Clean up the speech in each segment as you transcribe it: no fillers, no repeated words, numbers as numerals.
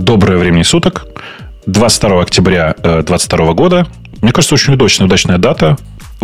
Доброе время суток. 22 октября 2022 года. Мне кажется, очень удачная дата.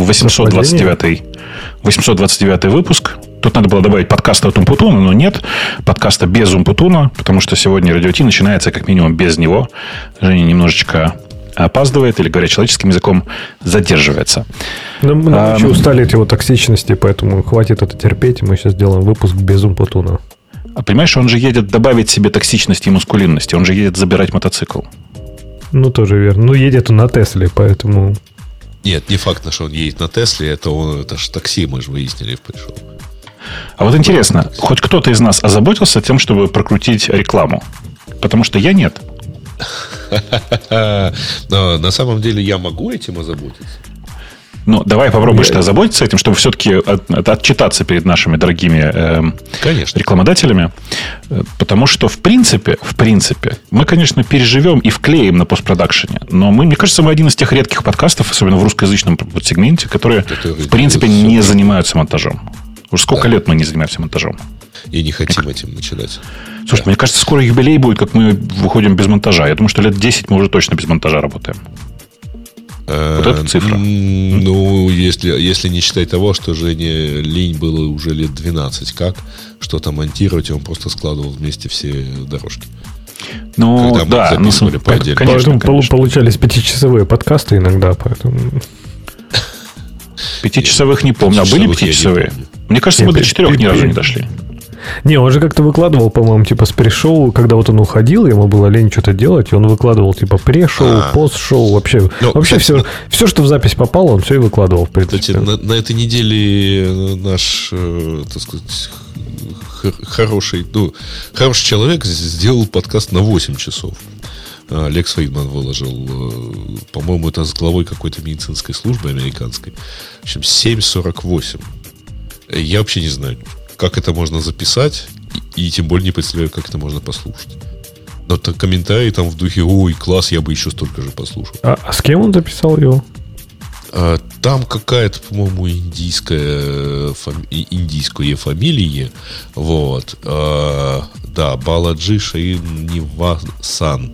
829 выпуск. Тут надо было добавить подкаста от Умпутуна, но нет. Подкаста без Умпутуна, потому что сегодня Радио Ти начинается как минимум без него. Женя немножечко опаздывает, или, говоря человеческим языком, задерживается. Мы очень устали от его токсичности, поэтому хватит это терпеть. Мы сейчас делаем выпуск без Умпутуна. А понимаешь, он же едет добавить себе токсичности и мускулинности. Он же едет забирать мотоцикл. Ну, тоже верно. Ну, едет он на Тесле, поэтому... Нет, не факт, что он едет на Тесле. Это же такси, мы же выяснили, пришел. А вот интересно, хоть кто-то из нас озаботился тем, чтобы прокрутить рекламу? Потому что я нет. Но на самом деле я могу этим озаботиться. Ну, давай попробуешь ты озаботиться этим, чтобы все-таки отчитаться перед нашими дорогими рекламодателями. Потому что, в принципе, мы, конечно, переживем и вклеим на постпродакшене. Но мне кажется, мы один из тех редких подкастов, особенно в русскоязычном сегменте, которые, в принципе, не занимаются монтажом. Уж сколько лет мы не занимаемся монтажом. И не хотим этим начинать. Слушай, мне кажется, скоро юбилей будет, как мы выходим без монтажа. Я думаю, что лет 10 мы уже точно без монтажа работаем. Вот эта цифра. Ну, если не считать того, что Жене лень было уже лет 12, что-то монтировать, он просто складывал вместе все дорожки. Ну, когда мы да, записывали по отдельно. Поэтому получались 5-часовые подкасты иногда, поэтому... 5-часовых не помню. А были 5-часовые? Мне кажется, мы до 4 ни разу не дошли. Не, он же как-то выкладывал, по-моему, типа с пришоу, когда вот он уходил, ему было лень что-то делать, и он выкладывал типа пре-шоу, пост-шоу, вообще все, что в запись попало, он все и выкладывал, в принципе. Кстати, на этой неделе наш, так сказать, хороший человек сделал подкаст на 8 часов. Лекс Фридман выложил, по-моему, это с главой какой-то медицинской службы американской. В общем, 7:48. Я вообще не знаю, как это можно записать, и тем более не представляю, как это можно послушать. Но комментарии там в духе: ой, класс, я бы еще столько же послушал. А с кем он записал его? Там какая-то, по-моему, индийская фамилия. Вот. Да, Баладжи Шринивасан.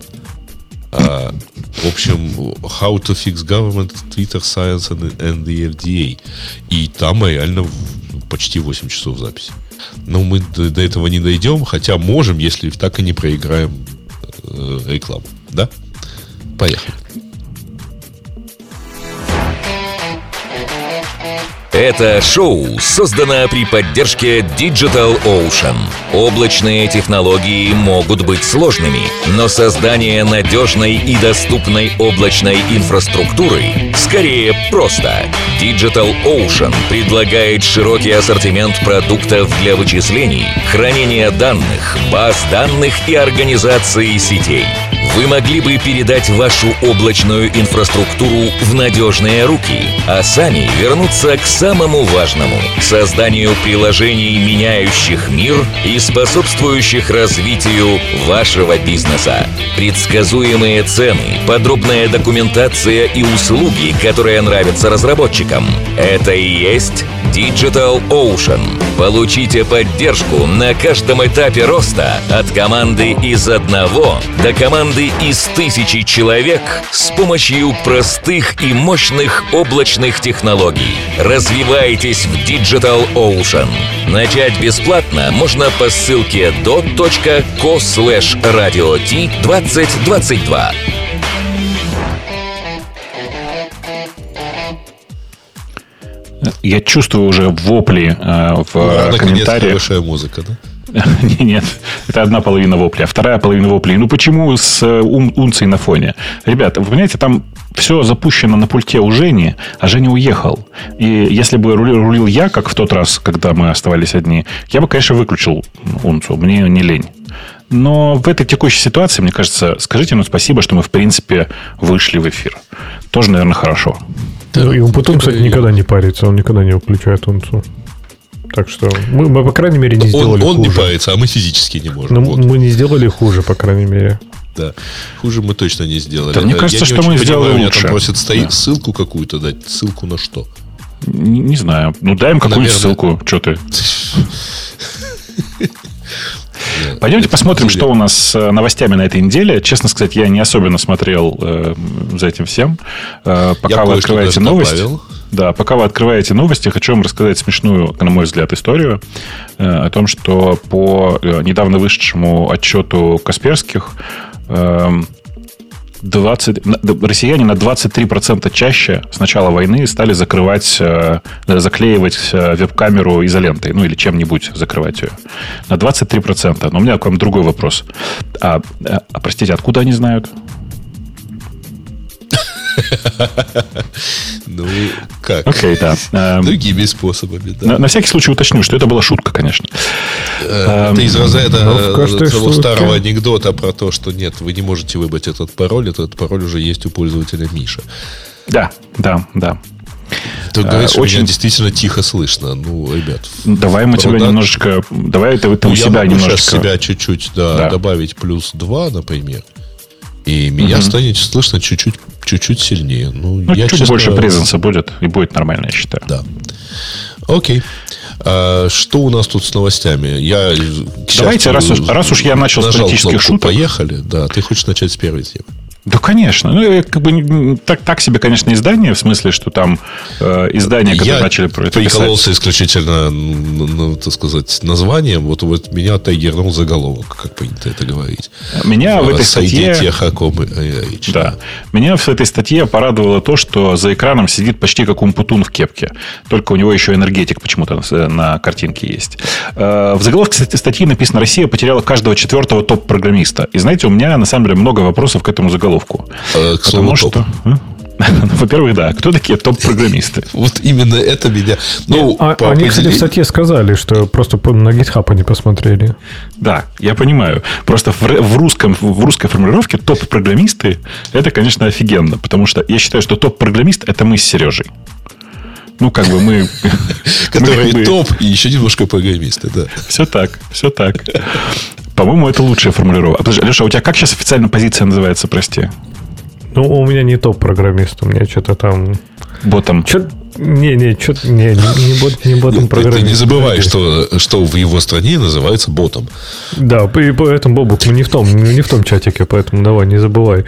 В общем, How to fix government, Twitter, Science and the FDA. И там реально почти 8 часов записи. Но мы до этого не дойдем, хотя можем, если так и не проиграем рекламу. Да? Поехали. Это шоу создано при поддержке Digital Ocean. Облачные технологии могут быть сложными, но создание надежной и доступной облачной инфраструктуры скорее просто. Digital Ocean предлагает широкий ассортимент продуктов для вычислений, хранения данных, баз данных и организации сетей. Вы могли бы передать вашу облачную инфраструктуру в надежные руки, а сами вернуться к самому важному – созданию приложений, меняющих мир и способствующих развитию вашего бизнеса. Предсказуемые цены, подробная документация и услуги, которые нравятся разработчикам – это и есть Digital Ocean. Получите поддержку на каждом этапе роста от команды из 1 до команды из 1000 человек с помощью простых и мощных облачных технологий. Развивайтесь в Digital Ocean. Начать бесплатно можно по ссылке dot.co/radiot2022. Я чувствую уже вопли в комментариях. Хорошая музыка, да? Нет, это одна половина вопли, а вторая половина вопли. Ну почему с унцией на фоне? Ребята, вы понимаете, там все запущено на пульте у Жени, а Женя уехал. И если бы рулил я, как в тот раз, когда мы оставались одни, я бы, конечно, выключил унцию. Мне не лень. Но в этой текущей ситуации, мне кажется, скажите нам спасибо, что мы, в принципе, вышли в эфир. Тоже, наверное, хорошо. И он потом, кстати, никогда не парится, он никогда не выключает унцию. Так что мы, по крайней мере, не сделали хуже. Он не парится, а мы физически не можем. Но мы не сделали хуже, по крайней мере. Да, хуже мы точно не сделали. Да, мне кажется, что мы сделали лучше. Меня там просят ссылку какую-то дать. Ссылку на что? Не знаю. Ну, дай им какую-нибудь ссылку. Что ты? Пойдемте посмотрим, что у нас с новостями на этой неделе. Честно сказать, я не особенно смотрел за этим всем. Пока вы открываете новости... Да, пока вы открываете новости, хочу вам рассказать смешную, на мой взгляд, историю о том, что по недавно вышедшему отчету Касперских россияне на 23% чаще с начала войны стали заклеивать веб-камеру изолентой, ну или чем-нибудь закрывать ее. На 23%. Но у меня к вам другой вопрос. Простите, откуда они знают? Ну, как? Окей, да. Другими способами, да. На всякий случай уточню, что это была шутка, конечно. Это из разряда того старого анекдота про то, что нет, вы не можете выбрать этот пароль уже есть у пользователя Миша. Да. Ты говоришь, очень меня действительно тихо слышно. Ну, ребят. Давай мы тебя немножечко... Давай ты у себя немножечко... Я могу сейчас себя чуть-чуть добавить плюс 2, например. И меня станет слышно чуть-чуть сильнее. Я, чуть больше презенса будет, и будет нормально, я считаю. Да. Окей. Что у нас тут с новостями? Давайте, раз уж я начал с политических шуток... Поехали. Да, ты хочешь начать с первой темы? Да, конечно. Так себе, конечно, издание, в смысле, что там издания, которые начали про это писать. Я прикололся исключительно, так сказать, названием. Вот меня триггернул заголовок, как принято это говорить. Меня в этой статье... Да. Меня в этой статье порадовало то, что за экраном сидит почти как Умпутун в кепке. Только у него еще энергетик почему-то на картинке есть. В заголовке статьи написано: «Россия потеряла каждого 4-го топ-программиста». И знаете, у меня, на самом деле, много вопросов к этому заголовку. Потому что... Во-первых, да. Кто такие топ-программисты? Вот именно это меня... Они, кстати, в статье сказали, что просто на GitHub они посмотрели. Да, я понимаю. Просто в русской формулировке топ-программисты это, конечно, офигенно. Потому что я считаю, что топ-программист это мы с Сережей. Ну, как бы мы... Которые топ и еще немножко программисты, да. Все так. По-моему, это лучшая формулировка. Подожди, Алеша, у тебя как сейчас официально позиция называется, прости? Ну, у меня не топ-программист, у меня что-то там... Ботом. Не ботом программист. Ты не забывай, что в его стране называется ботом. Да, поэтому, Бобук, не в том чатике, поэтому давай, не забывай.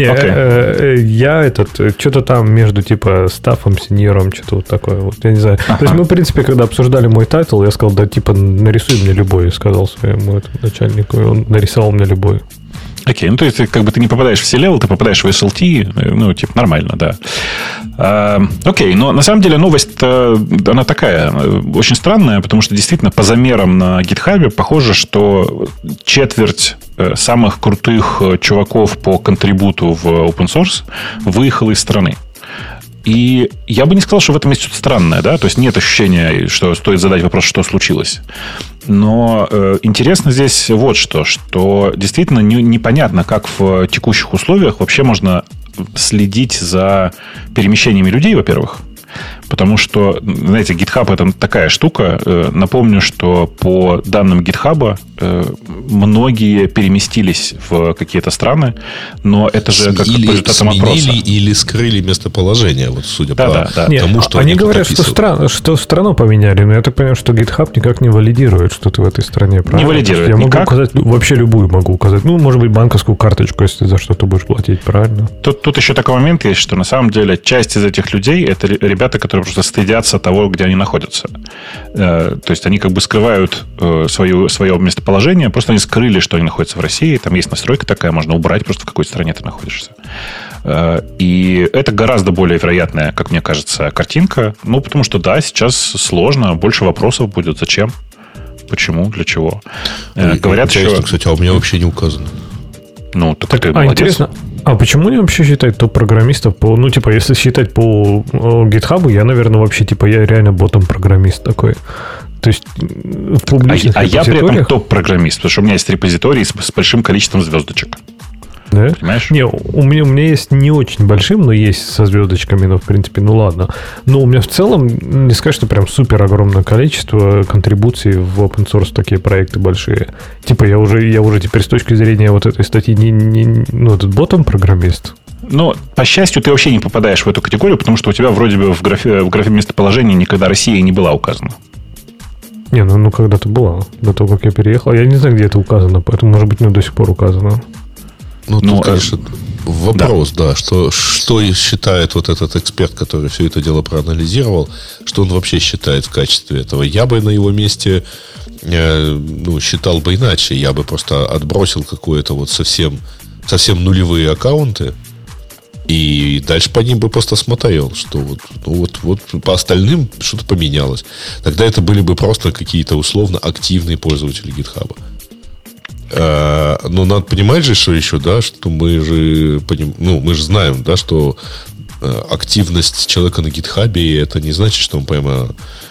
Я что-то там между типа стафом, сеньором, что-то вот такое. Вот, я не знаю. То есть мы, в принципе, когда обсуждали мой тайтл, я сказал, да, типа, нарисуй мне любой, сказал своему начальнику, и он нарисовал мне любой. Окей, ну то есть как бы ты не попадаешь в C-Level, ты попадаешь в SLT, ну типа нормально, да. Окей, но на самом деле новость, она такая, очень странная, потому что действительно по замерам на GitHub похоже, что четверть самых крутых чуваков по контрибуту в open source выехала из страны. И я бы не сказал, что в этом есть что-то странное, да, то есть нет ощущения, что стоит задать вопрос, что случилось. Но интересно здесь вот что действительно непонятно, как в текущих условиях вообще можно следить за перемещениями людей, во-первых. Потому что, знаете, GitHub это такая штука. Напомню, что по данным GitHub многие переместились в какие-то страны, но это же как по результатам опроса. Сменили или скрыли местоположение, вот судя по тому, что они говорят, что страну поменяли, но я так понимаю, что GitHub никак не валидирует, что ты в этой стране. Правильно? Не валидирует я никак. Могу указать, вообще любую могу указать. Ну, может быть, банковскую карточку, если за что ты будешь платить, правильно? Тут еще такой момент есть, что на самом деле часть из этих людей это ребята, которые просто стыдятся того, где они находятся. То есть они как бы скрывают свое местоположение, просто они скрыли, что они находятся в России. Там есть настройка такая, можно убрать просто в какой стране ты находишься. И это гораздо более вероятная, как мне кажется, картинка. Ну, потому что, да, сейчас сложно, больше вопросов будет. Зачем? Почему? Для чего? Говорят еще... Кстати, у меня вообще не указано. Ну, так ты молодец. Интересно, а почему они вообще считают топ-программистов по... Ну, типа, если считать по GitHub, я, наверное, вообще, типа, я реально ботом-программист такой. То есть в публичных репозиториях... я при этом топ-программист, потому что у меня есть репозиторий с большим количеством звездочек. Да? Понимаешь? Не, у меня есть не очень большим, но есть со звездочками, но в принципе, ну ладно. Но у меня в целом, не сказать, что прям супер огромное количество контрибуций в open source такие проекты большие. Типа я уже теперь с точки зрения вот этой статьи ну, этот ботом-программист. Но, по счастью, ты вообще не попадаешь в эту категорию, потому что у тебя вроде бы в графе местоположения никогда Россия не была указана. Не, ну когда-то была. До того, как я переехал. Я не знаю, где это указано, поэтому, может быть, до сих пор указано. Ну, тут, конечно, вопрос, да, что считает вот этот эксперт, который все это дело проанализировал, что он вообще считает в качестве этого. Я бы на его месте считал бы иначе. Я бы просто отбросил какое-то вот совсем нулевые аккаунты и дальше по ним бы просто смотрел, что вот по остальным что-то поменялось. Тогда это были бы просто какие-то условно активные пользователи GitHub. Но надо понимать же, что еще, да, что мы же знаем, да, что активность человека на GitHub это не значит, что он прямо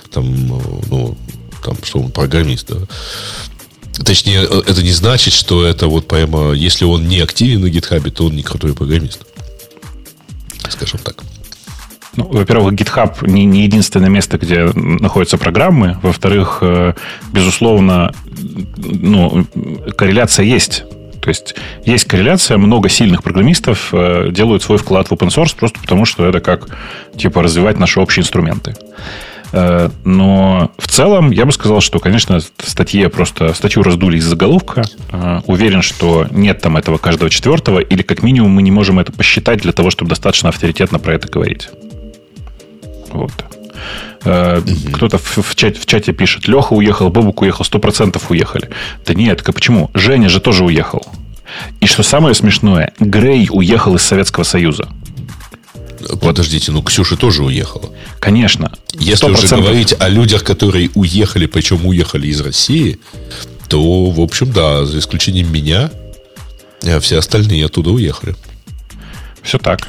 что он программист, да. Точнее, это не значит, что это вот прямо, если он не активен на GitHub, то он не крутой программист. Скажем так. Ну, во-первых, GitHub не единственное место, где находятся программы. Во-вторых, безусловно, корреляция есть. То есть есть корреляция, много сильных программистов делают свой вклад в open source просто потому, что это как развивать наши общие инструменты. Но в целом я бы сказал, что, конечно, статью раздули из заголовка. Уверен, что нет там этого каждого четвертого, или как минимум мы не можем это посчитать для того, чтобы достаточно авторитетно про это говорить. Вот. Кто-то в чате пишет: Леха уехал, Бобук уехал, 100% уехали. Да нет, почему? Женя же тоже уехал. И что самое смешное, Грей уехал из Советского Союза. Подождите, Ксюша тоже уехала. Конечно. 100%. Если уже говорить о людях, которые уехали, причем уехали из России, то, в общем, да, за исключением меня, все остальные оттуда уехали. Все так.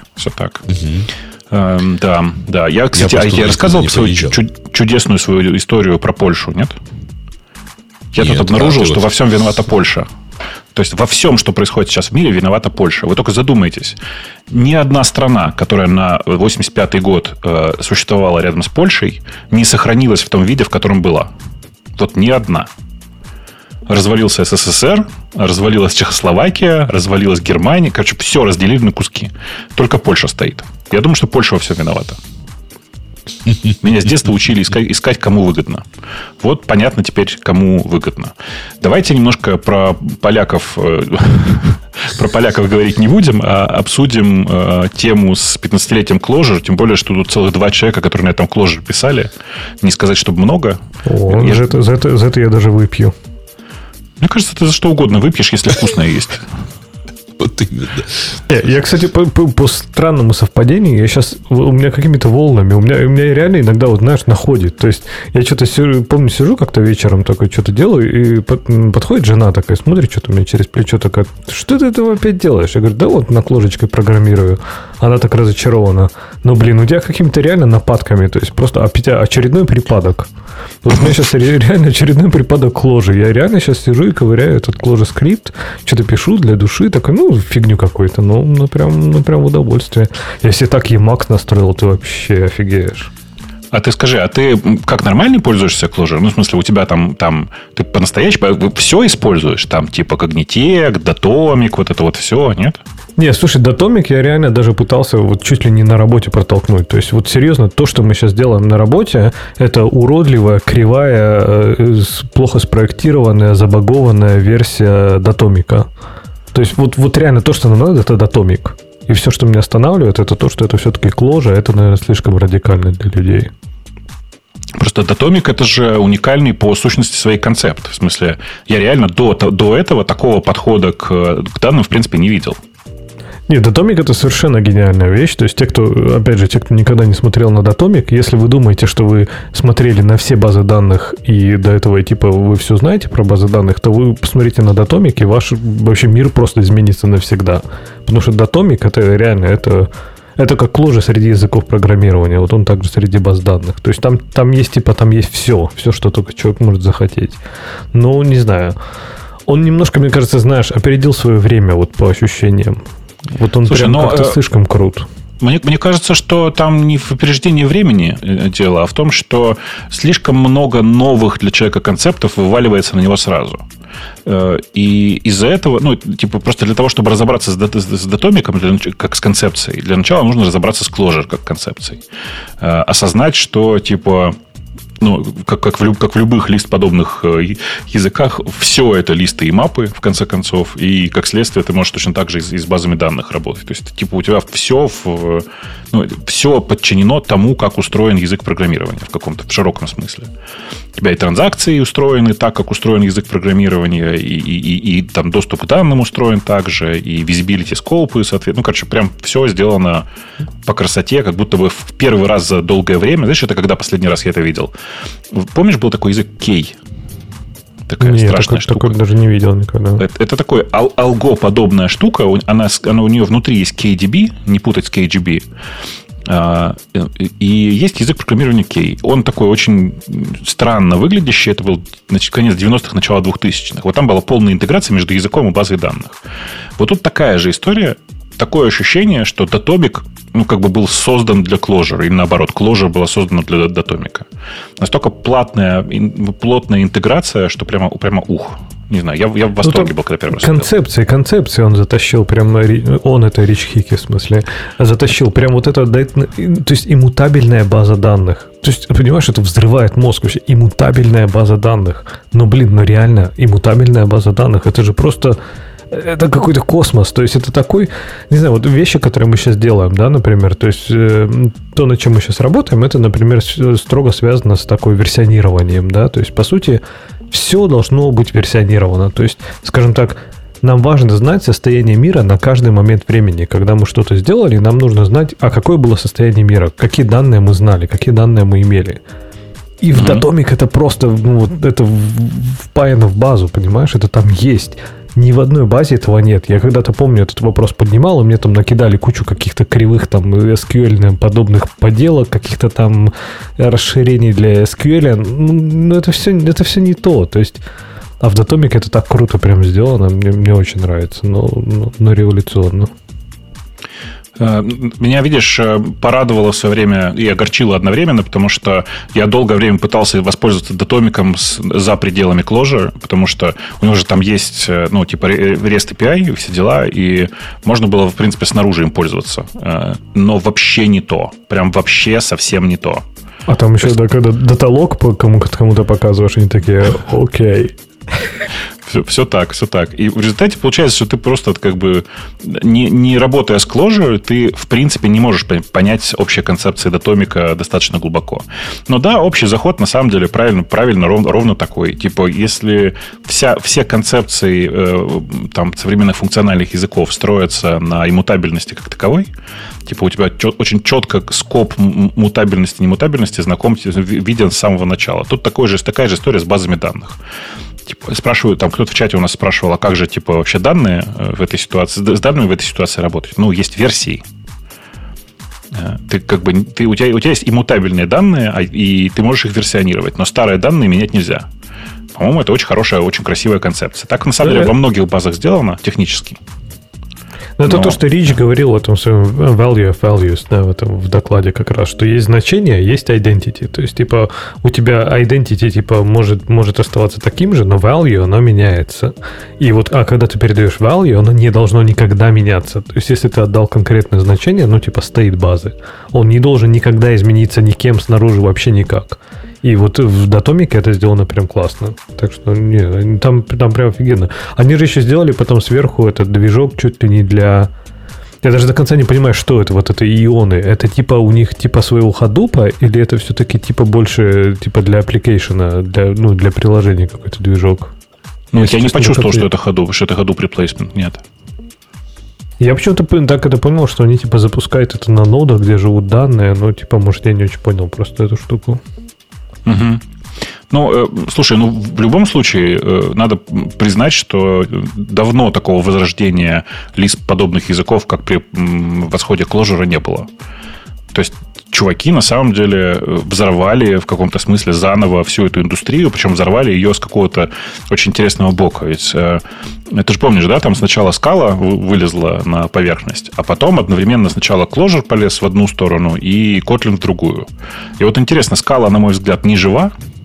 Да. Я, кстати, я рассказывал свою чудесную свою историю про Польшу, нет? Я тут обнаружил, что во всем виновата Польша. То есть во всем, что происходит сейчас в мире, виновата Польша. Вы только задумайтесь. Ни одна страна, которая на 85-й год существовала рядом с Польшей, не сохранилась в том виде, в котором была. Вот ни одна. Развалился СССР, развалилась Чехословакия, развалилась Германия. Короче, все разделили на куски. Только Польша стоит. Я думаю, что Польша во всем виновата. Меня с детства учили искать, кому выгодно. Вот понятно теперь, кому выгодно. Давайте немножко про поляков говорить не будем, а обсудим тему с 15-летием Clojure. Тем более, что тут целых 2 человека, которые на этом Clojure писали. Не сказать, чтобы много. За это я даже выпью. Мне кажется, ты за что угодно выпьешь, если вкусное есть. Вот именно. Я, кстати, по странному совпадению, у меня какими-то волнами, у меня реально иногда, находит. То есть, я что-то сижу как-то вечером, такой что-то делаю, и подходит жена такая, смотрит что-то у меня через плечо, такая: что ты там опять делаешь? Я говорю: да вот на Clojure программирую. Она так разочарована. У тебя какими-то реально нападками, то есть, просто очередной припадок. Вот у меня сейчас реально очередной припадок Clojure. Я реально сейчас сижу и ковыряю этот Clojure скрипт, что-то пишу для души, такой, фигню какую-то, прям удовольствие. Если так Emacs настроил, ты вообще офигеешь. А ты скажи, а ты как нормальный пользуешься Clojure? В смысле, у тебя там ты по-настоящему все используешь? Там типа Cognitec, Datomic, вот это вот все, нет? Не, слушай, Datomic я реально даже пытался чуть ли не на работе протолкнуть. То есть, серьезно, то, что мы сейчас делаем на работе, это уродливая, кривая, плохо спроектированная, забагованная версия Datomic. То есть, вот реально то, что нам надо, это Datomic. И все, что меня останавливает, это то, что это все-таки Clojure, это, наверное, слишком радикально для людей. Просто Datomic — это же уникальный по сущности своей концепт. В смысле, я реально до этого такого подхода к данным, в принципе, не видел. Нет, Datomic — это совершенно гениальная вещь. То есть, те, кто никогда не смотрел на Datomic, если вы думаете, что вы смотрели на все базы данных и до этого, вы все знаете про базы данных, то вы посмотрите на Datomic, и ваш вообще мир просто изменится навсегда. Потому что Datomic — это реально, это как Clojure среди языков программирования. Вот он также среди баз данных. То есть, там есть все, что только человек может захотеть. Не знаю. Он немножко, мне кажется, опередил свое время, по ощущениям. Вот он как-то слишком крут. Мне кажется, что там не в опереждении времени дело, а в том, что слишком много новых для человека концептов вываливается на него сразу. И из-за этого, просто для того, чтобы разобраться с Datomic как с концепцией, для начала нужно разобраться с Clojure как концепцией. Осознать, что, ну, как в любых лист-подобных языках, все это листы и мапы, в конце концов, и, как следствие, ты можешь точно так же и с базами данных работать. То есть, типа, у тебя все подчинено тому, как устроен язык программирования в широком смысле. У тебя и транзакции устроены так, как устроен язык программирования, и там доступ к данным устроен так же, и visibility скопы, соответственно. Ну, короче, прям все сделано по красоте, как будто бы в первый раз за долгое время. Знаешь, это когда последний раз я это видел? Помнишь, был такой язык K? Такая страшная штука. Такой даже не видел никогда. Это такой алго-подобная штука. Она у нее внутри есть KDB, не путать с KGB. И есть язык программирования K. Он такой очень странно выглядящий. Это был конец 90-х, начало 2000-х. Вот там была полная интеграция между языком и базой данных. Вот тут такая же история. Такое ощущение, что Datomic, ну, как бы был создан для Clojure, или наоборот, Clojure была создана для Datomic. Настолько плотная интеграция, что прямо ух. Не знаю, я в восторге был, когда первый раз. Концепции он затащил прямо, он это Рич Хики, в смысле, затащил прям вот это, то есть иммутабельная база данных. То есть, понимаешь, это взрывает мозг вообще, иммутабельная база данных. Но, реально, иммутабельная база данных, это же просто... Это какой-то космос. То есть, это такой... Не знаю, вот вещи, которые мы сейчас делаем, да, например. То есть, то, над чем мы сейчас работаем, это, например, строго связано с такой версионированием, да. То есть, по сути, все должно быть версионировано. То есть, скажем так, нам важно знать состояние мира на каждый момент времени. Когда мы что-то сделали, нам нужно знать, а какое было состояние мира, какие данные мы знали, какие данные мы имели. И в Datomic это просто, это впаяно в базу, понимаешь? Это там есть. Ни в одной базе этого нет. Я когда-то помню, этот вопрос поднимал, и мне там накидали кучу каких-то кривых там SQL подобных поделок, каких-то там расширений для SQL. Ну, это все не то. То есть, а в Datomic это так круто прям сделано. Мне очень нравится, но революционно. Меня, видишь, порадовало в свое время и огорчило одновременно, потому что я долгое время пытался воспользоваться Datomic за пределами Clojure, потому что у него же там есть, ну, типа REST API, все дела, и можно было, в принципе, снаружи им пользоваться. Но вообще не то. Прям вообще совсем не то. А там еще, да, когда даталог кому-то показываешь, они такие, окей. Все так. И в результате получается, что ты просто как бы не работая с Clojure, ты в принципе не можешь понять общие концепции Datomic достаточно глубоко. Но да, общий заход на самом деле правильно ровно такой. Типа, если все концепции там, современных функциональных языков строятся на иммутабельности как таковой, типа у тебя очень четко скоп мутабельности, немутабельности виден с самого начала. Тут такая же история с базами данных. Типа, спрашивают, там кто-то в чате у нас спрашивал, а как же типа вообще данные в этой ситуации, с данными в этой ситуации работать? Ну, есть версии. У тебя есть иммутабельные данные, и ты можешь их версионировать, но старые данные менять нельзя. По-моему, это очень хорошая, очень красивая концепция. Так, на самом деле, во многих базах сделано технически. Но это то, что Рич говорил в этом своем value of values, да, в докладе как раз, что есть значение, есть identity. То есть, типа, у тебя identity, типа, может оставаться таким же, но value, оно меняется. И вот, когда ты передаешь value, оно не должно никогда меняться. То есть, если ты отдал конкретное значение, ну, типа, state базы, он не должен никогда измениться никем снаружи вообще никак. И вот в Datomic это сделано прям классно. Так что, там прям офигенно. Они же еще сделали потом сверху этот движок чуть ли не для... Я даже до конца не понимаю, что это, вот это ионы. Это типа у них типа своего Hadoop, или это все-таки типа больше типа для application, для приложения какой-то движок? Ну, я не почувствовал, что это Hadoop replacement. Нет. Я почему-то так это понял, что они типа запускают это на нодах, где живут данные, но типа, может, я не очень понял просто эту штуку. Угу. Ну, слушай, в любом случае надо признать, что давно такого возрождения подобных языков, как при восходе Clojure, не было. То есть чуваки на самом деле взорвали в каком-то смысле заново всю эту индустрию, причем взорвали ее с какого-то очень интересного бока. Ведь ты же помнишь, да, там сначала Scala вылезла на поверхность, а потом одновременно сначала Clojure полез в одну сторону и Kotlin в другую. И вот интересно, Scala, на мой взгляд, не жива,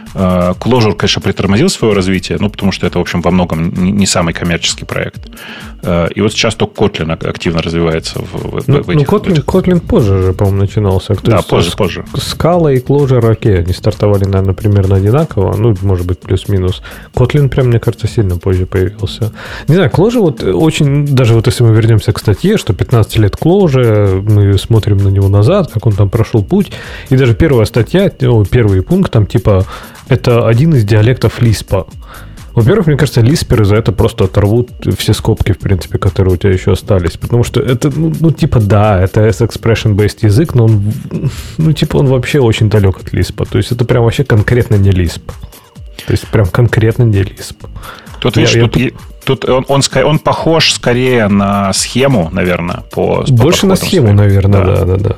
Clojure, конечно, притормозил свое развитие, потому что это, в общем, во многом не самый коммерческий проект. И вот сейчас только Kotlin активно развивается в этих... Kotlin позже же, по-моему, начинался. Да, позже. Scala и Clojure, окей, они стартовали, наверное, примерно одинаково, может быть, плюс-минус. Kotlin прям, мне кажется, сильно позже появился. Не знаю, Clojure вот очень, даже вот если мы вернемся к статье, что 15 лет Clojure, мы смотрим на него назад, как он там прошел путь, и даже первая статья, первый пункт, там типа, это один из диалектов Lisp. Во-первых, мне кажется, лисперы за это просто оторвут все скобки, в принципе, которые у тебя еще остались. Потому что это, да, это S-expression-based язык, но он, он вообще очень далек от Lisp. То есть это прям вообще конкретно не Lisp. То есть прям конкретно не Lisp. Тут, видишь, тут он похож скорее на схему, наверное, больше на схему, наверное, да.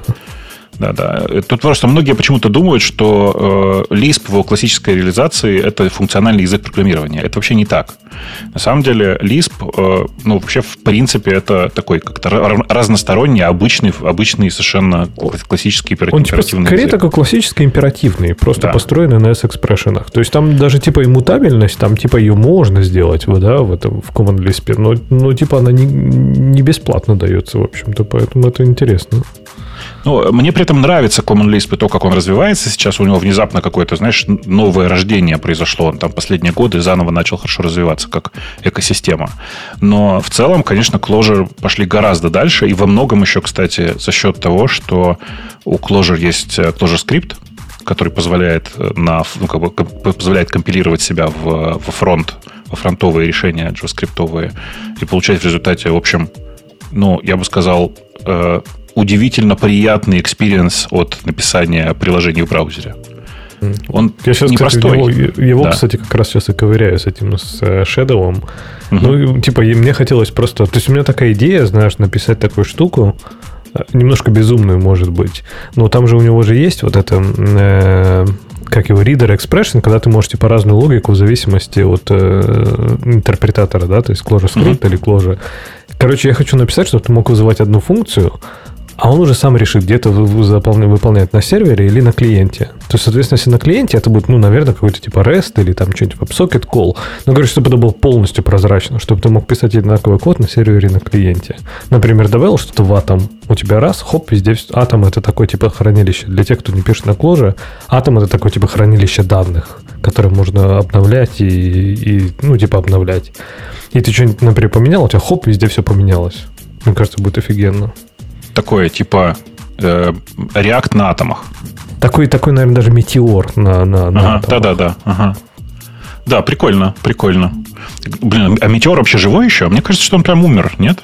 Да. Тут просто многие почему-то думают, что Lisp в его классической реализации — это функциональный язык программирования. Это вообще не так. На самом деле Lisp, вообще, в принципе, это такой как-то разносторонний, обычный совершенно классический императивный язык. Он скорее такой классический императивный, просто построенный на S-экспрессионах. То есть там даже иммутабельность, там ее можно сделать, в Common Lisp, но она не бесплатно дается, в общем-то, поэтому это интересно. Мне при этом нравится Common Lisp и то, как он развивается сейчас. У него внезапно какое-то, новое рождение произошло. Он там последние годы заново начал хорошо развиваться как экосистема. Но в целом, конечно, Clojure пошли гораздо дальше. И во многом еще, кстати, за счет того, что у Clojure есть Clojure Script, который позволяет, позволяет компилировать себя во фронтовые решения джаваскриптовые и получать в результате, в общем, я бы сказал, удивительно приятный экспириенс от написания приложений в браузере. Он я сейчас, непростой. Его, кстати, как раз сейчас и ковыряю с этим, с Shadow. Мне хотелось просто... То есть у меня такая идея, написать такую штуку, немножко безумную, может быть. Но там же у него же есть вот это... как его, reader expression, когда ты можешь разную логику в зависимости от интерпретатора, да, то есть Clojure Script или Clojure. Короче, я хочу написать, чтобы ты мог вызывать одну функцию, а он уже сам решит, где-то выполнять на сервере или на клиенте. То есть, соответственно, если на клиенте, это будет, наверное, какой-то REST или там что-нибудь WebSocket call. Но, говорю, чтобы это было полностью прозрачно, чтобы ты мог писать одинаковый код на сервере и на клиенте. Например, добавил что-то в Atom, у тебя везде Atom — это такое хранилище. Для тех, кто не пишет на Clojure, Atom — это такое хранилище данных, которое можно обновлять и обновлять. И ты что-нибудь, например, поменял, у тебя везде все поменялось. Мне кажется, будет офигенно. Такое, React на атомах. Такой, наверное, даже метеор на атомах. Да. Ага. Да, прикольно. Блин, а метеор вообще живой еще? Мне кажется, что он прям умер, нет?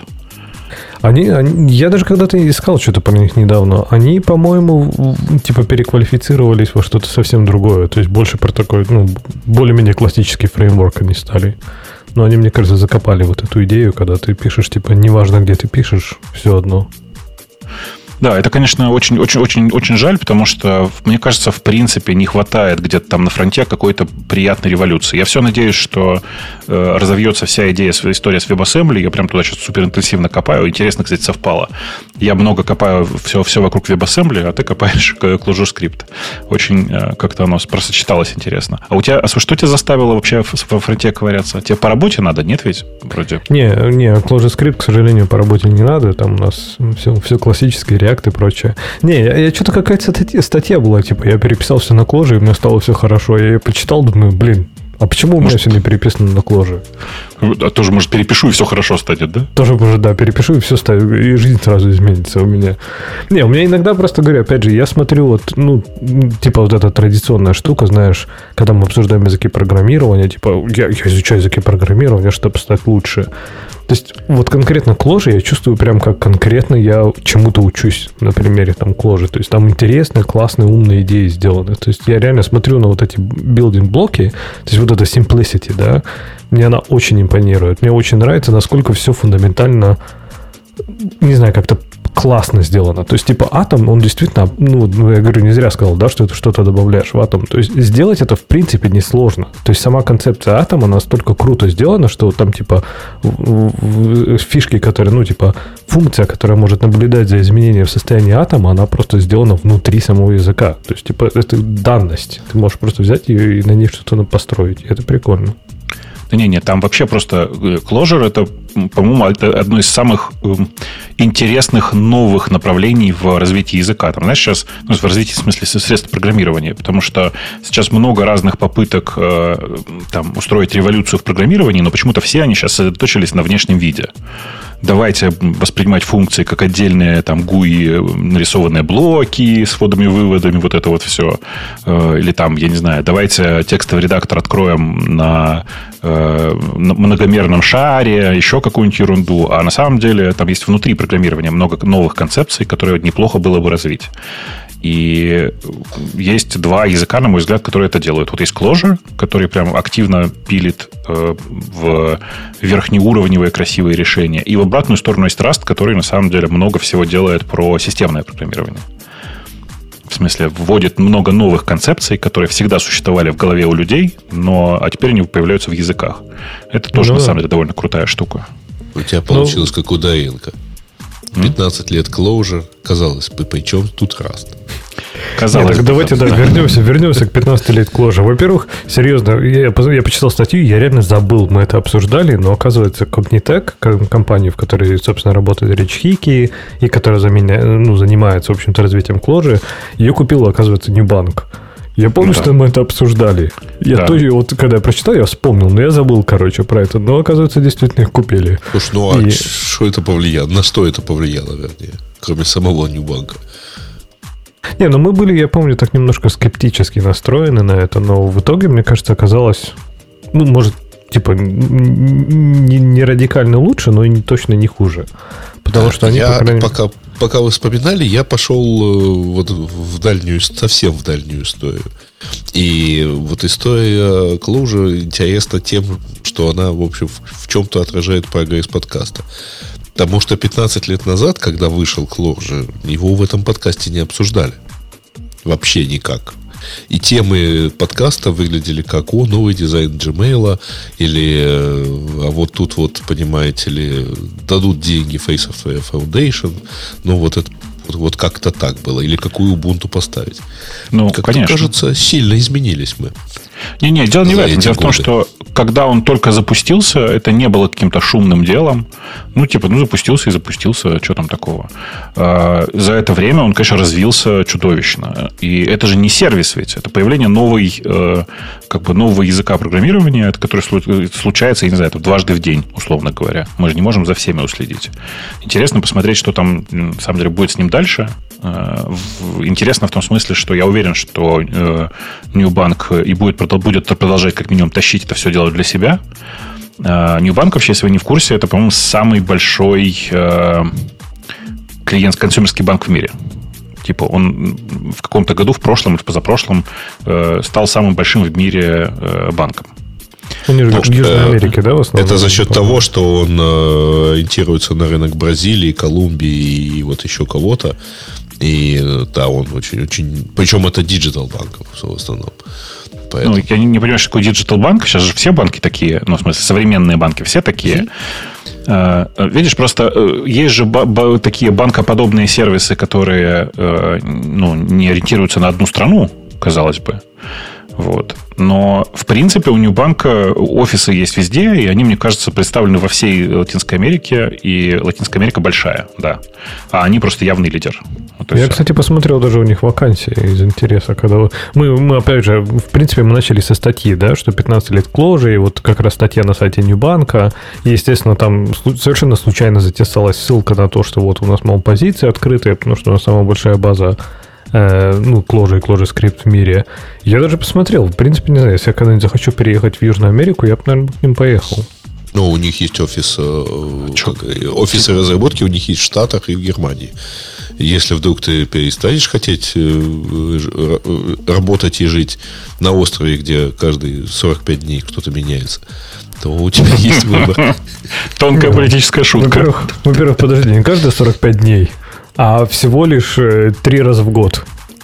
Я даже когда-то искал что-то про них недавно. Они, по-моему, переквалифицировались во что-то совсем другое. То есть больше про такой, более-менее классический фреймворк они стали. Но они, мне кажется, закопали вот эту идею, когда ты пишешь, неважно, где ты пишешь, все одно. Да, это, конечно, очень жаль, потому что, мне кажется, в принципе, не хватает где-то там на фронте какой-то приятной революции. Я все надеюсь, что разовьется вся история с WebAssembly. Я прям туда сейчас суперинтенсивно копаю. Интересно, кстати, совпало. Я много копаю все вокруг WebAssembly, а ты копаешь Clojure Script. Очень как-то оно просочеталось интересно. А что тебя заставило вообще во фронте ковыряться? Тебе по работе надо? Нет ведь? Вроде. Не, Clojure Script, к сожалению, по работе не надо. Там у нас все классическое, React и прочее. Не, я что-то какая-то статья была, я переписал все на Clojure, и мне стало все хорошо. Я ее почитал, думаю, а почему у меня все не переписано на Clojure? А тоже, может, перепишу, и все хорошо станет, да? Тоже, может, да, перепишу, и все станет, и жизнь сразу изменится у меня. Не, у меня иногда, просто говорю, опять же, я смотрю вот эта традиционная штука, знаешь, когда мы обсуждаем языки программирования, я изучаю языки программирования, чтобы стать лучше. То есть, вот конкретно Clojure я чувствую прям как конкретно я чему-то учусь на примере Clojure. То есть, там интересные, классные, умные идеи сделаны. То есть, я реально смотрю на вот эти билдинг-блоки, то есть, вот это simplicity, да, мне она очень импонирует. Мне очень нравится, насколько все фундаментально, не знаю, как-то классно сделано. То есть, типа, Atom, он действительно, я говорю, не зря сказал, да, что это что-то добавляешь в Atom. То есть, сделать это, в принципе, несложно. То есть, сама концепция Atom, она настолько круто сделана, что там, типа, фишки, которые, типа, функция, которая может наблюдать за изменением в состоянии атома, она просто сделана внутри самого языка. То есть, типа, это данность. Ты можешь просто взять ее и на ней что-то построить. И это прикольно. Да не, там вообще просто Clojure это, по-моему, это одно из самых интересных новых направлений в развитии языка. Там, знаешь, сейчас, в развитии, в смысле, средств программирования, потому что сейчас много разных попыток там, устроить революцию в программировании, но почему-то все они сейчас сосредоточились на внешнем виде. Давайте воспринимать функции как отдельные там GUI, нарисованные блоки с вводами и выводами, вот это вот все. Или там, я не знаю, давайте текстовый редактор откроем на многомерном шаре, еще какую-нибудь ерунду. А на самом деле там есть внутри программирования много новых концепций, которые неплохо было бы развить. И есть два языка, на мой взгляд, которые это делают. Вот есть Clojure, который прям активно пилит в верхнеуровневые красивые решения. И в обратную сторону есть Rust, который на самом деле много всего делает про системное программирование. В смысле, вводит много новых концепций, которые всегда существовали в голове у людей, а теперь они появляются в языках. Это тоже, на самом деле, довольно крутая штука. У тебя получилось, как у Даенко. 15 лет Clojure, казалось бы, при чем тут Rust? Казалось бы. Давайте вернемся к 15 лет Clojure. Во-первых, серьезно, я почитал статью, я реально забыл, мы это обсуждали, но оказывается, Cognitec, компания, в которой, собственно, работает Рич Хики, и которая занимается, в общем-то, развитием Clojure, ее купила, оказывается, Nubank. Я помню, что мы это обсуждали. Когда я прочитал, я вспомнил, но я забыл, про это. Но, оказывается, действительно их купили. Слушай, что это повлияло? На что это повлияло, вернее? Кроме самого Ньюбанка. Мы были, я помню, так немножко скептически настроены на это, но в итоге, мне кажется, оказалось, может, типа, не радикально лучше, но и точно не хуже. Потому что они, пока вы вспоминали, я пошел вот совсем в дальнюю историю. И вот история Clojure интересна тем, что она, в общем, в чем-то отражает прогресс подкаста. Потому что 15 лет назад, когда вышел Clojure, его в этом подкасте не обсуждали. Вообще никак. И темы подкаста выглядели как: новый дизайн Gmail, или а вот тут вот, понимаете ли, дадут деньги Free Software Foundation. Это вот как-то так было. Или какую Ubuntu поставить. Как-то, кажется, сильно изменились мы. Дело не в этом. Дело в том, что когда он только запустился, это не было каким-то шумным делом. Запустился и запустился. Что там такого? За это время он, конечно, развился чудовищно. И это же не сервис ведь. Это появление нового языка программирования, который случается, я не знаю, дважды в день, условно говоря. Мы же не можем за всеми уследить. Интересно посмотреть, что там, на самом деле, будет с ним дальше. Интересно в том смысле, что я уверен, что Nubank и будет продолжать как минимум тащить это все дело для себя. Nubank, вообще, если вы не в курсе, это, по-моему, самый большой консюмерский банк в мире. Типа он в каком-то году, в прошлом или в позапрошлом, стал самым большим в мире банком. Они же в Южной Америке, да, в основном? Это за счет того, что он ориентируется на рынок Бразилии, Колумбии и вот еще кого-то. И да, он очень... Причем это диджитал-банк в основном. Поэтому... Я не понимаю, что такое диджитал-банк. Сейчас же все банки такие. В смысле, современные банки все такие. Видишь, просто есть же такие банкоподобные сервисы, которые не ориентируются на одну страну, казалось бы. Но, в принципе, у Ньюбанка офисы есть везде, и они, мне кажется, представлены во всей Латинской Америке, и Латинская Америка большая, да. А они просто явный лидер. Я, кстати, посмотрел даже у них вакансии из интереса, когда мы опять же, в принципе, мы начали со статьи, да, что 15 лет Clojure, и вот как раз статья на сайте Ньюбанка, и, естественно, там совершенно случайно затесалась ссылка на то, что вот у нас, мол, позиции открытые, потому что у нас самая большая база Clojure и ClojureScript в мире. Я даже посмотрел. В принципе, не знаю, если я когда-нибудь захочу переехать в Южную Америку, я бы, наверное, к ним поехал. У них есть офисы разработки, у них есть в Штатах и в Германии. Если вдруг ты перестанешь хотеть работать и жить на острове, где каждые 45 дней кто-то меняется, то у тебя есть выбор. Тонкая политическая шутка. Во-первых, подожди, не каждые 45 дней. А всего лишь 3 раза в год.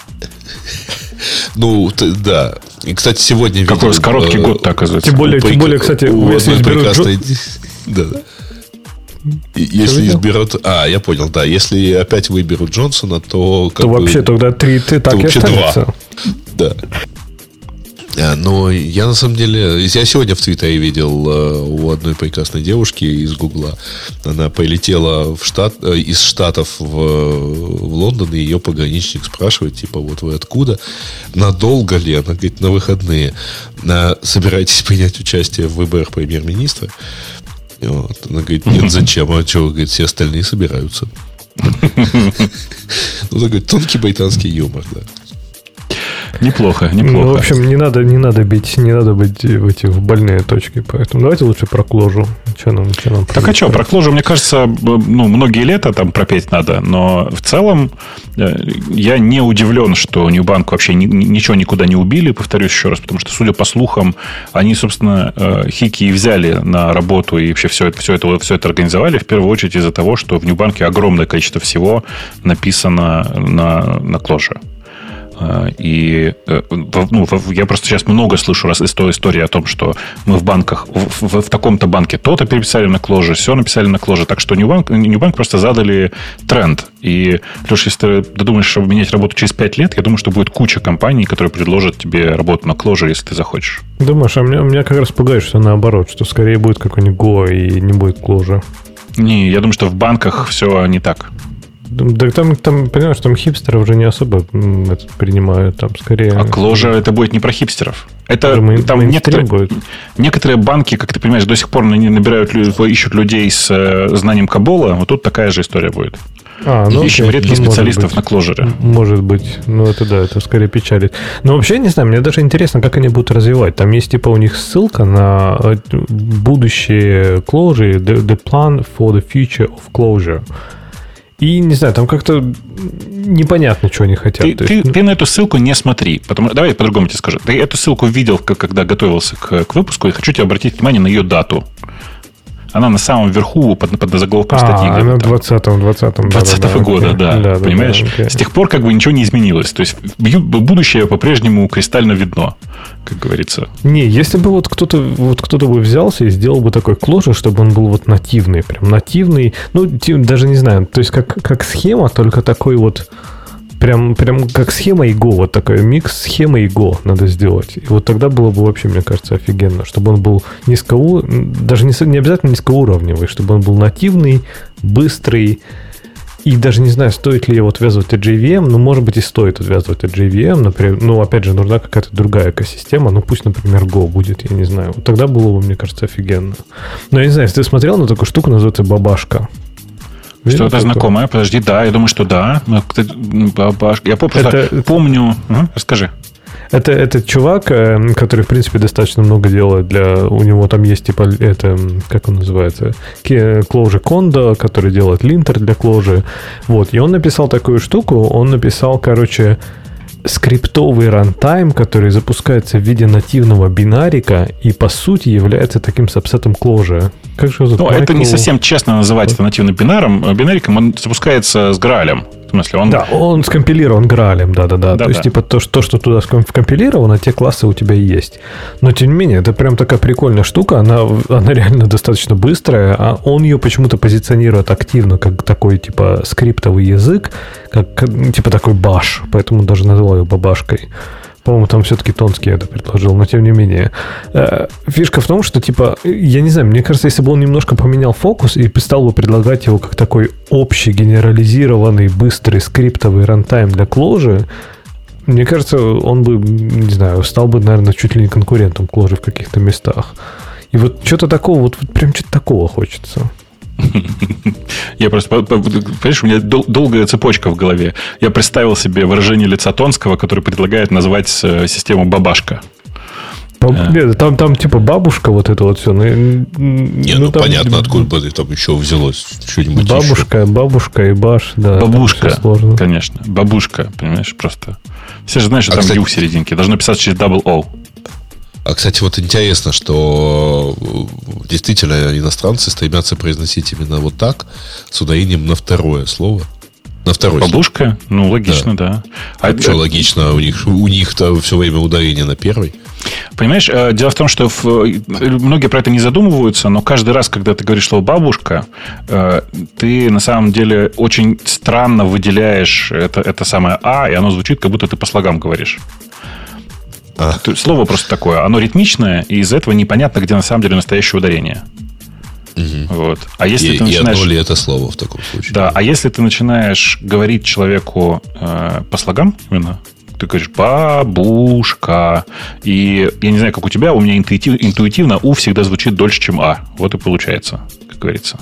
Ну, да. И, кстати, сегодня видел... Какой короткий год-то, оказывается. Тем более, кстати, если прекрасной... Да. Если изберут... я понял, да. Если опять выберут Джонсона, то... То вообще тогда 3 так и останется. 2. Да. Но я на самом деле... Я сегодня в Твиттере видел у одной прекрасной девушки из Гугла. Она полетела из Штатов в Лондон, и ее пограничник спрашивает, типа, вот вы откуда? Надолго ли? Она говорит, на выходные. Собираетесь принять участие в выборах премьер-министра? Вот. Она говорит, нет, зачем? А что? Говорит, все остальные собираются. Ну, такой тонкий британский юмор, да. Неплохо. Ну, в общем, не надо быть в эти больные точки. Поэтому давайте лучше про Clojure. Так а что, про Clojure, мне кажется, многие лета там пропеть надо, но в целом я не удивлен, что Ньюбанк вообще ничего никуда не убили, повторюсь еще раз, потому что, судя по слухам, они, собственно, Хики и взяли на работу и вообще все это организовали, в первую очередь из-за того, что в Ньюбанке огромное количество всего написано на Clojure. И я просто сейчас много слышу раз из той истории о том, что мы в банках, в таком-то банке то-то переписали на Clojure, все написали на Clojure. Так что Ньюбанк просто задали тренд. И, Леша, если ты додумаешь, чтобы менять работу через 5 лет, я думаю, что будет куча компаний, которые предложат тебе работу на Clojure, если ты захочешь. Думаешь, меня как раз пугает, что наоборот, что скорее будет какой-нибудь Go и не будет Clojure. Не, я думаю, что в банках все не так. Да там, понимаешь, там хипстеры уже не особо это принимают, там скорее... А Clojure это будет не про хипстеров. Это там некоторые банки, как ты понимаешь, до сих пор ищут людей с знанием Кабола. Вот тут такая же история будет. Ищем редких специалистов на Clojure. Может быть. Ну, это да, это скорее печалит. Но вообще, не знаю, мне даже интересно, как они будут развивать. Там есть, типа, у них ссылка на будущее Clojure, the plan for the future of Clojure. И, не знаю, там как-то непонятно, что они хотят. Ты на эту ссылку не смотри. Давай я по-другому тебе скажу. Ты эту ссылку видел, когда готовился к выпуску, и хочу тебе обратить внимание на ее дату. Она на самом верху под заголовком статьи. Она 2020 года, да. Понимаешь? Да, с тех пор как бы ничего не изменилось. То есть будущее по-прежнему кристально видно, как говорится. Не, если бы кто-то бы взялся и сделал бы такой Clojure, чтобы он был вот нативный, прям нативный, ну, даже не знаю, то есть как схема, только такой вот прям как схема и Go, вот такой микс схемы и Go надо сделать. И вот тогда было бы вообще, мне кажется, офигенно, чтобы он был даже не обязательно низкоуровневый, чтобы он был нативный, быстрый. И даже не знаю, стоит ли его отвязывать от JVM, но, может быть, и стоит отвязывать от JVM, например. Ну, опять же, нужна какая-то другая экосистема, ну, пусть, например, Go будет, я не знаю. Вот тогда было бы, мне кажется, офигенно. Но я не знаю, если ты смотрел на такую штуку, называется Бабашка. Что-то знакомое. Подожди, да, я думаю, что да. Я просто помню. Расскажи. Это чувак, который, в принципе, достаточно много делает у него там есть, типа, как он называется? Clojure Condo, который делает линтер для Clojure. Вот. И он написал такую штуку. Он написал, короче, скриптовый рантайм, который запускается в виде нативного бинарика и, по сути, является таким сабсетом Clojure. Как же его зовут? Ну, это не совсем честно называть это нативным бинариком. Он запускается с Граалем. В смысле, Да, он скомпилирован Граалем, да. То есть, типа, то, что туда скомпилировано, те классы у тебя и есть. Но, тем не менее, это прям такая прикольная штука. Она реально достаточно быстрая, а он ее почему-то позиционирует активно, как такой, типа, скриптовый язык, как, типа, такой баш. Поэтому даже назвал ее бабашкой. По-моему, там все-таки Тонский это предложил, но тем не менее. Фишка в том, что, типа, я не знаю, мне кажется, если бы он немножко поменял фокус и стал бы предлагать его как такой общий, генерализированный, быстрый скриптовый рантайм для Clojure, мне кажется, он бы, не знаю, стал бы, наверное, чуть ли не конкурентом Clojure в каких-то местах. И вот что-то такого, вот прям что-то такого хочется. Я просто, понимаешь, у меня долгая цепочка в голове. Я представил себе выражение лица Тонского, который предлагает назвать систему бабашка. Там типа бабушка вот это вот все. Там, понятно, откуда там еще взялось что-нибудь Бабушка и баш, да. Бабушка, конечно. Бабушка, понимаешь, просто. Все же знают, что там U в серединке. Должно писаться через double O. А, кстати, вот интересно, что действительно иностранцы стремятся произносить именно вот так, с ударением на второе слово. На второй. Бабушка? Ну, логично, да. А что логично? У них-то все время ударение на первый. Понимаешь, дело в том, что многие про это не задумываются, но каждый раз, когда ты говоришь слово «бабушка», ты на самом деле очень странно выделяешь это самое «а», и оно звучит, как будто ты по слогам говоришь. Слово просто такое. Оно ритмичное, и из-за этого непонятно, где на самом деле настоящее ударение. Угу. Вот. А если ты начинаешь... одно ли это слово в таком случае? Да, а если ты начинаешь говорить человеку по слогам именно, ты говоришь «бабушка», и я не знаю, как у тебя, у меня интуитивно «у» всегда звучит дольше, чем «а». Вот и получается, как говорится.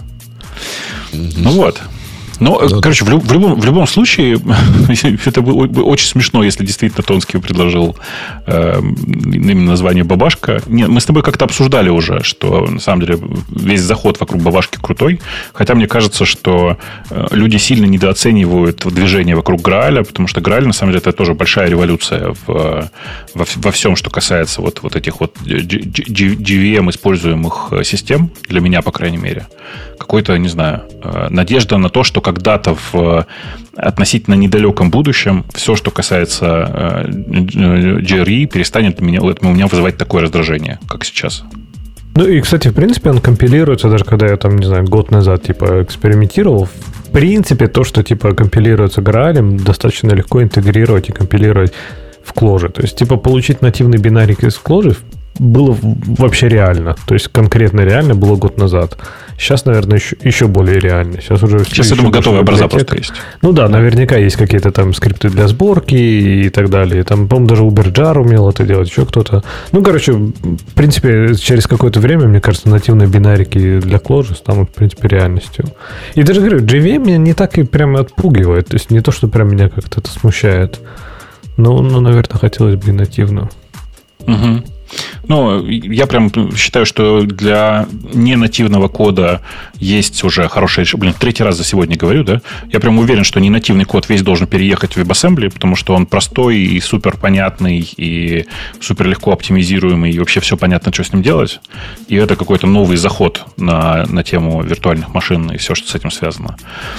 Ну вот. Но, короче, в любом случае, это было очень смешно, если действительно Тонский предложил именно название «Бабашка». Нет, мы с тобой как-то обсуждали уже, что, на самом деле, весь заход вокруг «Бабашки» крутой. Хотя мне кажется, что люди сильно недооценивают движение вокруг Грааля, потому что Грааль, на самом деле, это тоже большая революция во всем, что касается вот этих вот JVM используемых систем, для меня, по крайней мере. Какой-то, не знаю, надежда на то, что когда-то в относительно недалеком будущем все, что касается GRE, перестанет у меня вызывать такое раздражение, как сейчас. Ну и, кстати, в принципе, он компилируется, даже когда я там, не знаю, год назад типа экспериментировал. В принципе, то, что типа компилируется Граалем, достаточно легко интегрировать и компилировать в Clojure. То есть, типа, получить нативный бинарик из Clojure было вообще реально. То есть, конкретно реально было год назад. Сейчас, наверное, еще более реально. Сейчас, я думаю, готовые образа просто есть. Ну да, наверняка есть какие-то там скрипты для сборки и так далее. Там, по-моему, даже UberJar умел это делать, еще кто-то. Ну, короче, в принципе, через какое-то время, мне кажется, нативные бинарики для Clojure станут, в принципе, реальностью. И даже, говорю, JVM меня не так и прямо отпугивает. То есть, не то, что прям меня как-то это смущает. Но, наверное, хотелось бы и нативно. Угу. Ну, я прям считаю, что для ненативного кода есть уже хорошее решение. Третий раз за сегодня говорю, да? Я прям уверен, что ненативный код весь должен переехать в WebAssembly, потому что он простой и супер понятный, и супер легко оптимизируемый, и вообще все понятно, что с ним делать. И это какой-то новый заход на тему виртуальных машин и все, что с этим связано.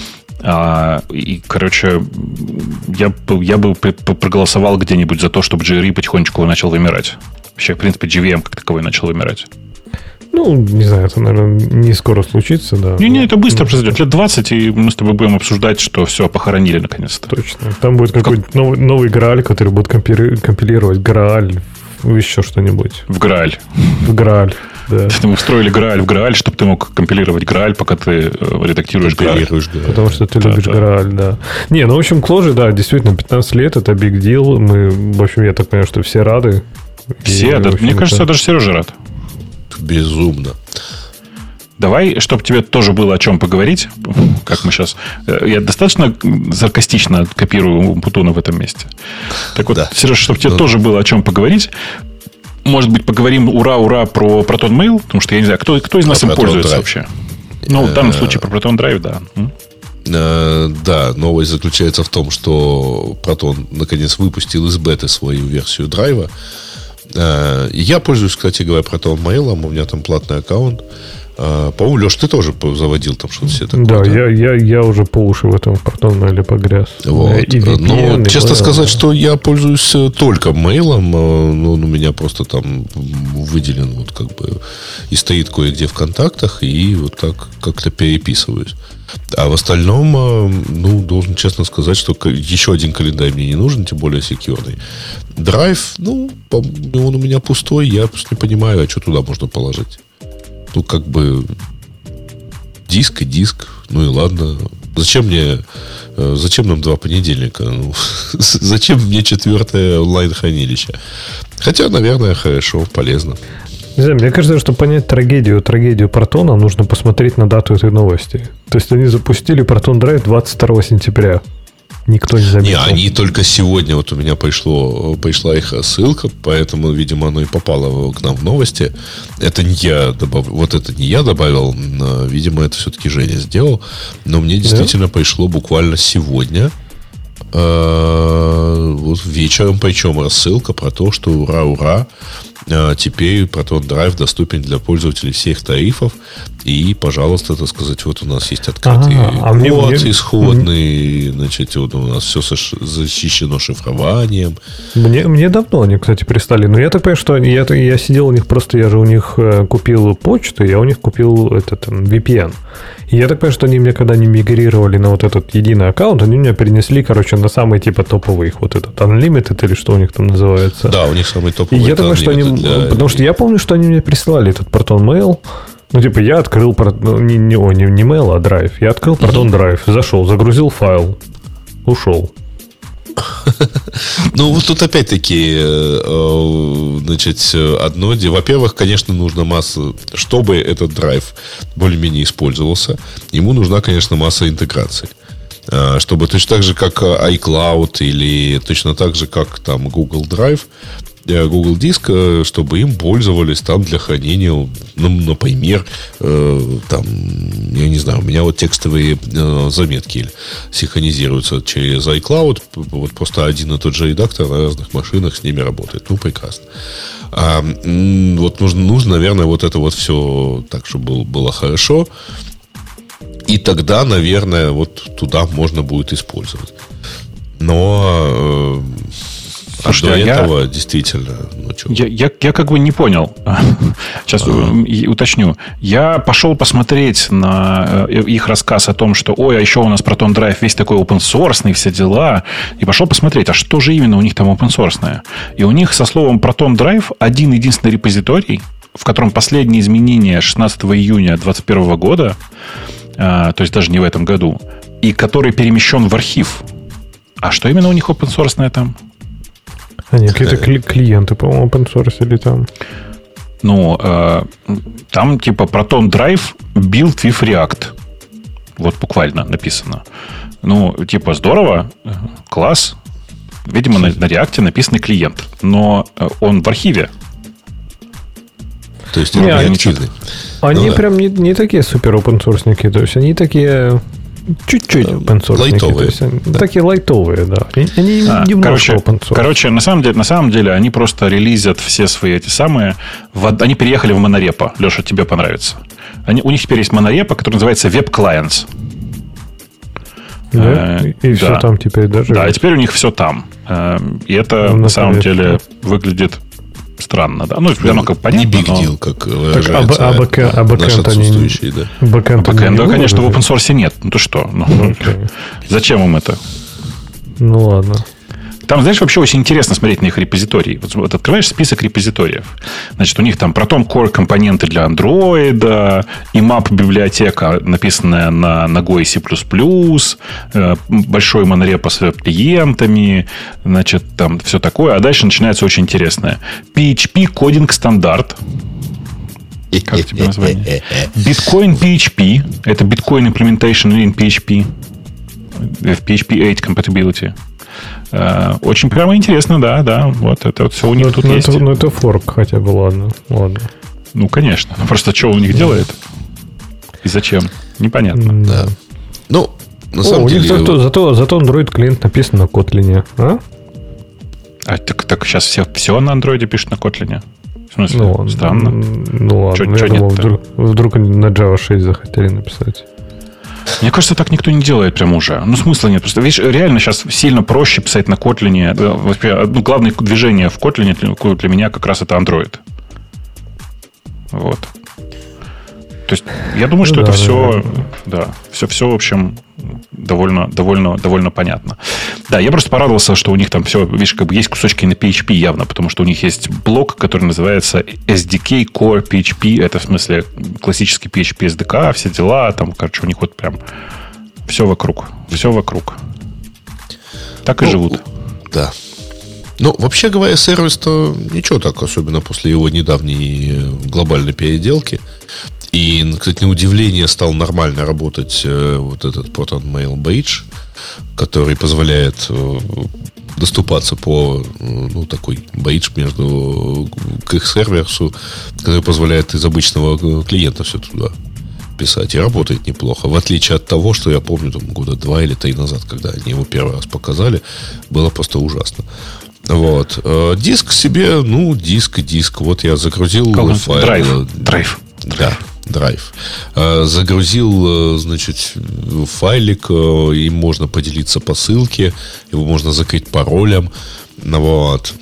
И, короче, я бы проголосовал где-нибудь за то, чтобы JRE потихонечку начал вымирать. Вообще, в принципе, JVM как таковой начал вымирать. Ну, не знаю, это, наверное, не скоро случится, да. Не, это быстро произойдет. Лет 20, и мы с тобой будем обсуждать, что все, похоронили наконец-то. Точно. Там будет какой-то новый Грааль, который будет компилировать Грааль в еще что-нибудь. В Грааль. В Грааль, да. Мы устроили Грааль в Грааль, чтобы ты мог компилировать Грааль, пока ты редактируешь Грааль. Потому что ты любишь Грааль, да. Не, ну, в общем, Clojure, да, действительно, 15 лет, это big deal. Мы, в общем, я так понимаю, что все рады. Все, да, мне кажется, даже Сережа рад. Безумно. Давай, чтобы тебе тоже было о чем поговорить, как мы сейчас... Я достаточно саркастично копирую Путуна в этом месте. Так вот, да. Сереж, чтобы тебе тоже было о чем поговорить, может быть, поговорим ура-ура про Proton Mail, потому что я не знаю, кто из нас им пользуется вообще. Ну, в данном случае про Proton Drive, да. Да, новость заключается в том, что Proton наконец выпустил из беты свою версию драйва. Я пользуюсь, кстати говоря, Proton Mail, у меня там платный аккаунт. По-моему, Леш, ты тоже заводил там что-то все такое. Да, я уже по уши в этом Proton Mail погряз. Вот. Но, честно сказать, что я пользуюсь только мейлом. Ну, у меня просто там выделен вот как бы и стоит кое-где в контактах, и вот так как-то переписываюсь. А в остальном, ну, должен честно сказать, что еще один календарь мне не нужен, тем более секьюрный. Драйв, ну, он у меня пустой, я просто не понимаю, а что туда можно положить. Ну, как бы диск и диск, ну и ладно. Зачем нам 2 понедельника? Ну, зачем мне 4-е онлайн-хранилище? Хотя, наверное, хорошо, полезно. Не знаю, мне кажется, чтобы понять трагедию Протона, нужно посмотреть на дату этой новости. То есть они запустили Proton Drive 22 сентября. Никто не заметил. Не, они только сегодня, вот у меня пришла их ссылка, поэтому, видимо, оно и попало к нам в новости. Это не я добавил, видимо, это все-таки Женя сделал. Но мне действительно пришло буквально сегодня. вот вечером, причем рассылка про то, что ура, теперь Proton Drive доступен для пользователей всех тарифов. И, пожалуйста, так сказать, вот у нас есть открытый код исходный, значит, вот у нас все защищено шифрованием. Мне давно они, кстати, прислали. Но я так понимаю, что я сидел у них, просто я же у них купил почту, я у них купил этот VPN. И я так понимаю, что они мне, когда они мигрировали на вот этот единый аккаунт, они меня перенесли, короче, на самый типа топовый их, вот этот Unlimited или что у них там называется. Да, у них самый топовый. И я думаю, что они... Потому что я помню, что они мне присылали этот Proton Mail. Ну, типа, я открыл не Mail, а Drive. Я открыл Proton Drive, зашел, загрузил файл, ушел. Ну, вот тут опять-таки, значит, одно дело. Во-первых, конечно, нужна масса, чтобы этот драйв более-менее использовался, ему нужна, конечно, масса интеграций. Чтобы точно так же, как iCloud или точно так же, как там Google Drive, Google Диск, чтобы им пользовались там для хранения, ну, например, там, я не знаю, у меня вот текстовые заметки синхронизируются через iCloud, вот просто один и тот же редактор на разных машинах с ними работает. Ну, прекрасно. Вот нужно, наверное, вот это вот все так, чтобы было хорошо. И тогда, наверное, вот туда можно будет использовать. Но... до этого действительно... Я как бы не понял. Сейчас уточню. Я пошел посмотреть на их рассказ о том, что, ой, а еще у нас Proton Drive весь такой open-source, все дела. И пошел посмотреть, а что же именно у них там open-source? И у них со словом Proton Drive один-единственный репозиторий, в котором последние изменения 16 июня 2021 года, то есть даже не в этом году, и который перемещен в архив. А что именно у них open-source там? Они какие-то клиенты, по-моему, open-source там. Ну, там типа Proton Drive built with React. Вот буквально написано. Ну, типа здорово, класс. Видимо, на React написанный клиент. Но он в архиве. То есть он не активный. Они прям не такие супер open-source-ники. То есть они такие... Чуть-чуть open-source. Лайтовые. Такие лайтовые, да. Они немножко open-source. Короче, на самом деле они просто релизят все свои эти самые... Они переехали в монорепо. Леша, тебе понравится. У них теперь есть монорепо, который называется Web Clients. Да? И все там теперь даже. Да, и теперь у них все там. И это на самом деле выглядит... странно, да. Ну, оно как понятно. Не big deal, как выражается наш отсутствующий, да. Бэкэнд, конечно, в open source нет. Ну, ты что? Зачем им это? Ну, ладно. Там, знаешь, вообще очень интересно смотреть на их репозитории. Вот открываешь список репозиториев. Значит, у них там Proton Core компоненты для Android, IMAP библиотека, написанная на Go и C++, большой монорепо с веб-клиентами, значит, там все такое. А дальше начинается очень интересное. PHP кодинг стандарт. Как тебе название? Bitcoin PHP. Это Bitcoin Implementation in PHP. В PHP 8 Compatibility. Очень прямо интересно, да. Вот это вот все у них тут есть. Ну, это форк хотя бы, ладно. Ну, конечно. Просто что у них делает? И зачем? Непонятно. Да. Ну, на самом деле... Зато Android клиент написан на Kotlin, а? Так сейчас все на Android пишут на Kotlin. В смысле? Странно. Ну ладно, я думал, вдруг они на Java 6 захотели написать. Мне кажется, так никто не делает прям уже. Ну, смысла нет. Просто, видишь, реально сейчас сильно проще писать на Kotlin. Главное движение в Kotlin для меня как раз это Android. Вот. То есть, я думаю, что это все, да, все, в общем, довольно понятно. Да, я просто порадовался, что у них там все, видишь, как бы есть кусочки на PHP явно, потому что у них есть блок, который называется SDK Core PHP. Это, в смысле, классический PHP SDK, все дела. Там, короче, у них вот прям все вокруг. Так и живут. Да. Ну, вообще говоря, сервис-то ничего так, особенно после его недавней глобальной переделки. И, кстати, на удивление стал нормально работать вот этот Proton Mail Badge, который позволяет доступаться по, ну, такой бейдж к их серверсу, который позволяет из обычного клиента все туда писать, и работает неплохо. В отличие от того, что я помню там, года 2 или 3 назад, когда они его первый раз показали, было просто ужасно. Вот. Диск себе, диск. Вот я загрузил файл. Драйв. Да, драйв. Загрузил, значит, файлик, им можно поделиться по ссылке, его можно закрыть паролем. Вот.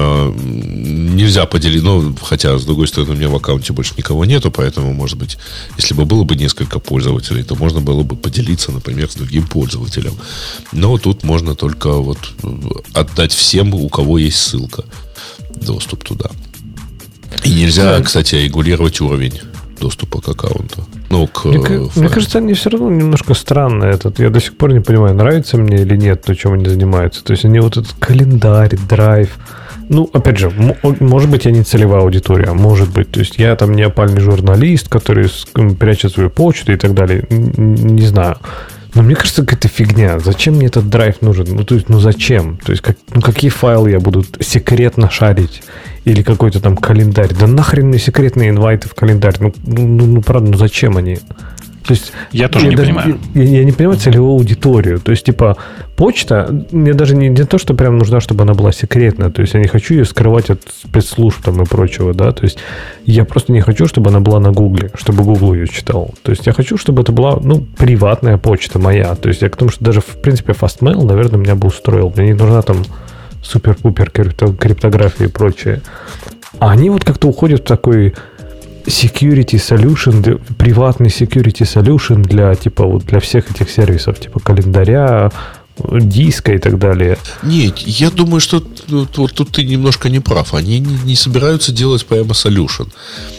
Нельзя поделить, хотя, с другой стороны, у меня в аккаунте больше никого нету, поэтому, может быть, если бы было бы несколько пользователей, то можно было бы поделиться, например, с другим пользователем. Но тут можно только вот отдать всем, у кого есть ссылка, доступ туда. И нельзя, кстати, регулировать уровень доступа к аккаунту. Мне кажется, они все равно немножко странные. Я до сих пор не понимаю, нравится мне или нет то, чем они занимаются. То есть они вот этот календарь, драйв. Опять же, может быть, я не целевая аудитория, может быть. То есть я там не опальный журналист, который прячет свою почту и так далее. Не знаю. Но мне кажется, какая-то фигня. Зачем мне этот драйв нужен? Зачем? То есть, какие файлы я буду секретно шарить? Или какой-то там календарь? Да нахрен мне секретные инвайты в календарь? Правда, зачем они? То есть, я тоже не понимаю. Я не понимаю целевую аудиторию. То есть, почта, мне даже не то, что прям нужна, чтобы она была секретная. То есть, я не хочу ее скрывать от спецслужб там и прочего, да. То есть, я просто не хочу, чтобы она была на Гугле, чтобы Google ее читал. То есть, я хочу, чтобы это была, приватная почта моя. То есть, я к тому, что даже, в принципе, Fastmail, наверное, меня бы устроил. Мне не нужна там супер-пупер криптография и прочее. А они вот как-то уходят в такой security solution, приватный security solution для всех этих сервисов, типа календаря, диска и так далее. Нет, я думаю, что тут ты немножко не прав. Они не собираются делать прямо solution.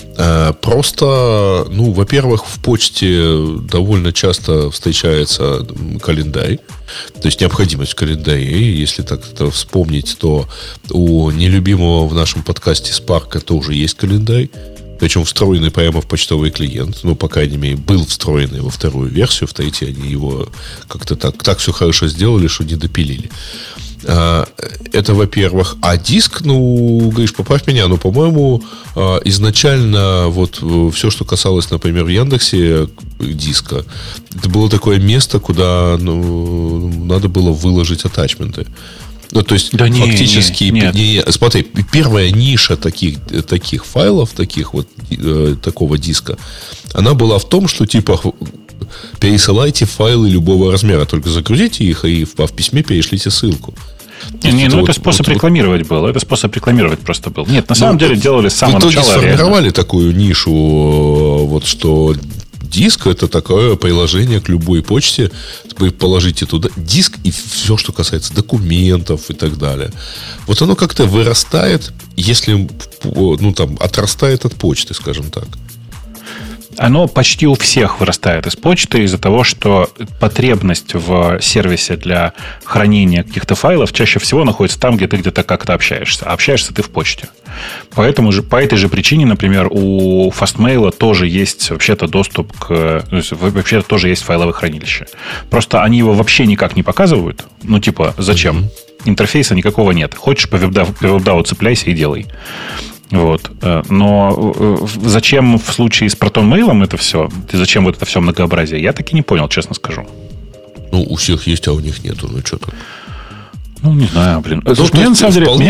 Просто, во-первых, в почте довольно часто встречается календарь. То есть необходимость в календаре. Если так это вспомнить, то у нелюбимого в нашем подкасте Spark тоже есть календарь. Причем встроенный прямо в почтовый клиент. По крайней мере, был встроенный во вторую версию. В третьей они его как-то так все хорошо сделали, что не допилили. Это, во-первых. А диск, Гриш, поправь меня, по-моему, изначально вот все, что касалось, например, в Яндексе диска, это было такое место, куда надо было выложить атачменты. То есть, да фактически, смотри, первая ниша таких файлов, такого диска, она была в том, что пересылайте файлы любого размера, только загрузите их и в письме перешлите ссылку. Это способ рекламировать был. Это способ рекламировать просто был. Нет, на самом деле делали с самого начала. В итоге сформировали такую нишу, что диск — это такое приложение к любой почте. Вы положите туда диск и все, что касается документов и так далее. Вот оно как-то вырастает, если отрастает от почты, скажем так. Оно почти у всех вырастает из почты из-за того, что потребность в сервисе для хранения каких-то файлов чаще всего находится там, где ты где-то как-то общаешься. А общаешься ты в почте. По этой же причине, например, у Fastmail тоже есть вообще-то доступ вообще-то тоже есть файловое хранилище. Просто они его вообще никак не показывают. Зачем? Интерфейса никакого нет. Хочешь, по WebDAV цепляйся и делай. Вот. Но зачем в случае с ProtonMail это все? Зачем вот это все многообразие? Я так и не понял, честно скажу. У всех есть, а у них нету. Что там? Не знаю, блин. Меня на самом деле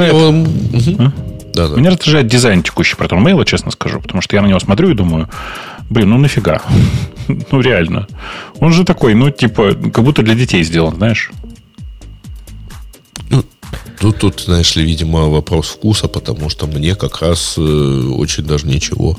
меня раздражает дизайн текущий ProtonMail, честно скажу. Потому что я на него смотрю и думаю, нафига? Реально. Он же такой, как будто для детей сделан, знаешь? Тут, знаешь ли, видимо, вопрос вкуса, потому что мне как раз очень даже ничего.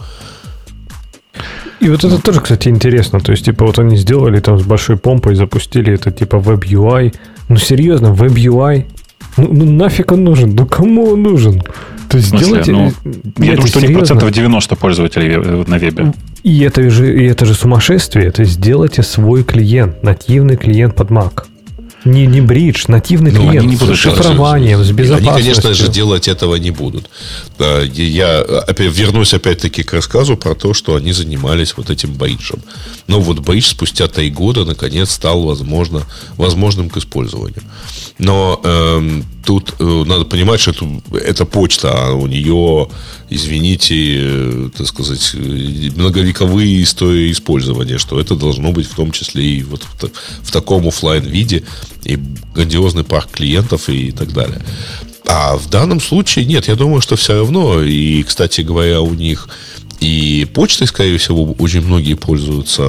И вот это тоже, кстати, интересно. То есть, они сделали там с большой помпой, запустили это Web UI. Серьезно, Web UI? Нафиг он нужен? Кому он нужен? То есть, сделайте... я думаю, что не 90% пользователей на вебе. И это же сумасшествие. То есть, сделайте свой клиент, нативный клиент под Mac. Не бридж, нативный клиент с шифрованием, с безопасностью. Они, конечно же, делать этого не будут. Я вернусь опять-таки к рассказу про то, что они занимались вот этим бриджем. Но вот бридж спустя 3 года наконец стал возможным к использованию. Но тут надо понимать, что это почта, а у нее, извините, так сказать, многовековые истории использования, что это должно быть в том числе и вот в таком офлайн-виде, и грандиозный парк клиентов и так далее. А в данном случае нет, я думаю, что все равно, и, кстати говоря, у них и почтой, скорее всего, очень многие пользуются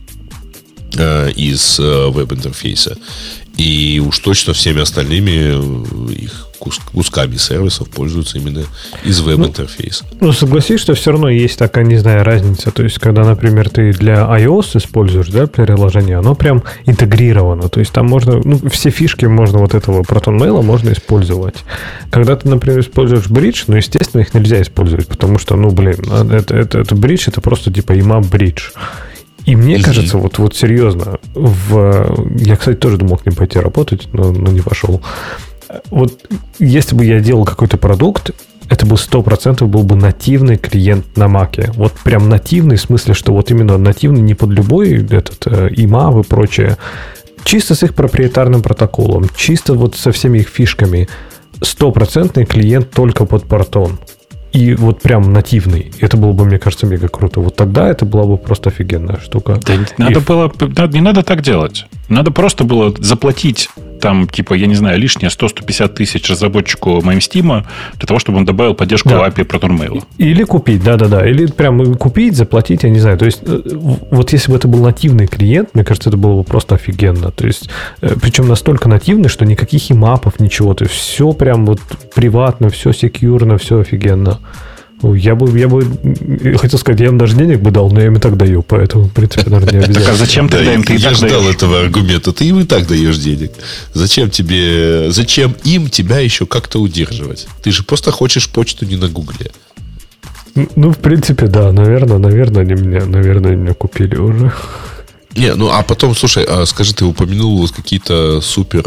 из веб-интерфейса. И уж точно всеми остальными их кусками сервисов пользуются именно из веб-интерфейса. Ну, согласись, что все равно есть такая, не знаю, разница. То есть, когда, например, ты для iOS используешь, да, приложение, оно прям интегрировано. То есть, там можно, все фишки можно вот этого ProtonMail можно использовать. Когда ты, например, используешь бридж, естественно, их нельзя использовать, потому что, это бридж, это просто типа IMAP бридж. И мне кажется, вот серьезно, я, кстати, тоже думал к ним пойти работать, но не пошел. Вот если бы я делал какой-то продукт, это бы 100% был бы нативный клиент на Mac. Вот прям нативный, в смысле, что вот именно нативный не под любой этот IMAP и прочее. Чисто с их проприетарным протоколом, чисто вот со всеми их фишками. 100% клиент только под Proton. И вот прям нативный. Это было бы, мне кажется, мега круто. Вот тогда это была бы просто офигенная штука. Да, не надо так делать. Надо просто было заплатить там, типа, я не знаю, лишние 100-150 тысяч разработчику MameSteam для того, чтобы он добавил поддержку API ProtonMail. Или купить, да-да-да. Или прям купить, заплатить, я не знаю. То есть, вот если бы это был нативный клиент, мне кажется, это было бы просто офигенно. То есть, причем настолько нативный, что никаких имапов, ничего. То есть, все прям вот приватно, все секьюрно, все офигенно. Я бы хотел сказать, я им даже денег бы дал, но я им и так даю, поэтому, в принципе, наверное, не обязательно. Так, а зачем тогда им ты и так даешь? Я ждал этого аргумента. Ты им и так даешь денег. Зачем им тебя еще как-то удерживать? Ты же просто хочешь почту не на Гугле. В принципе, да, наверное, они меня купили уже. Не, а потом, слушай, скажи, ты упомянул вот какие-то супер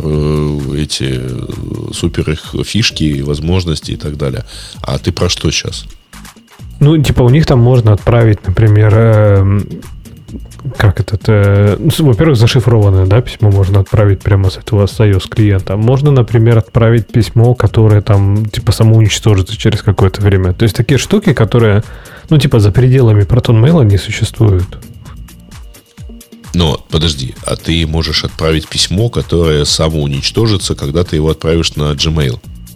их фишки, возможности и так далее. А ты про что сейчас? У них там можно отправить, например, во-первых, зашифрованное, да, письмо можно отправить прямо с этого с iOS клиента. Можно, например, отправить письмо, которое там, самоуничтожится через какое-то время. То есть, такие штуки, которые, за пределами ProtonMail не существуют. Но, подожди, а ты можешь отправить письмо, которое самоуничтожится, когда ты его отправишь на Gmail?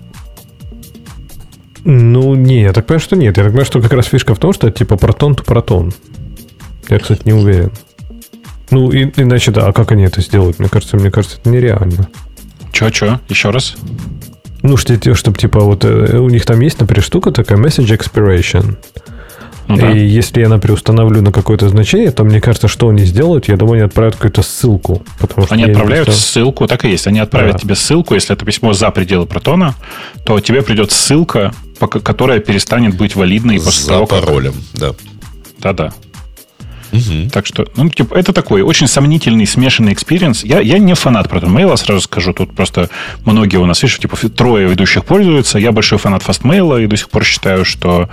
Не, я так понимаю, что нет. Я так понимаю, что как раз фишка в том, что это типа Proton to Proton. Я, кстати, не уверен. Иначе, да, а как они это сделают? Мне кажется, это нереально. Че? Еще раз? Чтобы, типа, вот у них там есть, например, штука такая, message expiration. И если я, например, установлю на какое-то значение, то мне кажется, что они сделают, я думаю, они отправят какую-то ссылку. Потому что они отправляют ссылку, так и есть. Они отправят тебе ссылку, если это письмо за пределы Протона, то тебе придет ссылка, которая перестанет быть валидной после того, как... За паролем, да. Да-да. Угу. Так что, это такой очень сомнительный, смешанный экспириенс. Я не фанат ProtonMail, сразу скажу. Тут просто многие у нас, видишь, 3 ведущих пользуются. Я большой фанат FastMail и до сих пор считаю, что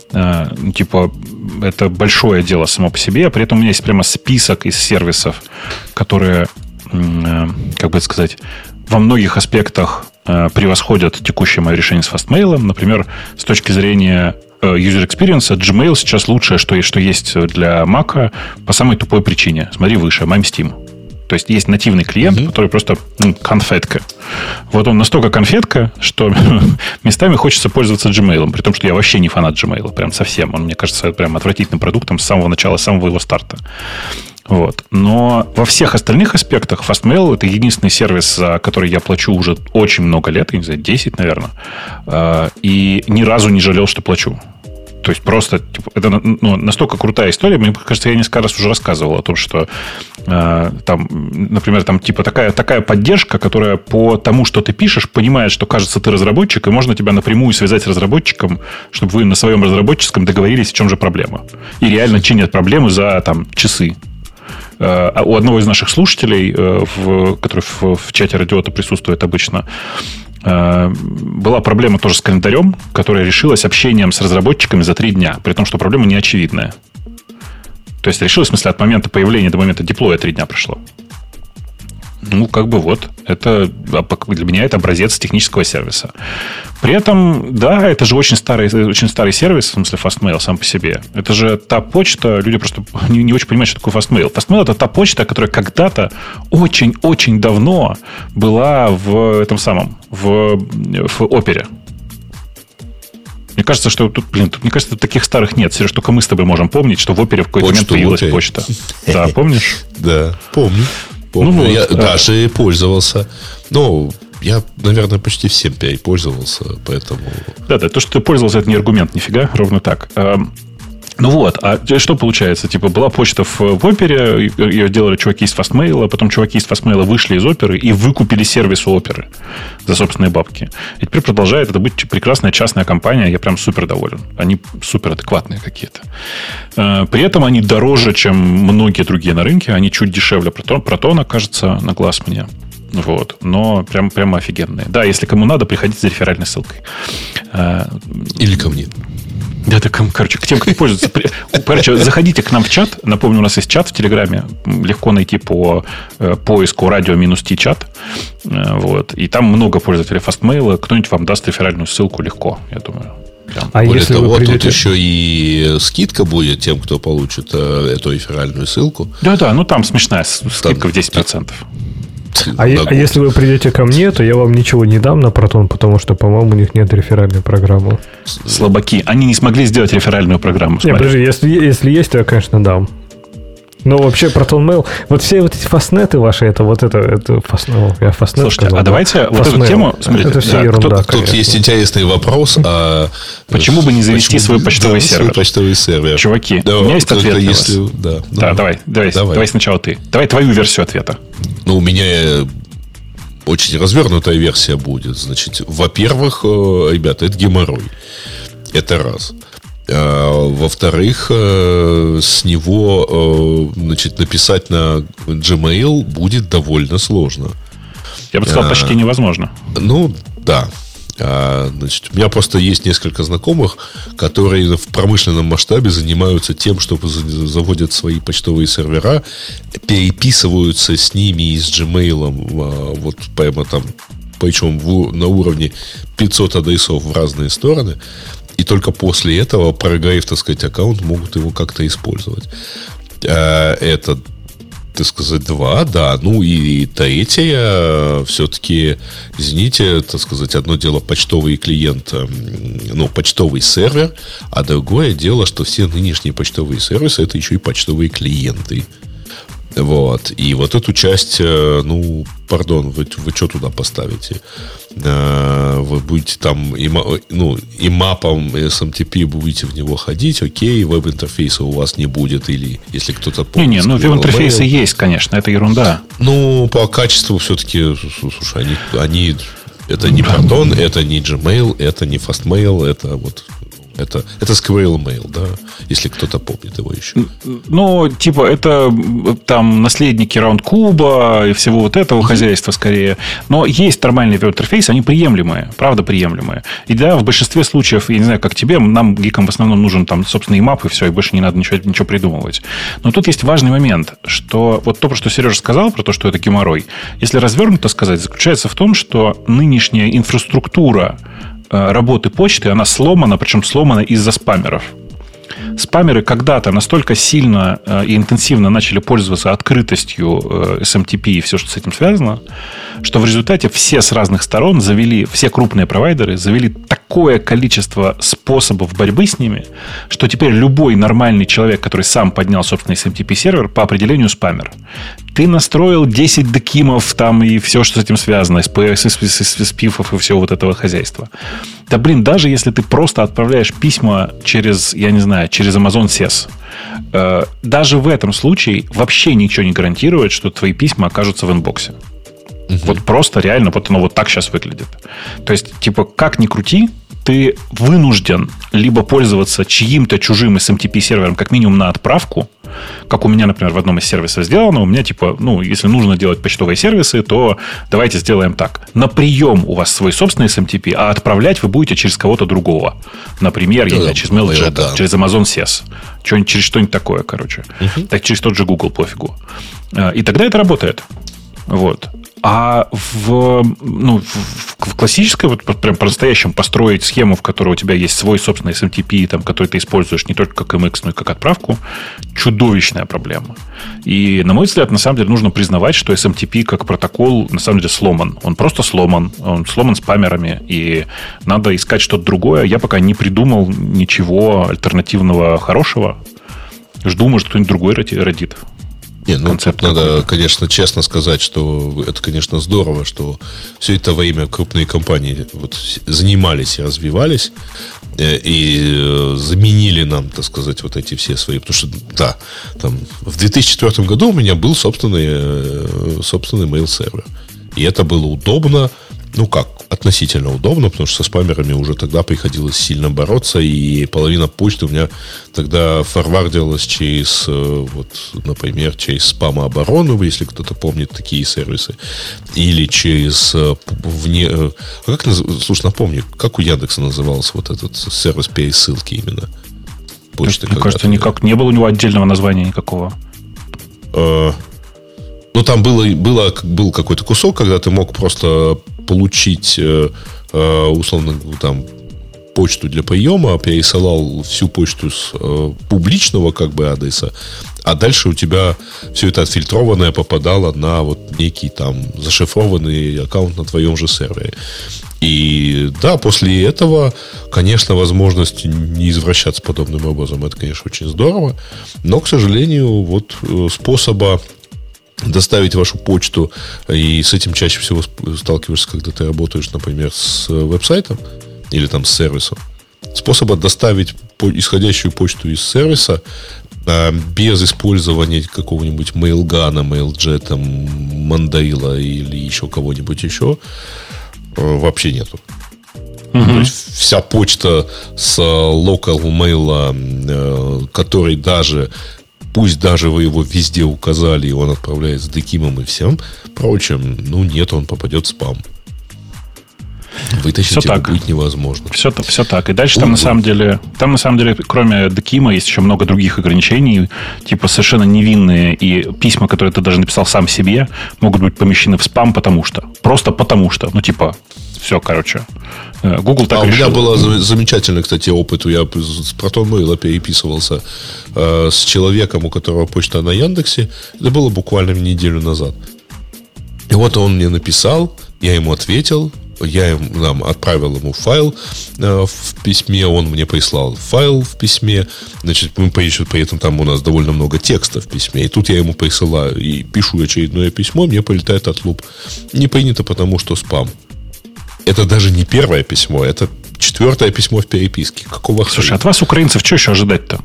это большое дело само по себе. При этом у меня есть прямо список из сервисов, которые, как бы сказать, во многих аспектах превосходят текущее мое решение с FastMail. Например, с точки зрения user experience, Gmail сейчас лучшее, что есть для Mac по самой тупой причине. Смотри выше, MameSteam. То есть есть нативный клиент, который просто конфетка. Вот он настолько конфетка, что местами хочется пользоваться Gmail, при том, что я вообще не фанат Gmail, прям совсем. Он, мне кажется, прям отвратительным продуктом с самого начала, с самого его старта. Вот. Но во всех остальных аспектах FastMail — это единственный сервис, за который я плачу уже очень много лет, я не знаю, 10, наверное, и ни разу не жалел, что плачу. То есть просто это настолько крутая история. Мне кажется, я несколько раз уже рассказывал о том, что там, например, такая поддержка, которая по тому, что ты пишешь, понимает, что, кажется, ты разработчик, и можно тебя напрямую связать с разработчиком, чтобы вы на своем разработческом договорились, в чем же проблема. И реально чинят проблемы за часы. у одного из наших слушателей, который в чате Радиота присутствует обычно, была проблема тоже с календарем, которая решилась общением с разработчиками за 3 дня, при том, что проблема не очевидная. То есть решилась, в смысле, от момента появления до момента деплоя 3 дня прошло. Ну, как бы вот. Это для меня это образец технического сервиса. При этом, да, это же очень старый сервис, в смысле Fastmail сам по себе. Это же та почта, люди просто не очень понимают, что такое Fastmail. Fastmail — это та почта, которая когда-то очень-очень давно была в этом самом, в Опере. Мне кажется, что тут таких старых нет. Сереж, только мы с тобой можем помнить, что в Опере в какой-то момент появилась почта. Да, помнишь? Да, помню. Я даже пользовался. Ну, я, наверное, почти всем API пользовался, поэтому... Да, то, что ты пользовался, это не аргумент, нифига, ровно так. Ну вот, а что получается? Типа, была почта в Опере, ее делали чуваки из Fastmail, потом чуваки из Fastmail вышли из Оперы и выкупили сервис у Оперы за собственные бабки. И теперь продолжает это быть прекрасная частная компания, я прям супер доволен. Они супер адекватные какие-то. При этом они дороже, чем многие другие на рынке, они чуть дешевле Протона, кажется, на глаз мне. Вот. Но прямо офигенные. Да, если кому надо, приходите за реферальной ссылкой. Или ко мне. Да, короче, к тем, кто пользуется. Короче, заходите к нам в чат. Напомню, у нас есть чат в Телеграме. Легко найти по поиску радио-t-чат. Вот. И там много пользователей Fastmail. Кто-нибудь вам даст реферальную ссылку легко, я думаю. А более если того, тут еще и скидка будет тем, кто получит эту реферальную ссылку. Да, ну там смешная скидка в 10%. А если вы придете ко мне, то я вам ничего не дам на Протон, потому что, по-моему, у них нет реферальной программы. Слабаки. Они не смогли сделать реферальную программу. Не, подожди, если есть, то я, конечно, дам. Но вообще ProtonMail, вот все вот эти фастнеты ваши, это фастнет. Я фастнет Слушайте, сказал, давайте вот эту тему... Смотрите, это все ерунда. Тут есть интересный вопрос. Почему бы не завести свой почтовый сервер? Почтовый сервер. Чуваки, у меня есть ответ для вас. Да, давай сначала ты. Давай твою версию ответа. Ну, у меня очень развернутая версия будет. Значит, во-первых, ребята, это геморрой. Это раз. Во-вторых, с него, значит, написать на Gmail будет довольно сложно. Я бы сказал, почти невозможно. Ну, да. Значит, у меня просто есть несколько знакомых, которые в промышленном масштабе занимаются тем, что заводят свои почтовые сервера, переписываются с ними и с Gmail, вот прямо там, причем на уровне 500 адресов в разные стороны. И только после этого, прогрев, так сказать, аккаунт, могут его как-то использовать. Это, так сказать, 2, да. Ну и третье, все-таки, извините, так сказать, одно дело почтовый клиент, ну, почтовый сервер, а другое дело, что все нынешние почтовые сервисы — это еще и почтовые клиенты. Вот. И вот эту часть, ну, пардон, вы что туда поставите? Вы будете там и мапом SMTP будете в него ходить, окей, веб-интерфейса у вас не будет, или если кто-то помнит... Ну веб-интерфейсы есть, конечно, это ерунда. Ну, по качеству все-таки, слушай, они это не Proton, это не Gmail, это не Fastmail, это вот... Это Squirrel Mail, да, если кто-то помнит его еще. Ну, типа, это там наследники раундкуба и всего вот этого хозяйства скорее. Но есть нормальные веб-интерфейсы, они приемлемые, правда приемлемые. И да, в большинстве случаев, я не знаю, как тебе, нам, гикам, в основном нужен там, собственно, имап, и все, и больше не надо ничего придумывать. Но тут есть важный момент, что вот то, что Сережа сказал, про то, что это геморрой, если развернуто сказать, заключается в том, что нынешняя инфраструктура работы почты, она сломана, причем сломана из-за спамеров. Спамеры когда-то настолько сильно и интенсивно начали пользоваться открытостью SMTP и все, что с этим связано, что в результате все с разных сторон все крупные провайдеры завели такое количество способов борьбы с ними, что теперь любой нормальный человек, который сам поднял собственный SMTP-сервер, по определению спамер. Ты настроил 10 декимов там и все, что с этим связано, с пифов и всего вот этого хозяйства. Да, блин, даже если ты просто отправляешь письма через, я не знаю, через Amazon SES, даже в этом случае вообще ничего не гарантирует, что твои письма окажутся в инбоксе. Вот просто реально, вот оно вот так сейчас выглядит. То есть, типа, как ни крути, ты вынужден либо пользоваться чьим-то чужим SMTP-сервером как минимум на отправку, как у меня, например, в одном из сервисов сделано. У меня типа, если нужно делать почтовые сервисы, то давайте сделаем так. На прием у вас свой собственный SMTP, а отправлять вы будете через кого-то другого. Например, через MailJet, через Amazon SES. Через что-нибудь такое, короче. Так через тот же Google, пофигу. И тогда это работает. Вот. А в классической, вот прям по-настоящему построить схему, в которой у тебя есть свой собственный SMTP, там, который ты используешь не только как MX, но и как отправку, чудовищная проблема. И, на мой взгляд, на самом деле нужно признавать, что SMTP как протокол на самом деле сломан. Он просто сломан. Он сломан спамерами. И надо искать что-то другое. Я пока не придумал ничего альтернативного хорошего. Жду, может, кто-нибудь другой родит. Тут надо, конечно, честно сказать, что это, конечно, здорово, что все это время крупные компании занимались и развивались и заменили нам, так сказать, вот эти все свои. Потому что, да, там в 2004 году у меня был собственный mail-сервер. И это было удобно. Относительно удобно, потому что со спамерами уже тогда приходилось сильно бороться, и половина почты у меня тогда форвардилась через, например, через спамооборону, если кто-то помнит такие сервисы, или через слушай, напомни, как у Яндекса назывался вот этот сервис пересылки именно почты? Мне кажется, никак не было у него отдельного названия никакого. Там был какой-то кусок, когда ты мог просто получить, условно, там, почту для приема, пересылал всю почту с публичного адреса, а дальше у тебя все это отфильтрованное попадало на некий там зашифрованный аккаунт на твоем же сервере. И да, после этого, конечно, возможность не извращаться подобным образом, это, конечно, очень здорово, но, к сожалению, способа доставить вашу почту, и с этим чаще всего сталкиваешься, когда ты работаешь, например, с веб-сайтом или там с сервисом. Способа доставить исходящую почту из сервиса без использования какого-нибудь Mailgun, MailJet, Mandail или еще кого-нибудь еще вообще нету. То есть вся почта с local mail, который пусть даже вы его везде указали, и он отправляет с декимом и всем прочим, нет, он попадет в спам. Вытащить его будет невозможно. Все так. И дальше там на самом деле, кроме декима, есть еще много других ограничений, типа совершенно невинные, и письма, которые ты даже написал сам себе, могут быть помещены в спам, потому что. Просто потому что. Все, короче. Google так решил. У меня был замечательный, кстати, опыт. Я с ProtonMail переписывался с человеком, у которого почта на Яндексе. Это было буквально неделю назад. И он мне написал, я ему ответил, я отправил ему файл в письме, он мне прислал файл в письме. Значит, при этом там у нас довольно много текста в письме. И тут я ему присылаю и пишу очередное письмо, мне прилетает отлуп. Не принято, потому что спам. Это даже не первое письмо, это 4-е письмо в переписке. Какого хрена? Слушай, от вас, украинцев, что еще ожидать-то?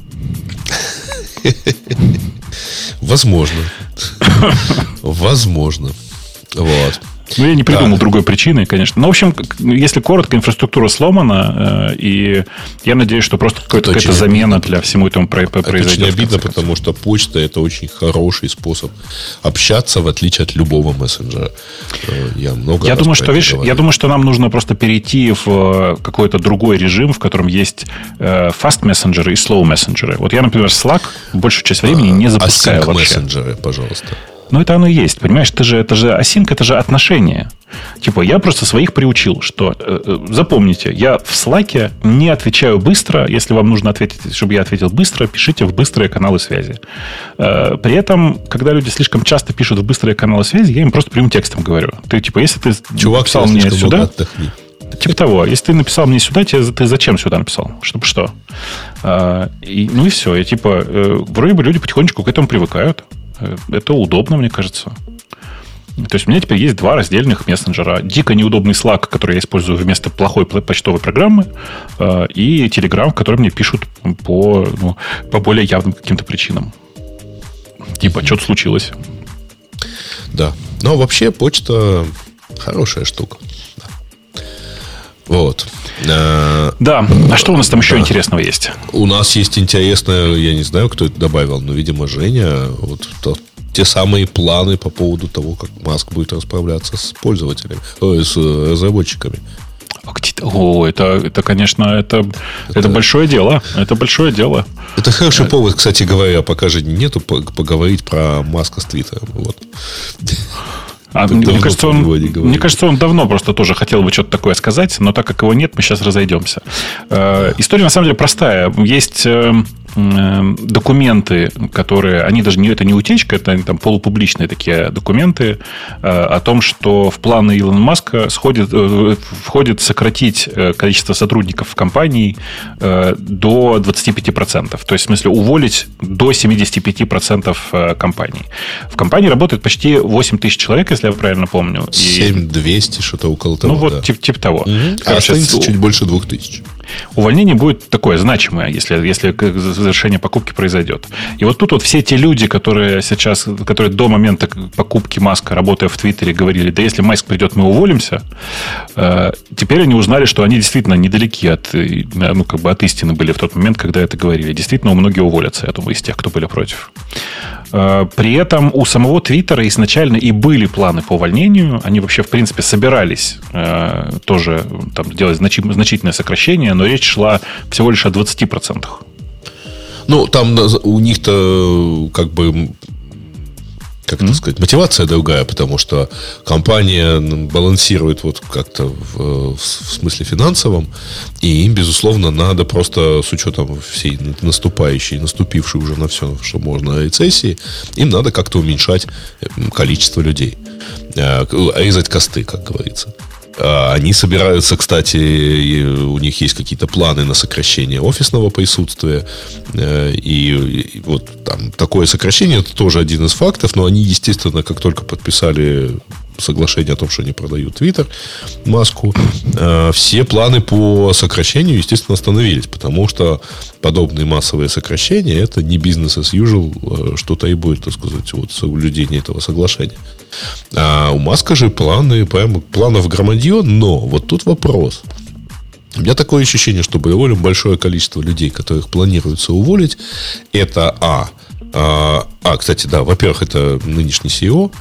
Возможно. Возможно. Я не придумал другой причины, конечно. В общем, если коротко, инфраструктура сломана, и я надеюсь, что просто какая-то замена для всему этому произойдет. Это очень обидно, потому что почта – это очень хороший способ общаться, в отличие от любого мессенджера. Я думаю, что нам нужно просто перейти в какой-то другой режим, в котором есть fast мессенджеры и slow мессенджеры. Я, например, Slack большую часть времени не запускаю вообще. Мессенджеры, пожалуйста. Это оно и есть, понимаешь? Это же async, это же отношения. Я просто своих приучил, что, запомните, я в Slack не отвечаю быстро. Если вам нужно ответить, чтобы я ответил быстро, пишите в быстрые каналы связи. При этом, когда люди слишком часто пишут в быстрые каналы связи, я им просто прямым текстом говорю. Если ты написал мне сюда... Типа того, если ты написал мне сюда, ты зачем сюда написал? Чтобы что? И все. И вроде бы люди потихонечку к этому привыкают. Это удобно, мне кажется. То есть у меня теперь есть 2 раздельных мессенджера. Дико неудобный Slack, который я использую вместо плохой почтовой программы, и Telegram, который мне пишут по более явным каким-то причинам. Что-то случилось. Да. Но вообще почта хорошая штука. Вот. Да. А что у нас там еще интересного есть? У нас есть интересное, я не знаю, кто это добавил, но, видимо, Женя. Вот те самые планы по поводу того, как Маск будет расправляться с пользователями, с разработчиками. Это, конечно, это большое дело. Это большое дело. Это хороший повод, кстати говоря, пока же нету, поговорить про Маска с Твиттером. Вот. Мне кажется, он давно просто тоже хотел бы что-то такое сказать, но так как его нет, мы сейчас разойдемся. История, на самом деле, простая. Есть документы, которые... Они даже это не утечка, это там полупубличные такие документы о том, что в планы Илона Маска входит сократить количество сотрудников в компании до 25%. То есть, в смысле, уволить до 75% компаний. В компании работает почти 8 тысяч человек, если я правильно помню. 7200, что-то около того. Ну, вот типа того. А останется чуть больше 2000. Увольнение будет такое значимое, если завершение покупки произойдет. И вот тут вот все те люди, которые до момента покупки Маска, работая в Твиттере, говорили, да если Маск придет, мы уволимся, теперь они узнали, что они действительно недалеки от истины были в тот момент, когда это говорили. Действительно, многие уволятся, я думаю, из тех, кто были против. При этом у самого Твиттера изначально и были планы по увольнению. Они вообще, в принципе, собирались тоже там, делать значительное сокращение, но речь шла всего лишь о 20%. Ну, там у них-то как это сказать, мотивация другая, потому что компания балансирует вот как-то в смысле финансовом, и им, безусловно, надо просто с учетом всей наступившей уже на все, что можно рецессии, им надо как-то уменьшать количество людей, резать косты, как говорится. Они собираются, кстати, у них есть какие-то планы на сокращение офисного присутствия. И вот там такое сокращение — это тоже один из фактов. Но они, естественно, как только подписали соглашение о том, что они продают Твиттер Маску, все планы по сокращению, естественно, остановились. Потому что подобные массовые сокращения — это не бизнес as usual, что требует, так сказать, вот соблюдения этого соглашения. А у Маска же планов громадье, но вот тут вопрос. У меня такое ощущение, что довольно большое количество людей, которых планируется уволить, это кстати, да, во-первых, это нынешний CEO.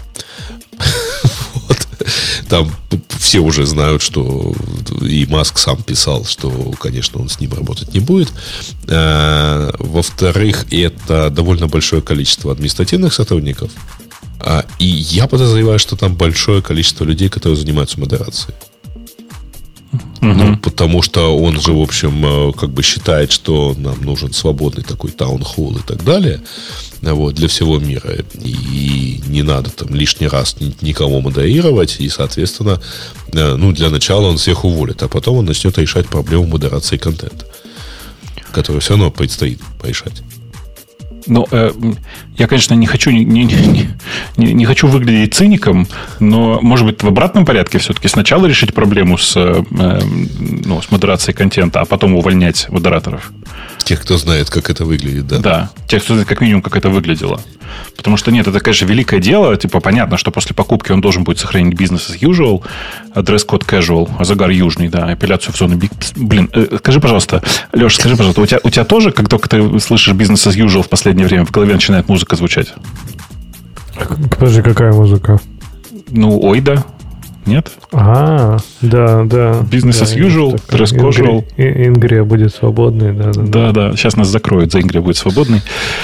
Там все уже знают, что и Маск сам писал, что, конечно, он с ним работать не будет. Во-вторых, это довольно большое количество административных сотрудников. И я подозреваю, что там большое количество людей, которые занимаются модерацией. Ну, потому что он же, в общем, как бы считает, что нам нужен свободный такой таунхолл и так далее, вот, для всего мира. И не надо там лишний раз никого модерировать. И, соответственно, для начала он всех уволит, а потом он начнет решать проблему модерации контента, которую все равно предстоит порешать. Ну, я, конечно, не хочу выглядеть циником, но, может быть, в обратном порядке все-таки сначала решить проблему с модерацией контента, а потом увольнять модераторов. Тех, кто знает, как это выглядит, да? Да, тех, кто знает, как минимум, как это выглядело. Потому что, нет, это, конечно, великое дело. Типа, понятно, что после покупки он должен будет сохранить бизнес as usual, дресс-код casual, загар южный, да, апелляцию в зону big... Блин, скажи, пожалуйста, Леша, у тебя тоже, как только ты слышишь бизнес as usual в последнее время, в голове начинает музыка звучать? Подожди, какая музыка? Ой, да. Нет? Да. Бизнес as usual, дресс-кожуал. Ингрия будет свободной, да. Да. Сейчас нас закроют, за Ингрия будет свободной.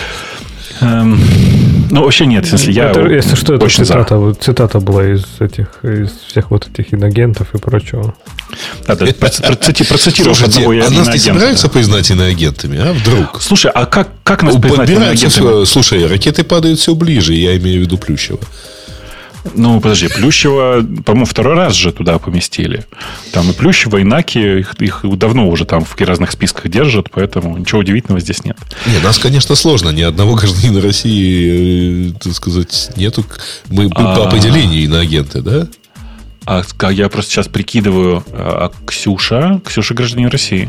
Вообще нет, если если что, это цитата была из всех вот этих иноагентов и прочего. Процитировав одного иноагента. А нас не собираются признать иноагентами, а вдруг? Слушай, а как нас признать иноагентами? Слушай, ракеты падают все ближе, я имею в виду Плющева. Подожди, Плющева, по-моему, второй раз же туда поместили. Там и Плющева, и Наки, их давно уже там в разных списках держат, поэтому ничего удивительного здесь нет. Нас, конечно, сложно. Ни одного гражданина России, так сказать, нету. Мы по определению иноагенты, да? Я просто сейчас прикидываю, Ксюша гражданин России.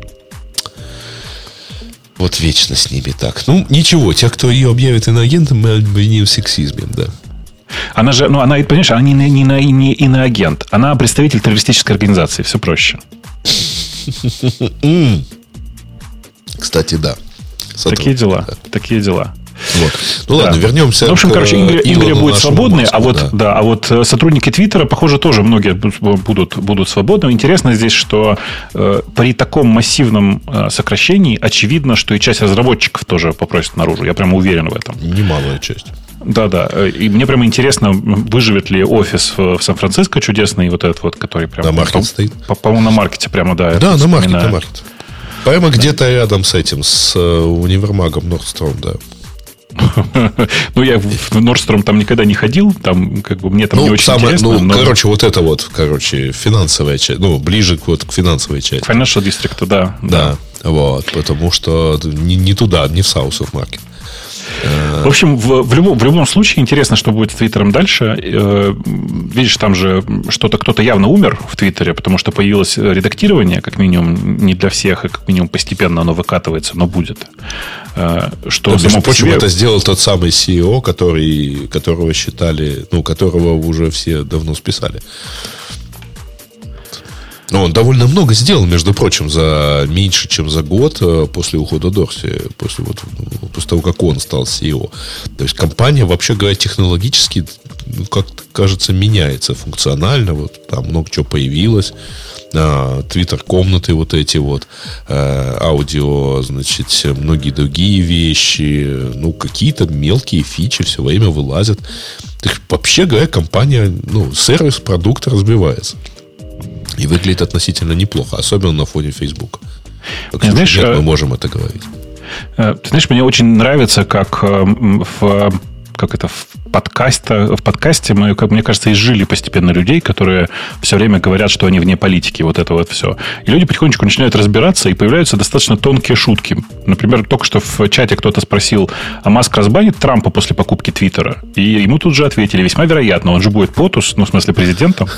Вот вечно с ними так. Ничего, тех, кто ее объявит иноагентом, мы обвиним в сексизме, да. Она же, ну, она, понимаешь, она не иноагент. Она представитель террористической организации. Все проще. Кстати, да. Такие дела. Вот. Ну ладно, вернемся. Ну, в общем, короче, Игоря будет свободный, Маску, а вот сотрудники Твиттера, похоже, тоже многие будут свободны. Интересно здесь, что при таком массивном сокращении очевидно, что и часть разработчиков тоже попросят наружу. Я прямо уверен в этом. Немалая часть. Да. И мне прямо интересно, выживет ли офис в Сан-Франциско чудесный, вот этот вот, который прямо... На маркете стоит. По-моему, на маркете прямо, да. Да, на маркете. Прямо где-то рядом с этим, с универмагом Nordstrom, да. Ну, я в Nordstrom там никогда не ходил, там как бы мне там не очень интересно. Короче, вот это вот, финансовая часть, ближе к финансовой части. Financial District, да. Да, вот, потому что не туда, не в South of Market. В общем, в любом случае интересно, что будет с Твиттером дальше. Видишь, там же кто-то явно умер в Твиттере, потому что появилось редактирование, как минимум, не для всех, и как минимум постепенно оно выкатывается, но будет. Что, между прочим, это сделал тот самый CEO, которого считали, которого уже все давно списали. Он довольно много сделал, между прочим, за меньше, чем за год после ухода Дорси, после того, как он стал CEO. То есть компания, вообще говоря, технологически, как-то, кажется, меняется функционально. Вот там много чего появилось. Твиттер-комнаты вот эти вот, аудио, значит, многие другие вещи. Какие-то мелкие фичи все время вылазят. Вообще говоря, компания, сервис, продукт разбивается. И выглядит относительно неплохо, особенно на фоне Facebook. Знаешь, мы можем это говорить. Ты знаешь, мне очень нравится, как в подкасте мы, мне кажется, изжили постепенно людей, которые все время говорят, что они вне политики, вот это вот все. И люди потихонечку начинают разбираться, и появляются достаточно тонкие шутки. Например, только что в чате кто-то спросил, а Маск разбанит Трампа после покупки Твиттера? И ему тут же ответили, весьма вероятно, он же будет POTUS, в смысле президентом.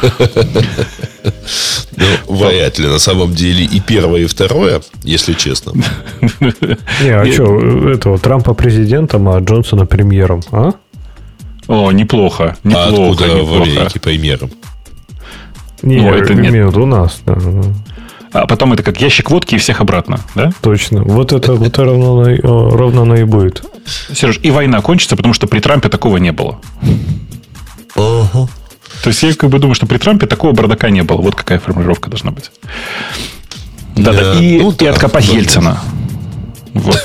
Вряд ли. На самом деле и первое, и второе, если честно. Не, а что, Трампа президентом, а Джонсона премьером, а? О, неплохо. А откуда в Америке премьером? Это нет у нас, да. А потом это как ящик водки и всех обратно, да? Точно. Вот это ровно оно и будет. Сереж, и война кончится, потому что при Трампе такого не было. Ага. То есть я думаю, что при Трампе такого бардака не было. Вот какая формулировка должна быть. Да. И откопать Ельцина. Вот.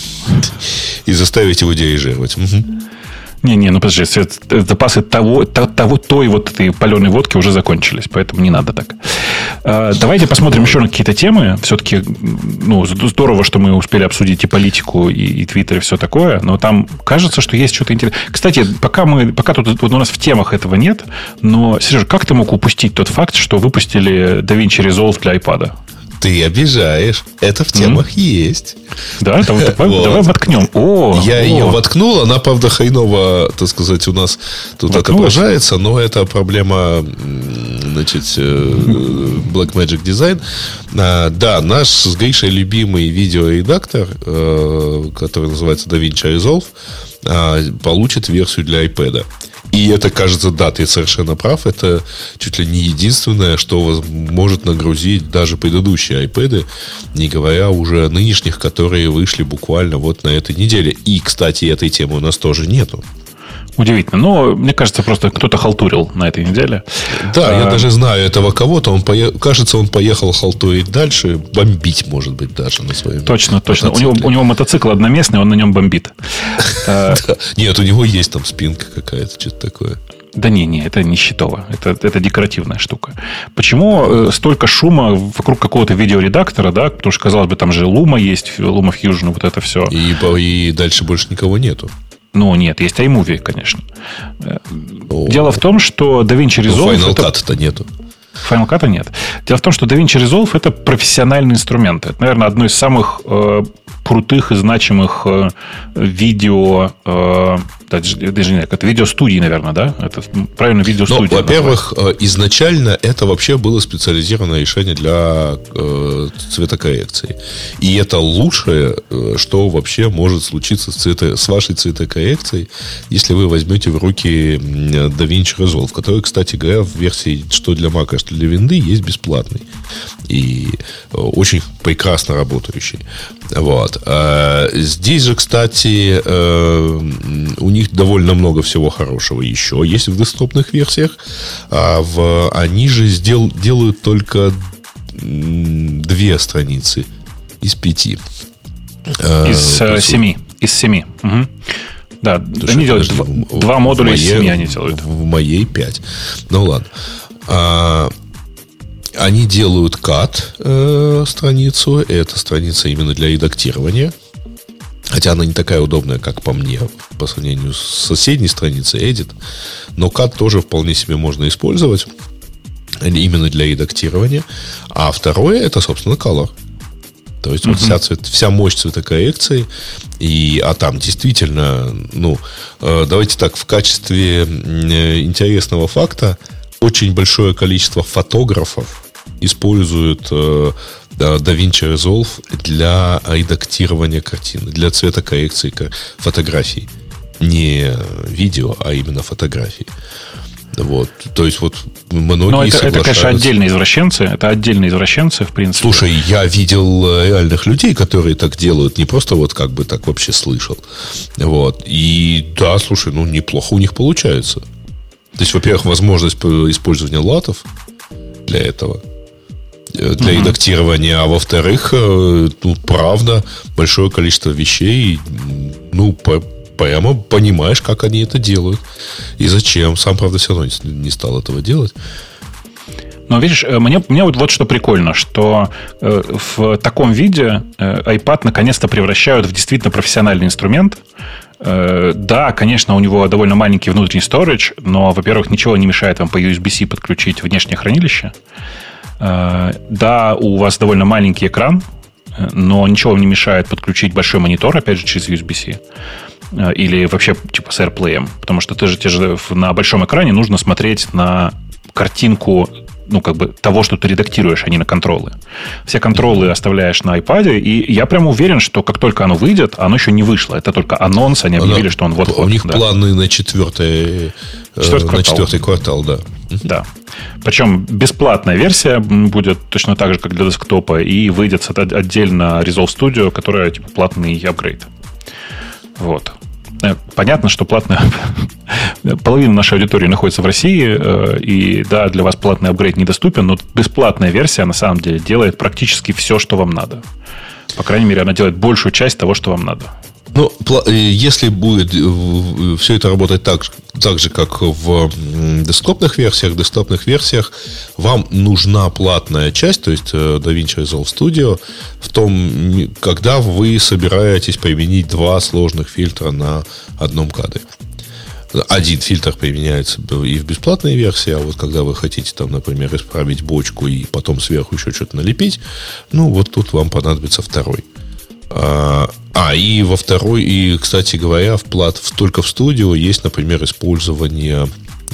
И заставить его дирижировать. Не, подожди, запасы той вот этой паленой водки уже закончились, поэтому не надо так. Давайте посмотрим еще на какие-то темы. Все-таки, здорово, что мы успели обсудить и политику, и Твиттер, и все такое, но там кажется, что есть что-то интересное. Кстати, пока тут у нас в темах этого нет, но, Сережа, как ты мог упустить тот факт, что выпустили DaVinci Resolve для iPad? Ты обижаешь. Это в темах есть. Да, давай воткнем. Я ее воткнул. Она, правда, хреново, так сказать, у нас тут отображается, но это проблема, значит, Blackmagic Design. Да, наш с Гришей любимый видеоредактор, который называется DaVinci Resolve, получит версию для iPad. И это, кажется, да, ты совершенно прав. Это чуть ли не единственное, что может нагрузить даже предыдущие iPad, не говоря уже о нынешних, которые вышли буквально вот на этой неделе. И, кстати, этой темы у нас тоже нету. Удивительно. Но, мне кажется, просто кто-то халтурил на этой неделе. Да, я даже знаю этого кого-то. Кажется, он поехал халтурить дальше. Бомбить, может быть, даже на своем Точно. У него мотоцикл одноместный, он на нем бомбит. Нет, у него есть там спинка какая-то, что-то такое. Да не, это не щитово. Это декоративная штука. Почему столько шума вокруг какого-то видеоредактора, да? Потому что, казалось бы, там же Luma есть, Luma Fusion, вот это все. И дальше больше никого нету. Нет, есть iMovie, конечно. Дело в том, что DaVinci Resolve... Final Cut-то нету. Final Cut нет. Дело в том, что DaVinci Resolve это профессиональный инструмент. Это, наверное, одно из самых крутых и значимых видео даже не это видеостудии, наверное, да? Это правильно видеостудия. Во-первых, изначально это вообще было специализированное решение для цветокоррекции. И это лучшее, что вообще может случиться с вашей цветокоррекцией, если вы возьмете в руки DaVinci Resolve, который, кстати говоря, в версии что для Mac, что для Винды есть бесплатный. И очень прекрасно работающий. Вот. Здесь же, кстати, у них довольно много всего хорошего еще есть в десктопных версиях. Они же делают только 2 страницы из 5. Из 7. Из 7. Угу. Да, они делают 2 модуля из 7 они делают. В моей 5. Ну ладно. Они делают CAD страницу. Это страница именно для редактирования. Хотя она не такая удобная, как по мне, по сравнению с соседней страницей Edit. Но CAD тоже вполне себе можно использовать именно для редактирования. А второе, это, собственно, Color. То есть вот вся мощь цветокоррекции. А там действительно, давайте так, в качестве интересного факта, очень большое количество фотографов используют DaVinci Resolve для редактирования картины, для цветокоррекции фотографий. Не видео, а именно фотографий. Вот. То есть вот многие соглашаются. Это, конечно, отдельные извращенцы. Это отдельные извращенцы, в принципе. Слушай, я видел реальных людей, которые так делают. Не просто вот как бы так вообще слышал. Вот. И да, слушай, неплохо у них получается. То есть, во-первых, возможность использования латов для этого, для редактирования, а во-вторых, правда, большое количество вещей, прямо понимаешь, как они это делают и зачем. Сам, правда, все равно не стал этого делать. Но видишь, мне вот что прикольно, что в таком виде iPad наконец-то превращают в действительно профессиональный инструмент. Да, конечно, у него довольно маленький внутренний storage, но, во-первых, ничего не мешает вам по USB-C подключить внешнее хранилище. Да, у вас довольно маленький экран, но ничего вам не мешает подключить большой монитор, опять же, через USB-C. Или вообще типа с AirPlay. Потому что те же на большом экране нужно смотреть на картинку того, что ты редактируешь, а не на контролы. Все контролы оставляешь на iPad, и я прямо уверен, что как только оно выйдет, оно еще не вышло. Это только анонс, они объявили, что он вот-вот. У них планы на четвертый квартал, да. Да. Причем бесплатная версия будет точно так же, как для десктопа, и выйдет отдельно Resolve Studio, которая типа платный апгрейд. Вот. Понятно, что половина нашей аудитории находится в России, и да, для вас платный апгрейд недоступен, но бесплатная версия на самом деле делает практически все, что вам надо. По крайней мере, она делает большую часть того, что вам надо. Если будет все это работать так же, как в десктопных версиях, вам нужна платная часть, то есть DaVinci Resolve Studio, в том, когда вы собираетесь применить 2 сложных фильтра на одном кадре. Один фильтр применяется и в бесплатной версии, а вот когда вы хотите, там, например, исправить бочку и потом сверху еще что-то налепить, вот тут вам понадобится второй. И во второй, и, кстати говоря, только в студио есть, например, использование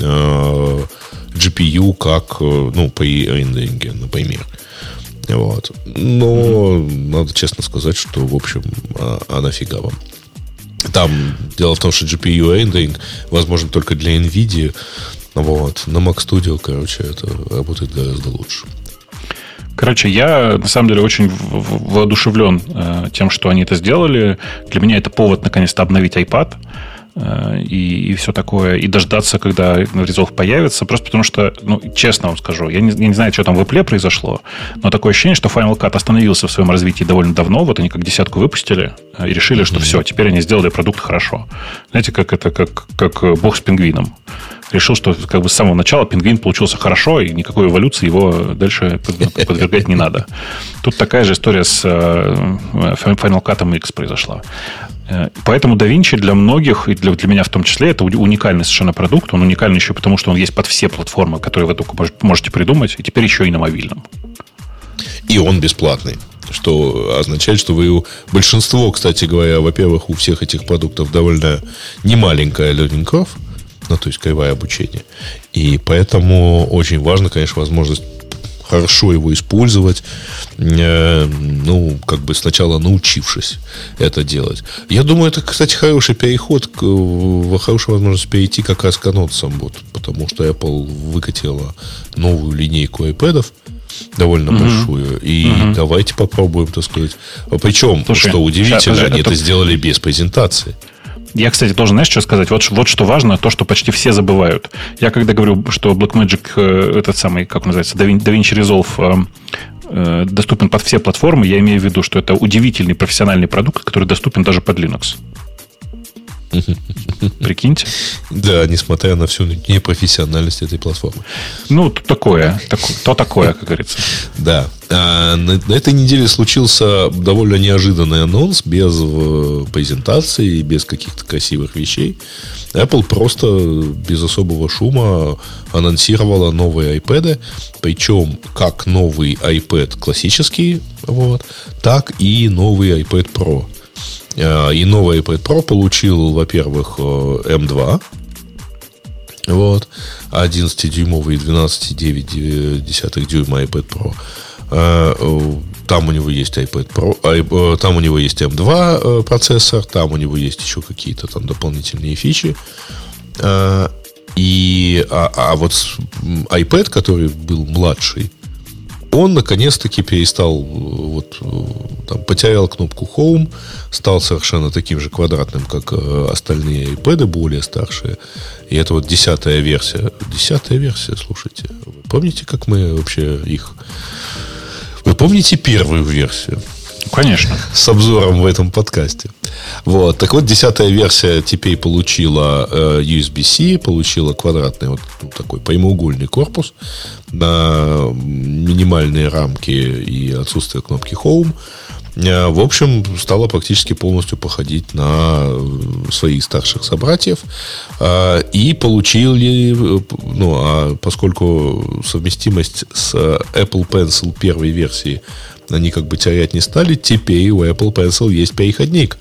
GPU как при рендеринге, например. Вот. Но надо честно сказать, что, в общем, нафига вам. Там дело в том, что GPU рендеринг возможен только для NVIDIA. Вот. На Mac Studio, это работает гораздо лучше. Я, на самом деле, очень воодушевлен тем, что они это сделали. Для меня это повод, наконец-то, обновить iPad и все такое. И дождаться, когда Resolve появится. Просто потому что, честно вам скажу, я не знаю, что там в Apple произошло, но такое ощущение, что Final Cut остановился в своем развитии довольно давно. Вот они как 10 выпустили и решили, что все, теперь они сделали продукт хорошо. Знаете, как бог с пингвином. Решил, что с самого начала пингвин получился хорошо, и никакой эволюции его дальше подвергать не надо. Тут такая же история с Final Cut X произошла. Поэтому DaVinci для многих, и для меня в том числе, это уникальный совершенно продукт. Он уникальный еще потому, что он есть под все платформы, которые вы только можете придумать, и теперь еще и на мобильном. И он бесплатный. Что означает, что большинство, кстати говоря, во-первых, у всех этих продуктов довольно немаленькая learning curve, ну, то есть кривая обучения. И поэтому очень важно, конечно, возможность хорошо его использовать, как бы сначала научившись это делать. Я думаю, это, кстати, хороший переход, хорошая возможность перейти как раз к анонсам, потому что Apple выкатила новую линейку iPad'ов, довольно большую, и давайте попробуем, так сказать. Причем, что удивительно, они это сделали без презентации. Я, кстати, должен, знаешь, что сказать? Вот что важно, то, что почти все забывают. Я когда говорю, что Blackmagic, этот самый, как он называется, DaVinci Resolve доступен под все платформы, я имею в виду, что это удивительный профессиональный продукт, который доступен даже под Linux. Прикиньте. Да, несмотря на всю непрофессиональность этой платформы. Ну, такое, как говорится. Да. На этой неделе случился довольно неожиданный анонс, без презентации, без каких-то красивых вещей. Apple просто без особого шума анонсировала новые iPad'ы, причем как новый iPad классический, так и новый iPad Pro. И новый iPad Pro получил, во-первых, M2, 11-дюймовый и 12,9 дюйма iPad Pro. Там у него есть iPad Pro, там у него есть M2 процессор, там у него есть еще какие-то там дополнительные фичи. И вот iPad, который был младший, он наконец-таки перестал, потерял кнопку Home, стал совершенно таким же квадратным, как остальные iPad'ы, более старшие. И это 10-я версия. 10-я версия, слушайте. Вы помните, как мы вообще их... Вы помните первую версию? Конечно. С обзором в этом подкасте. Так вот, 10-я версия теперь получила USB-C, получила квадратный такой прямоугольный корпус на минимальные рамки и отсутствие кнопки Home. В общем, стала практически полностью походить на своих старших собратьев. И получили, поскольку совместимость с Apple Pencil первой версии они как бы терять не стали, теперь у Apple Pencil есть переходник.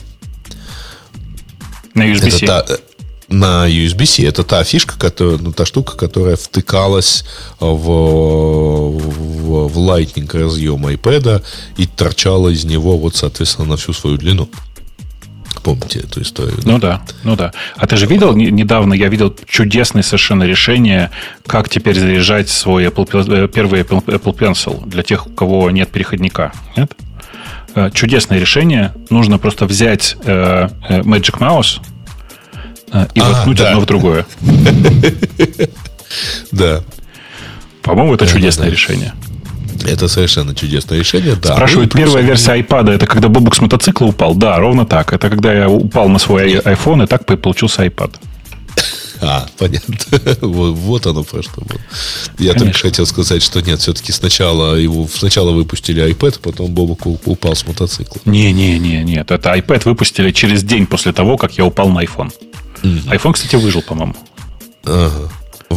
На USB-C. На USB-C. Это та фишка, та штука, которая втыкалась в Lightning разъем iPad и торчала из него, соответственно, на всю свою длину. Помните эту историю? Да? Ну да. А ты же видел недавно, я видел чудесное совершенно решение, как теперь заряжать свой первый Apple Pencil для тех, у кого нет переходника. Нет? Чудесное решение. Нужно просто взять Magic Mouse и воткнуть одно в другое. Да. По-моему, это чудесное решение. Это совершенно чудесное решение, да. Спрашивают, первая версия iPad это когда Бобук с мотоцикла упал? Да, ровно так. Это когда я упал на свой iPhone, и так получился iPad. Понятно. Вот оно про что было. Я только хотел сказать, что нет, все-таки сначала выпустили iPad, потом Бобук упал с мотоцикла. Нет. Это iPad выпустили через день после того, как я упал на iPhone. iPhone, кстати, выжил, по-моему. Ага.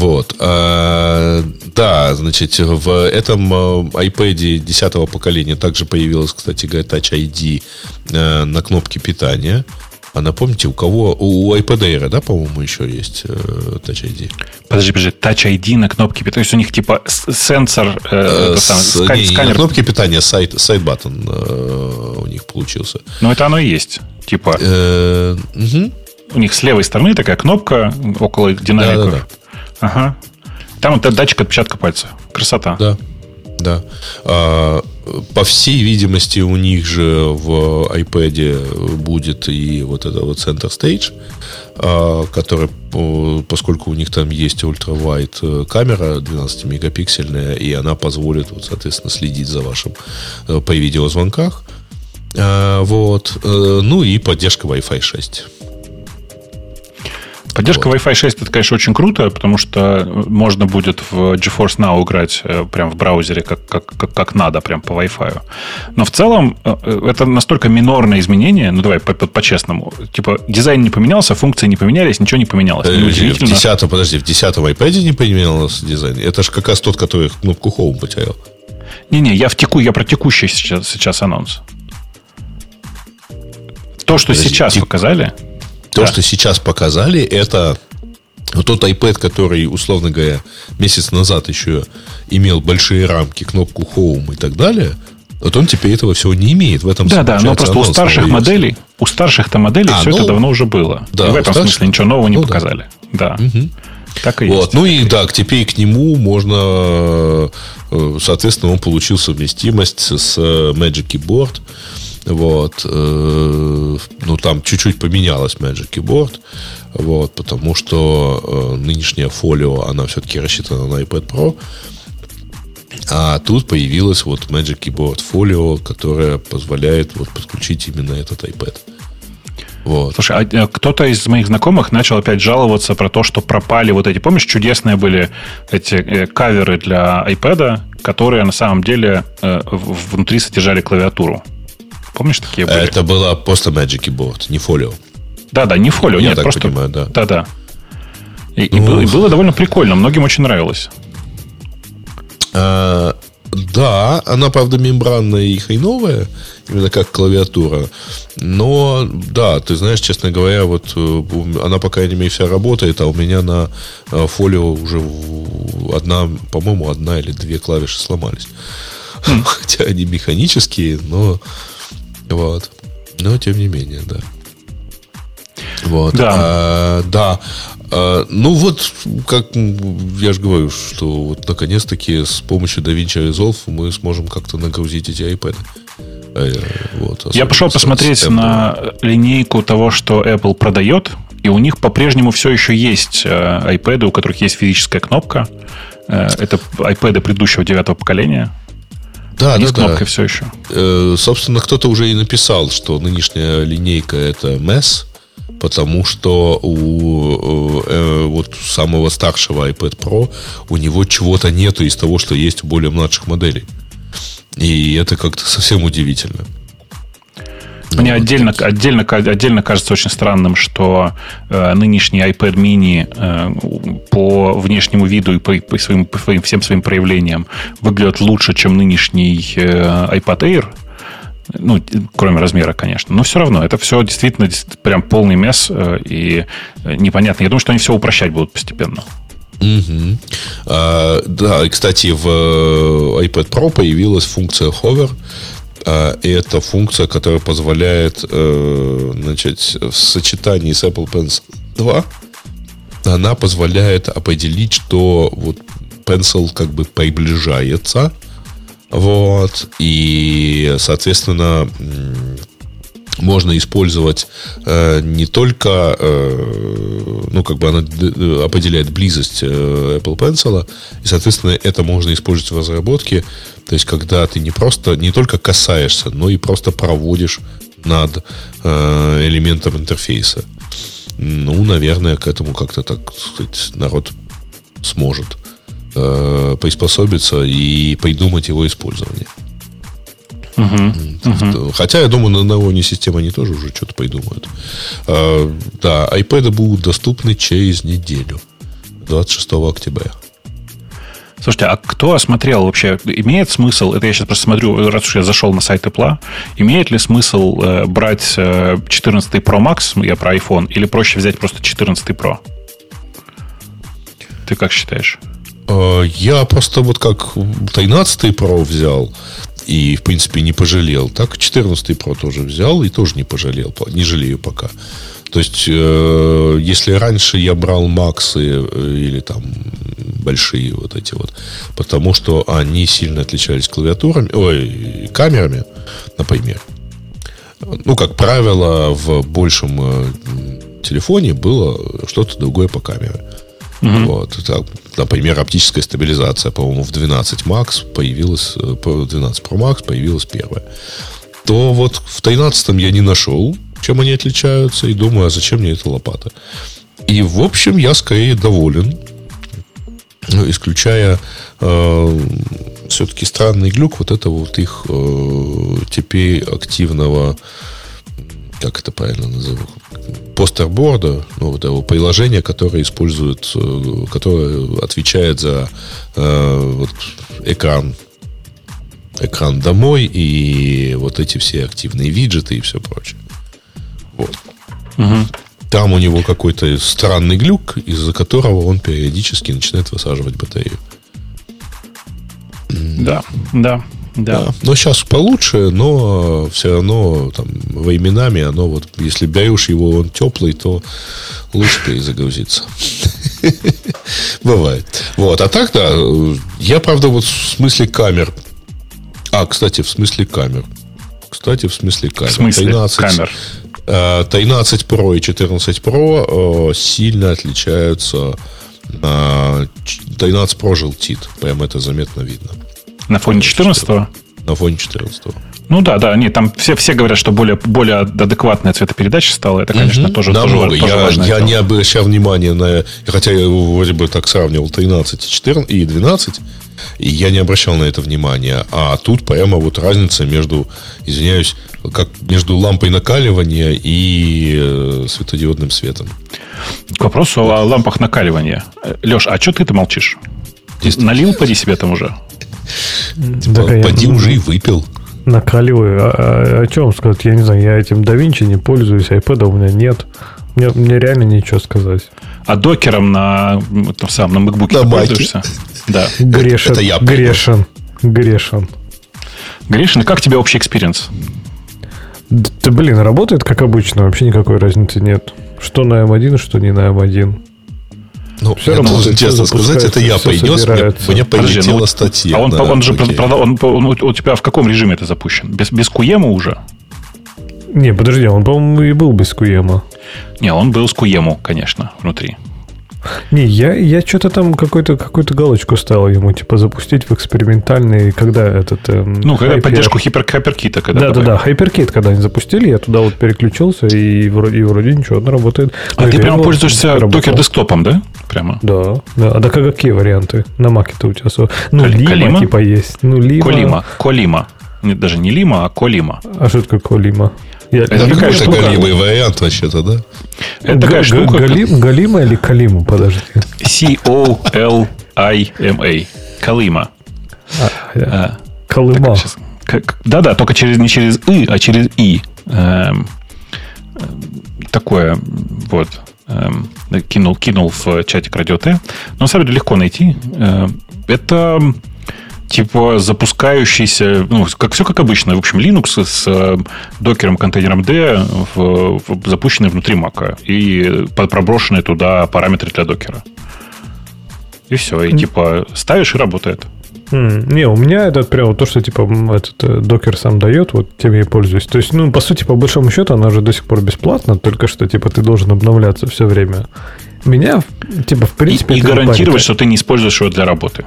Да, значит, в этом iPad 10-го поколения также появилась, кстати говоря, Touch ID на кнопке питания. А напомните, у кого? У iPad Air, да, по-моему, еще есть Touch ID? Подожди, Touch ID на кнопке питания. То есть у них типа сенсор, сканер. На кнопке питания side button у них получился. Ну, это оно и есть. Типа у них с левой стороны такая кнопка около динамиков. Да. Ага. Там вот датчик отпечатка пальца. Красота. Да. По всей видимости, у них же в iPad будет и вот это вот Center Stage, который, поскольку у них там есть ультравайд камера 12-мегапиксельная, и она позволит, соответственно, следить за вашим по видеозвонках. Ну и поддержка Wi-Fi 6. Поддержка Wi-Fi 6 это, конечно, очень круто, потому что можно будет в GeForce Now играть прям в браузере как надо, прям по Wi-Fi. Но в целом это настолько минорное изменение, ну давай по-честному. Типа дизайн не поменялся, функции не поменялись, ничего не поменялось. В 10-м iPad не поменялся дизайн. Это же как раз тот, который кнопку Home потерял. Не-не, я про текущий сейчас анонс. То, что сейчас показали... То, что сейчас показали, это тот iPad, который, условно говоря, месяц назад еще имел большие рамки, кнопку Home и так далее. Вот он теперь этого всего не имеет. В этом да, но просто у старших моделей все это давно уже было. Да, и в этом смысле ничего нового не показали. Да. Угу. Так и вот. есть. Ну и да, теперь к нему можно, соответственно, он получил совместимость с Magic Keyboard. Вот. Ну, там чуть-чуть поменялась Magic Keyboard. Вот, потому что нынешняя Folio, она все-таки рассчитана на iPad Pro. А тут появилась вот Magic Keyboard Folio, которая позволяет вот подключить именно этот iPad. Вот. Слушай, а кто-то из моих знакомых начал опять жаловаться про то, что пропали вот эти, помнишь, чудесные были эти каверы для iPad, которые на самом деле внутри содержали клавиатуру. Помнишь, такие были? Это была просто Magic Keyboard, не Folio. Да, не Folio, нет, так просто... понимаю, да. Да. И было довольно прикольно, многим очень нравилось. Да, она, правда, мембранная и хреновая, именно как клавиатура. Но, да, ты знаешь, честно говоря, вот она, по крайней мере, вся работает, а у меня на Folio уже одна или две клавиши сломались. Хотя они механические, но вот. Но, тем не менее, да. Вот. Да. Ну вот, как я же говорю, что вот наконец-таки с помощью DaVinci Resolve мы сможем как-то нагрузить эти iPad. Вот, я пошел посмотреть на линейку того, что Apple продает, и у них по-прежнему все еще есть iPad, у которых есть физическая кнопка. Это iPad предыдущего 9-го поколения. Да, с кнопкой все еще. Собственно, кто-то уже и написал, что нынешняя линейка это MES, потому что у вот самого старшего iPad Pro у него чего-то нету из того, что есть у более младших моделей. И это как-то совсем удивительно. Мне отдельно кажется очень странным, что нынешний iPad mini по внешнему виду и по всем своим проявлениям выглядит лучше, чем нынешний iPad Air. Ну, кроме размера, конечно. Но все равно, это все действительно прям полный мес и непонятно. Я думаю, что они все упрощать будут постепенно. Угу. Да, и, кстати, в iPad Pro появилась функция Hover. Это функция, которая позволяет, значит, в сочетании с Apple Pencil 2 она позволяет определить, что вот Pencil как бы приближается. Вот. И, соответственно, можно использовать не только, ну, как бы она определяет близость Apple Pencil, и, соответственно, это можно использовать в разработке. То есть, когда ты не только касаешься, но и просто проводишь над элементом интерфейса. Ну, наверное, к этому как-то, так сказать, народ сможет приспособиться и придумать его использование. Хотя, я думаю, на уровне системы они тоже уже что-то придумают. Да, iPad будут доступны через неделю, 26 октября. Слушайте, а кто осмотрел вообще? Имеет смысл, это я сейчас просто смотрю, раз уж я зашел на сайт Apple, имеет ли смысл брать 14 Pro Max, я про iPhone, или проще взять просто 14 Pro? Ты как считаешь? Я просто вот как 13 Pro взял и, в принципе, не пожалел, так 14 Pro тоже взял и тоже не пожалел, не жалею пока. То есть, если раньше я брал Максы или там большие вот эти вот, потому что они сильно отличались камерами, например. Ну, как правило, в большем телефоне было что-то другое по камере. Вот. Так, например, оптическая стабилизация, по-моему, в 12 Max появилась, 12 Pro Max появилась первая. То вот в 13-м я не нашел, чем они отличаются, и думаю, а зачем мне эта лопата? И, в общем, я скорее доволен, исключая все-таки странный глюк вот этого вот их теперь активного, как это правильно назову, постерборда, ну, вот его приложение, которое использует, которое отвечает за вот, экран экран домой и вот эти все активные виджеты и все прочее. Вот. Угу. Там у него какой-то странный глюк, из-за которого он периодически начинает высаживать батарею. Да. Но сейчас получше, но все равно там временами оно вот, если берешь его, он теплый, то лучше перезагрузиться. Бывает. Вот. А так, да, я, правда, вот в смысле камер. Кстати, в смысле камер. В смысле 13, камер? 13 Pro и 14 Pro сильно отличаются. 13 Pro желтит. Прям это заметно видно. На фоне 14-го? На фоне 14-го. Ну да, нет, там все говорят, что более адекватная цветопередача стала. Это, конечно, тоже важно. Я не обращал внимания на... Хотя я вроде бы так сравнивал 13 и 14 и 12, и я не обращал на это внимания. А тут прямо вот разница между, извиняюсь, как между лампой накаливания и светодиодным светом. К вопросу о лампах накаливания. Леш, а что ты молчишь? Налил, поди себе там уже? Поди уже и выпил. Накаливаю. О чем сказать? Я не знаю, я этим DaVinci не пользуюсь, iPad у меня нет. Мне реально ничего сказать. А докером на MacBook ты пользуешься? Да. Грешен. И как тебе общий экспириенс? Да, работает как обычно. Вообще никакой разницы нет. Что на M1, что не на M1. Ну, все я должен честно сказать, это я принес, мне полетела статья. А он же у тебя в каком режиме это запущен? Без Куема уже? Не, подожди, он, по-моему, и был без Куема. Не, он был с Куему, конечно, внутри. Не, я что-то там какую-то галочку ставил ему, типа, запустить в экспериментальный, когда этот... когда поддержку HyperKit. Да, HyperKit, когда они запустили, я туда вот переключился, и вроде ничего, он работает. А ты прямо пользуешься докер-десктопом, да? Прямо? Да. А какие варианты? На Маке-то у тебя... Лима, типа, есть. Колима. Даже не Лима, а Колима. А что такое Колима? Это какой-то галимый вариант вообще-то, да? Это такая штука. Галима или Калима? Подожди. Colima. Колыма. Колыма. Да, только не через И, а через И. Такое вот. Кинул в чатик Радио Т. Но на самом деле легко найти. Это... типа запускающийся, все как обычно. В общем, Linux с докером, контейнером D, запущенный внутри Mac. И проброшенные туда параметры для докера. И все. И типа ставишь, и работает. Не, у меня это прям то, что типа этот докер сам дает, вот тем я и пользуюсь. То есть, по сути, по большому счету, она уже до сих пор бесплатна, только что типа ты должен обновляться все время. Меня, типа, в принципе... И гарантировать, что ты не используешь его для работы.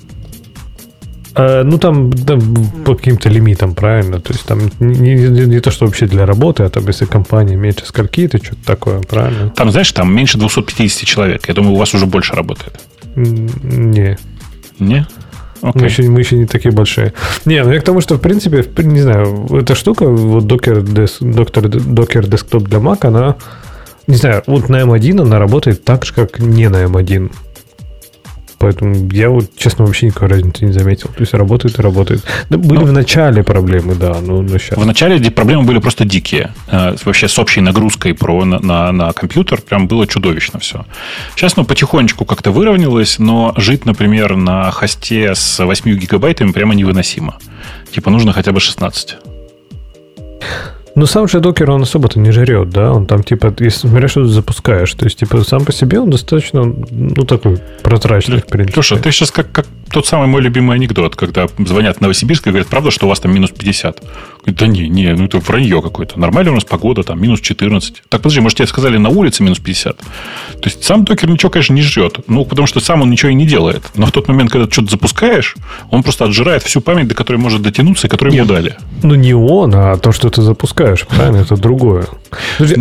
Там по каким-то лимитам, правильно? То есть там не то, что вообще для работы, а там если компания меньше скольки-то, что-то такое, правильно? Там, знаешь, там меньше 250 человек. Я думаю, у вас уже больше работает. Не? Okay. Мы еще не такие большие. Не, я к тому, что в принципе, не знаю, эта штука, вот Docker Desktop для Mac, она, не знаю, вот на M1 она работает так же, как не на M1. Поэтому я вот, честно, вообще никакой разницы не заметил. То есть работает и работает. Да, были в начале проблемы, да, но сейчас. В начале проблемы были просто дикие. Вообще с общей нагрузкой на компьютер прям было чудовищно все. Сейчас, потихонечку как-то выровнялось, но жить, например, на хосте с 8 гигабайтами прямо невыносимо. Типа нужно хотя бы 16. Но сам же докер, он особо-то не жрет, да? Он там, типа, если смотря, что ты запускаешь. То есть, типа, сам по себе он достаточно, такой прозрачный, в принципе. Слушай, ты сейчас как тот самый мой любимый анекдот, когда звонят в Новосибирск и говорят, правда, что у вас там минус 50? Говорят, да не, это вранье какое-то. Нормально у нас погода, там, минус 14. Так, подожди, может, тебе сказали на улице минус 50? То есть, сам докер ничего, конечно, не жрет. Потому что сам он ничего и не делает. Но в тот момент, когда ты что-то запускаешь, он просто отжирает всю память, до которой может дотянуться, и которую ему дали. Не он, а то, что ты запускаешь, правильно? Это другое. Подожди,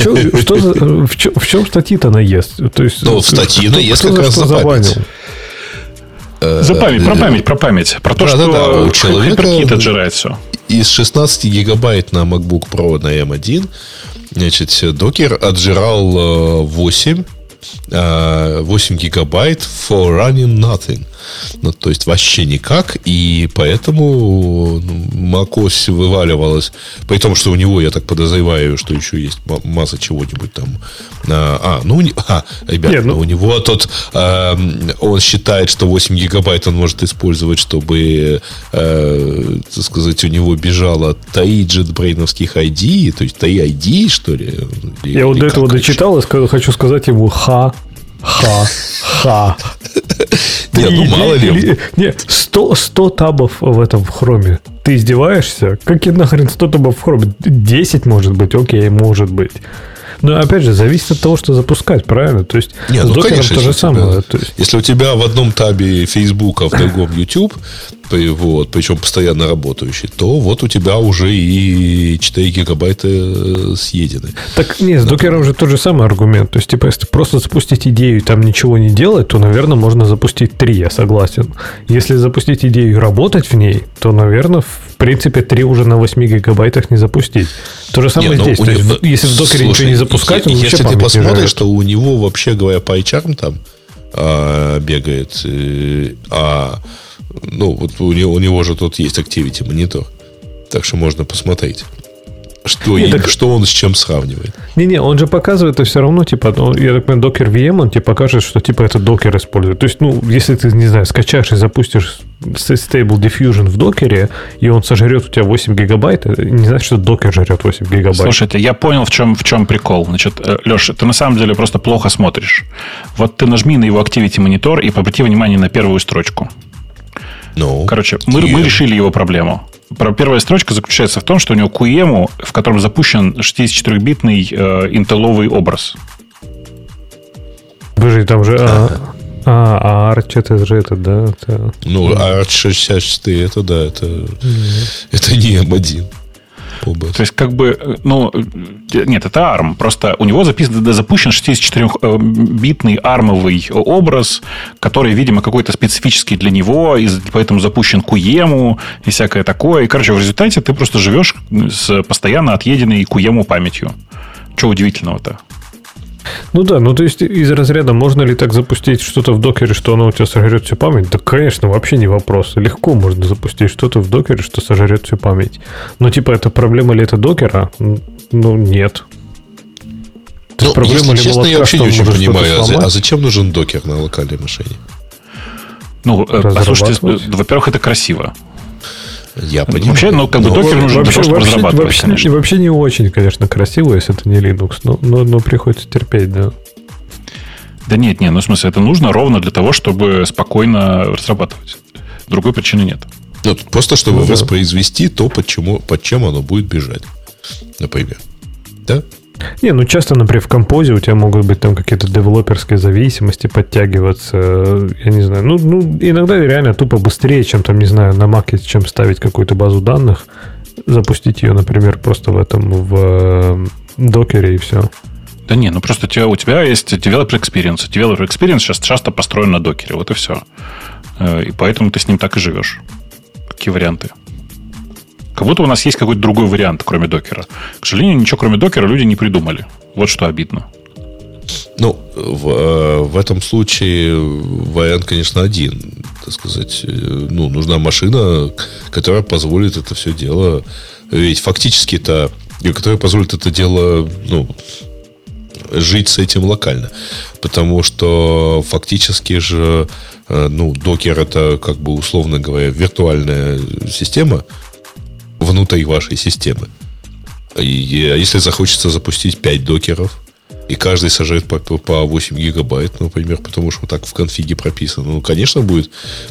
в чем статья-то она есть? То есть, в статье она есть как раз за память. Про память. Про то, что у человека HyperKit отжирает все. Из 16 гигабайт на MacBook Pro на M1, значит, докер отжирал 8, 8 гигабайт for running nothing. Ну, то есть вообще никак. И поэтому macOS вываливалась. При том, что у него, я так подозреваю, что еще есть масса чего-нибудь там. Ребят, у него он считает, что 8 гигабайт он может использовать, чтобы, так сказать, у него бежало 3 JetBrains-овских ID, то есть 3 ID, что ли? Я вот до этого дочитал и хочу сказать ему ха. Не, мало ли. 100 табов в хроме. Ты издеваешься? Какие нахрен 100 табов в хроме? 10 может быть, окей, может быть. Но опять же, зависит от того, что запускать, правильно? То есть с докером то же самое. Если у тебя в одном табе Facebook, а в другом YouTube, причем постоянно работающий, то вот у тебя уже и 4 гигабайта съедены. Так нет, с докером же тот же самый аргумент. То есть, типа, если просто запустить идею и там ничего не делать, то, наверное, можно запустить 3, я согласен. Если запустить идею и работать в ней, то, наверное, в принципе, 3 уже на 8 гигабайтах не запустить. То же самое здесь. То есть, если в докере ничего не запускать, он если ты посмотришь, что у него, вообще говоря, PyCharm там бегает, вот у него же тут есть Activity монитор. Так что можно посмотреть, что он с чем сравнивает. Не, он же показывает, это все равно, типа, я так понимаю, Docker VM, он тебе покажет, что, типа, это Docker использует. То есть, если ты, не знаю, скачаешь и запустишь Stable Diffusion в докере, и он сожрет у тебя 8 гигабайт, не значит, что Docker жрет 8 гигабайт. Слушайте, я понял, в чем прикол. Значит, Леш, ты на самом деле просто плохо смотришь. Вот ты нажми на его Activity монитор и обрати внимание на первую строчку. Короче, мы решили его проблему. Первая строчка заключается в том, что у него QEMU, в котором запущен 64-битный интелловый образ. Подожди, там же ARCH, это же это, да? ARCH 64, это да, это не M1. То есть, нет, это ARM. Просто у него запущен 64-битный армовый образ, который, видимо, какой-то специфический для него, и поэтому запущен QEMU и всякое такое. И, короче, в результате ты просто живешь с постоянно отъеденной QEMU памятью. Чего удивительного-то? То есть из разряда можно ли так запустить что-то в докере, что оно у тебя сожрет всю память? Да, конечно, вообще не вопрос. Легко можно запустить что-то в докере, что сожрет всю память. Но, это проблема ли это докера? Нет. Если честно, я вообще не очень понимаю, а зачем нужен докер на локальной машине? Послушайте, во-первых, это красиво. Я понимаю. Вообще, докер нужен для того, чтобы разрабатывать, конечно. Вообще не очень, конечно, красиво, если это не Linux, но приходится терпеть, да. Да нет, в смысле, это нужно ровно для того, чтобы спокойно разрабатывать. Другой причины нет. Просто чтобы воспроизвести то, под чем оно будет бежать. Например. Да? Часто, например, в композе у тебя могут быть там какие-то девелоперские зависимости подтягиваться. Я не знаю. Иногда реально тупо быстрее, чем там, не знаю, на Mac, чем ставить какую-то базу данных, запустить ее, например, просто в докере и все. Да не, просто у тебя есть developer experience. Developer experience сейчас часто построен на докере. Вот и все. И поэтому ты с ним так и живешь. Какие варианты? Как будто у нас есть какой-то другой вариант, кроме докера. К сожалению, ничего кроме докера люди не придумали. Вот что обидно. В этом случае вариант, конечно, один. Так сказать, нужна машина, которая позволит это все дело. Ведь фактически-то, которая позволит это дело, жить с этим локально. Потому что фактически же, докер это, условно говоря, виртуальная система внутри вашей системы. А если захочется запустить 5 докеров, и каждый сожрет по 8 гигабайт, например, потому что так в конфиге прописано, конечно, будет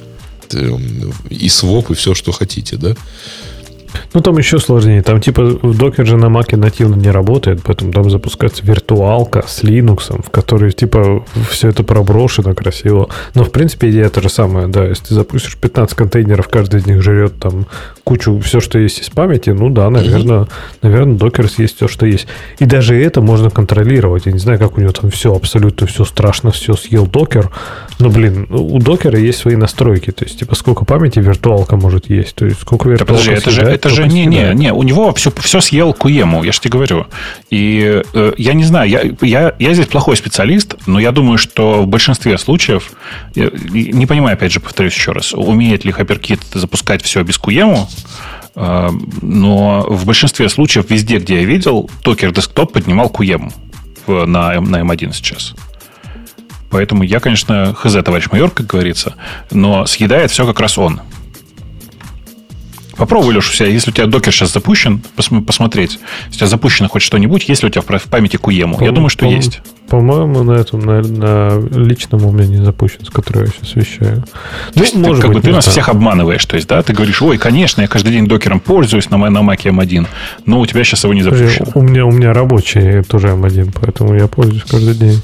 и своп, и все, что хотите, да? Там еще сложнее. Там в докер же на Mac нативно не работает, поэтому там запускается виртуалка с Linux, в которой все это проброшено красиво. Но в принципе идея та же самая, да. Если ты запустишь 15 контейнеров, каждый из них жрет там кучу, все, что есть из памяти, наверное, докер съест все, что есть. И даже это можно контролировать. Я не знаю, как у него там все, абсолютно все страшно, все съел докер. Но, у докера есть свои настройки. То есть, сколько памяти виртуалка может есть. То есть, сколько виртуалка это же же не, у него все съел Куему, я же тебе говорю. И я не знаю, я здесь плохой специалист, но я думаю, что в большинстве случаев, не понимаю, опять же, повторюсь еще раз, умеет ли HyperKit запускать все без Куему, но в большинстве случаев везде, где я видел, Docker Desktop поднимал Куему на M1 сейчас. Поэтому я, конечно, хз, товарищ майор, как говорится, но съедает все как раз он. Попробуй, Леша, у себя, если у тебя докер сейчас запущен, посмотреть, если у тебя запущено хоть что-нибудь, есть ли у тебя в памяти Куему. Я думаю, что есть. По-моему, на личном у меня не запущен, с которого я сейчас вещаю. То есть ты нас всех обманываешь. То есть, да, ты говоришь, ой, конечно, я каждый день докером пользуюсь на Mac M1, но у тебя сейчас его не запущено. У меня рабочий тоже M1, поэтому я пользуюсь каждый день.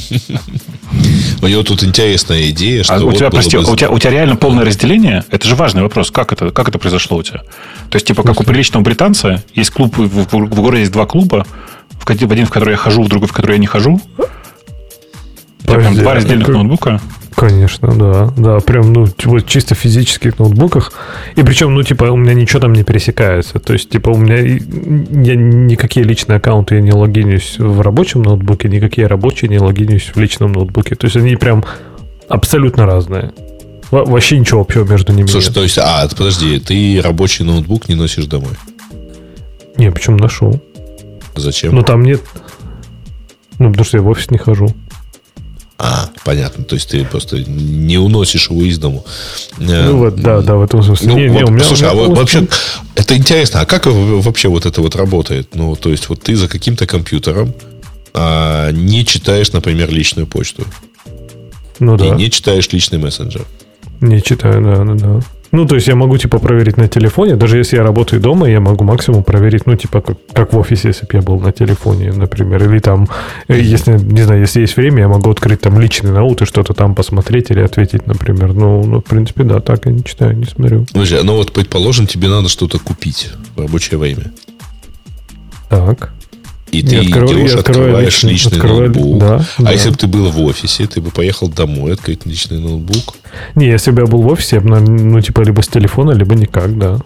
У него тут интересная идея, что... у тебя реально полное разделение? Это же важный вопрос. Как это произошло у тебя? То есть, типа, как у приличного британца, есть клуб, в городе есть два клуба, в один, в который я хожу, в другой, в который я не хожу. У тебя прям два раздельных ноутбука? Конечно, да. Прям, вот чисто физических ноутбуках. И причем, у меня ничего там не пересекается. То есть, у меня никакие личные аккаунты я не логинюсь в рабочем ноутбуке, никакие рабочие не логинюсь в личном ноутбуке. То есть, они прям абсолютно разные. Вообще ничего общего между ними. Слушай, нет. То есть, подожди, ты рабочий ноутбук не носишь домой? Не, почему ношу? Зачем? Там нет. Потому что я в офис не хожу. Понятно. То есть ты просто не уносишь его из дому. Да, в этом смысле. Слушай, вообще, это интересно. А как вообще вот это вот работает? То есть, вот ты за каким-то компьютером не читаешь, например, личную почту. И не читаешь личный мессенджер. Не читаю, да. То есть я могу, проверить на телефоне. Даже если я работаю дома, я могу максимум проверить, как в офисе, если бы я был на телефоне, например. Или там, если есть время, я могу открыть там личный ноут и что-то там посмотреть или ответить, например. В принципе, да, так я не читаю, не смотрю. Подожди, предположим, тебе надо что-то купить в рабочее время. Так. И ты открываешь личный ноутбук. Да. Если бы ты был в офисе, ты бы поехал домой открыть личный ноутбук? Не, если бы я был в офисе, я бы, либо с телефона, либо никак, да.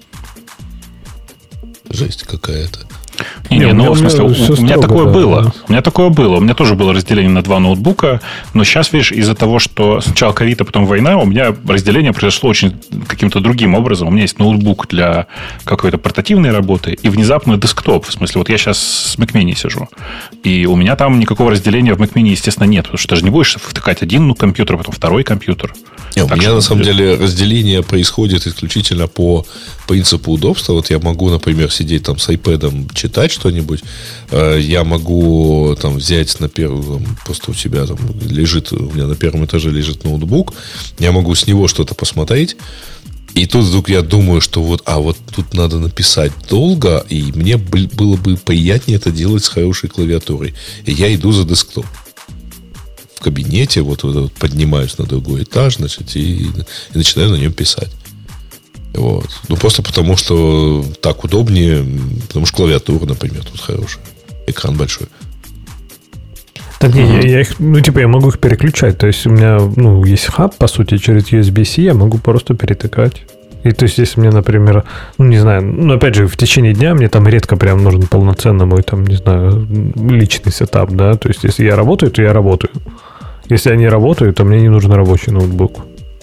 Жесть какая-то. В смысле, у меня такое было. У меня такое было. У меня тоже было разделение на два ноутбука. Но сейчас, видишь, из-за того, что сначала ковид, а потом война, у меня разделение произошло очень каким-то другим образом. У меня есть ноутбук для какой-то портативной работы и внезапно десктоп. В смысле, вот я сейчас с Mac Mini сижу. И у меня там никакого разделения в Mac Mini, естественно, нет. Потому что ты же не будешь втыкать один компьютер, а потом второй компьютер. У меня, на самом деле, разделение происходит исключительно по принципу удобства. Вот я могу, например, сидеть там с iPad'ом, читать что-нибудь. Я могу там взять на первом, просто у тебя там лежит, у меня на первом этаже лежит ноутбук. Я могу с него что-то посмотреть. И тут вдруг я думаю, что вот тут надо написать долго, и мне было бы приятнее это делать с хорошей клавиатурой. И я иду за десктоп. В кабинете, вот поднимаюсь на другой этаж, и начинаю на нем писать. Вот. Просто потому, что так удобнее, потому что клавиатура, например, тут хорошая. Экран большой. Так я их, я могу их переключать. То есть у меня, есть хаб, по сути, через USB-C я могу просто перетыкать. И то есть, если мне, например, опять же, в течение дня мне там редко прям нужен полноценный мой, личный сетап, да. То есть, если я работаю, то я работаю. Если я не работаю, то мне не нужен рабочий ноутбук.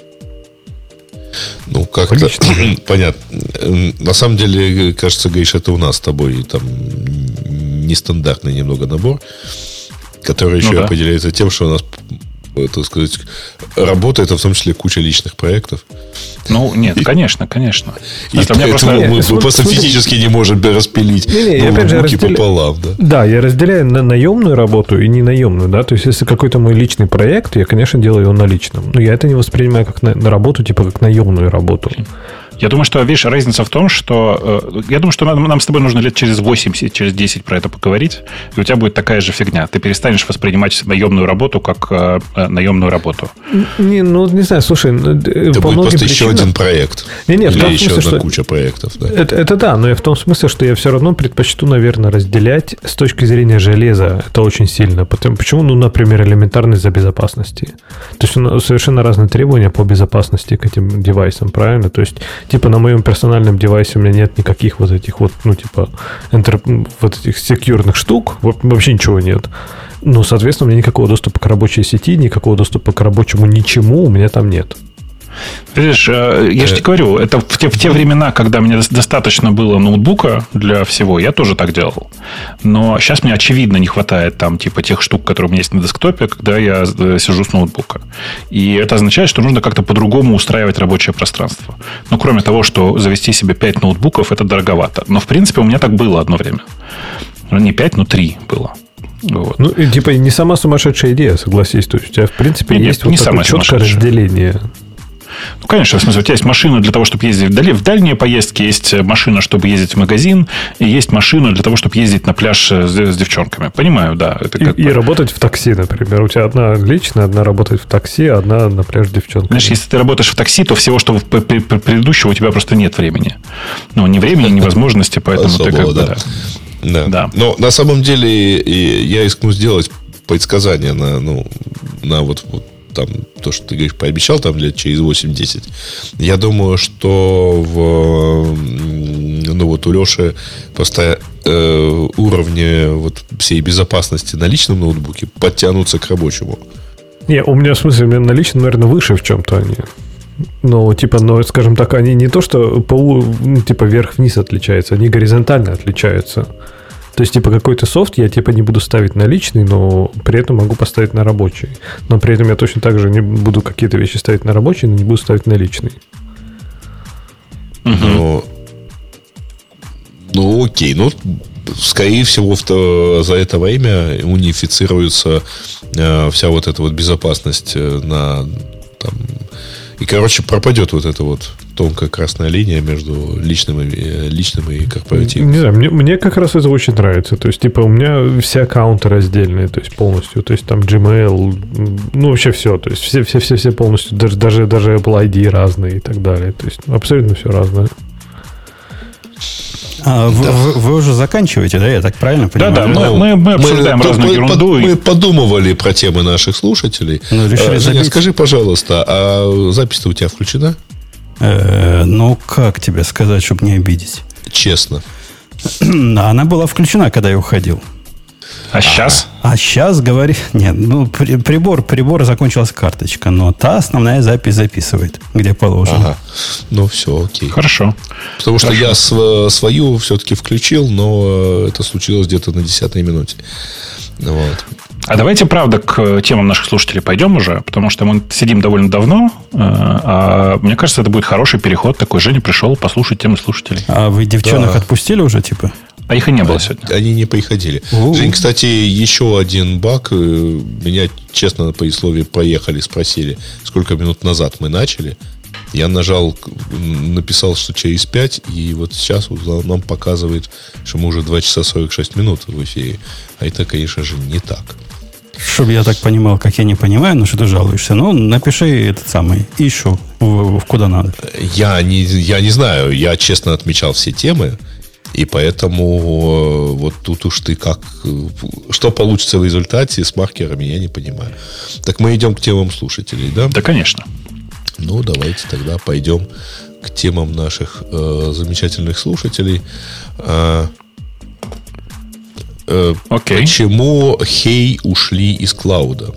Как-то понятно. На самом деле, кажется, Гриш, это у нас с тобой там нестандартный немного набор, который еще определяется тем, что у нас, так сказать, работа — это в том числе куча личных проектов. Нет, конечно. И мы просто физически не можем распилить ноутбуки пополам. Да, я разделяю на наемную работу и не наемную. Да? То есть, если какой-то мой личный проект, я, конечно, делаю его на личном. Но я это не воспринимаю как на работу, как наемную работу. Я думаю, что, видишь, разница в том, что... Я думаю, что нам с тобой нужно лет через 8, через 10 про это поговорить, и у тебя будет такая же фигня. Ты перестанешь воспринимать наемную работу как наемную работу. Не знаю, слушай... Это будет просто еще один проект. Или еще одна куча проектов. Да. Это да, но я в том смысле, что я все равно предпочту, наверное, разделять с точки зрения железа. Это очень сильно. Почему? Например, элементарность за безопасности. То есть совершенно разные требования по безопасности к этим девайсам, правильно? То есть Типа на моем персональном девайсе у меня нет никаких вот этих вот, вот этих секьюрных штук, вообще ничего нет. Ну, соответственно, у меня никакого доступа к рабочей сети, никакого доступа к рабочему ничему у меня там нет. Видишь, я же тебе говорю, это в те времена, когда мне достаточно было ноутбука для всего, я тоже так делал. Но сейчас мне, очевидно, не хватает там типа тех штук, которые у меня есть на десктопе, когда я сижу с ноутбука. И это означает, что нужно как-то по-другому устраивать рабочее пространство. Ну, кроме того, что завести себе 5 ноутбуков, это дороговато. Но, в принципе, у меня так было одно время. Не 5, но 3 было. Вот. Ну, и, типа, не сама сумасшедшая идея, согласись. То есть у тебя, в принципе, есть вот такое четкое разделение. Ну, конечно, в смысле, у тебя есть машина для того, чтобы ездить в дальние поездки, есть машина, чтобы ездить в магазин, и есть машина для того, чтобы ездить на пляж с девчонками. Понимаю, да. Это и работать в такси, например. У тебя одна личная, одна работает в такси, а одна на пляж с девчонками. Знаешь, если ты работаешь в такси, то всего, что предыдущего, у тебя просто нет времени. Ну, ни времени, ни возможности, поэтому особого, ты как бы... Да. Да. Но на самом деле я рискну сделать предсказание на вот там, то, что ты говоришь, пообещал там лет через 8-10. Я думаю, что у Леши просто уровни вот всей безопасности на личном ноутбуке подтянутся к рабочему. Не, у меня, в смысле, на личном, наверное, выше в чем-то они. Ну, скажем так, они не то, что вверх-вниз отличаются, они горизонтально отличаются. То есть, какой-то софт я, не буду ставить на личный, но при этом могу поставить на рабочий. Но при этом я точно так же не буду какие-то вещи ставить на рабочий, но не буду ставить на личный. Ну, окей. Ну, скорее всего, за это время унифицируется вся вот эта вот безопасность на... И, пропадет вот эта вот тонкая красная линия между личным и корпоративным. Не знаю, мне как раз это очень нравится. То есть, у меня все аккаунты раздельные, то есть полностью. То есть, там Gmail, вообще все. То есть, все полностью, даже Apple ID разные и так далее. То есть, абсолютно все разное. Вы уже заканчиваете, да? Я так правильно понимаю? Да. Мы обсуждаем разную ерунду. Мы подумывали про темы наших слушателей. Женя, скажи, пожалуйста, а запись-то у тебя включена? Как тебе сказать, чтобы не обидеть? Честно. Она была включена, когда я уходил. А сейчас? А сейчас, говори... Нет, прибор закончилась карточка, но та основная запись записывает, где положено. Ага. Ну, все, окей. Хорошо. Потому что я свою все-таки включил, но это случилось где-то на 10-й минуте. Вот. А давайте, правда, к темам наших слушателей пойдем уже, потому что мы сидим довольно давно, а мне кажется, это будет хороший переход такой. Женя пришел послушать темы слушателей. А вы девчонок отпустили уже, А их и не было сегодня. Они не приходили. Жень, кстати, еще один баг. Меня, честно, по слове проехали, спросили, сколько минут назад мы начали. Я написал, что через 5, и вот сейчас нам показывает, что мы уже 2 часа 46 минут в эфире. А это, конечно же, не так. Чтобы я так понимал, как я не понимаю, что ты жалуешься. Напиши этот самый issue куда надо. Я не знаю. Я честно отмечал все темы. И поэтому вот тут уж ты что получится в результате с маркерами, я не понимаю. Так мы идем к темам слушателей, да? Да, конечно. Ну, давайте тогда пойдем к темам наших замечательных слушателей. Почему Hey ушли из клауда?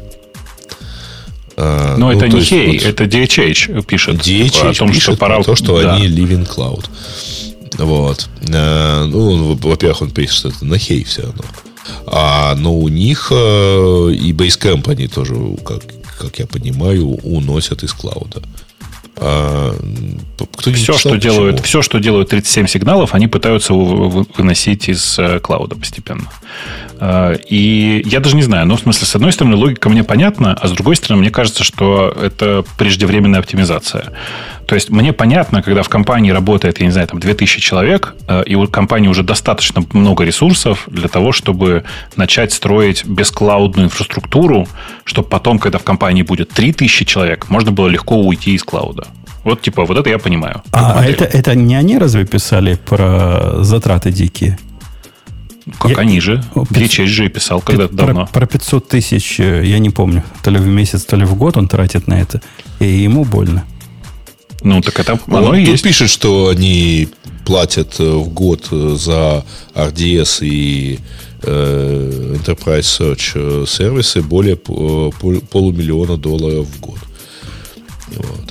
Но это не Hey, это DHH пишет. DHH о том, пишет что пора... то, что они leaving cloud. Вот. Во-первых, он пишет, что это на Hey все равно. Но у них и Basecamp они тоже, как я понимаю, уносят из клауда. Все, что делают 37 сигналов, они пытаются выносить из клауда постепенно. И я даже не знаю, в смысле, с одной стороны, логика мне понятна, а с другой стороны, мне кажется, что это преждевременная оптимизация. То есть, мне понятно, когда в компании работает, 2000 человек, и у компании уже достаточно много ресурсов для того, чтобы начать строить бесклаудную инфраструктуру, чтобы потом, когда в компании будет 3000 человек, можно было легко уйти из клауда. Вот это я понимаю. Это не они разве писали про затраты дикие? Они же. DHH же писал когда-то давно. Про 500 тысяч, я не помню, то ли в месяц, то ли в год он тратит на это, и ему больно. Ну, так это оно и тут есть. пишет, что они платят в год за RDS и Enterprise Search сервисы более $500,000 в год. Вот.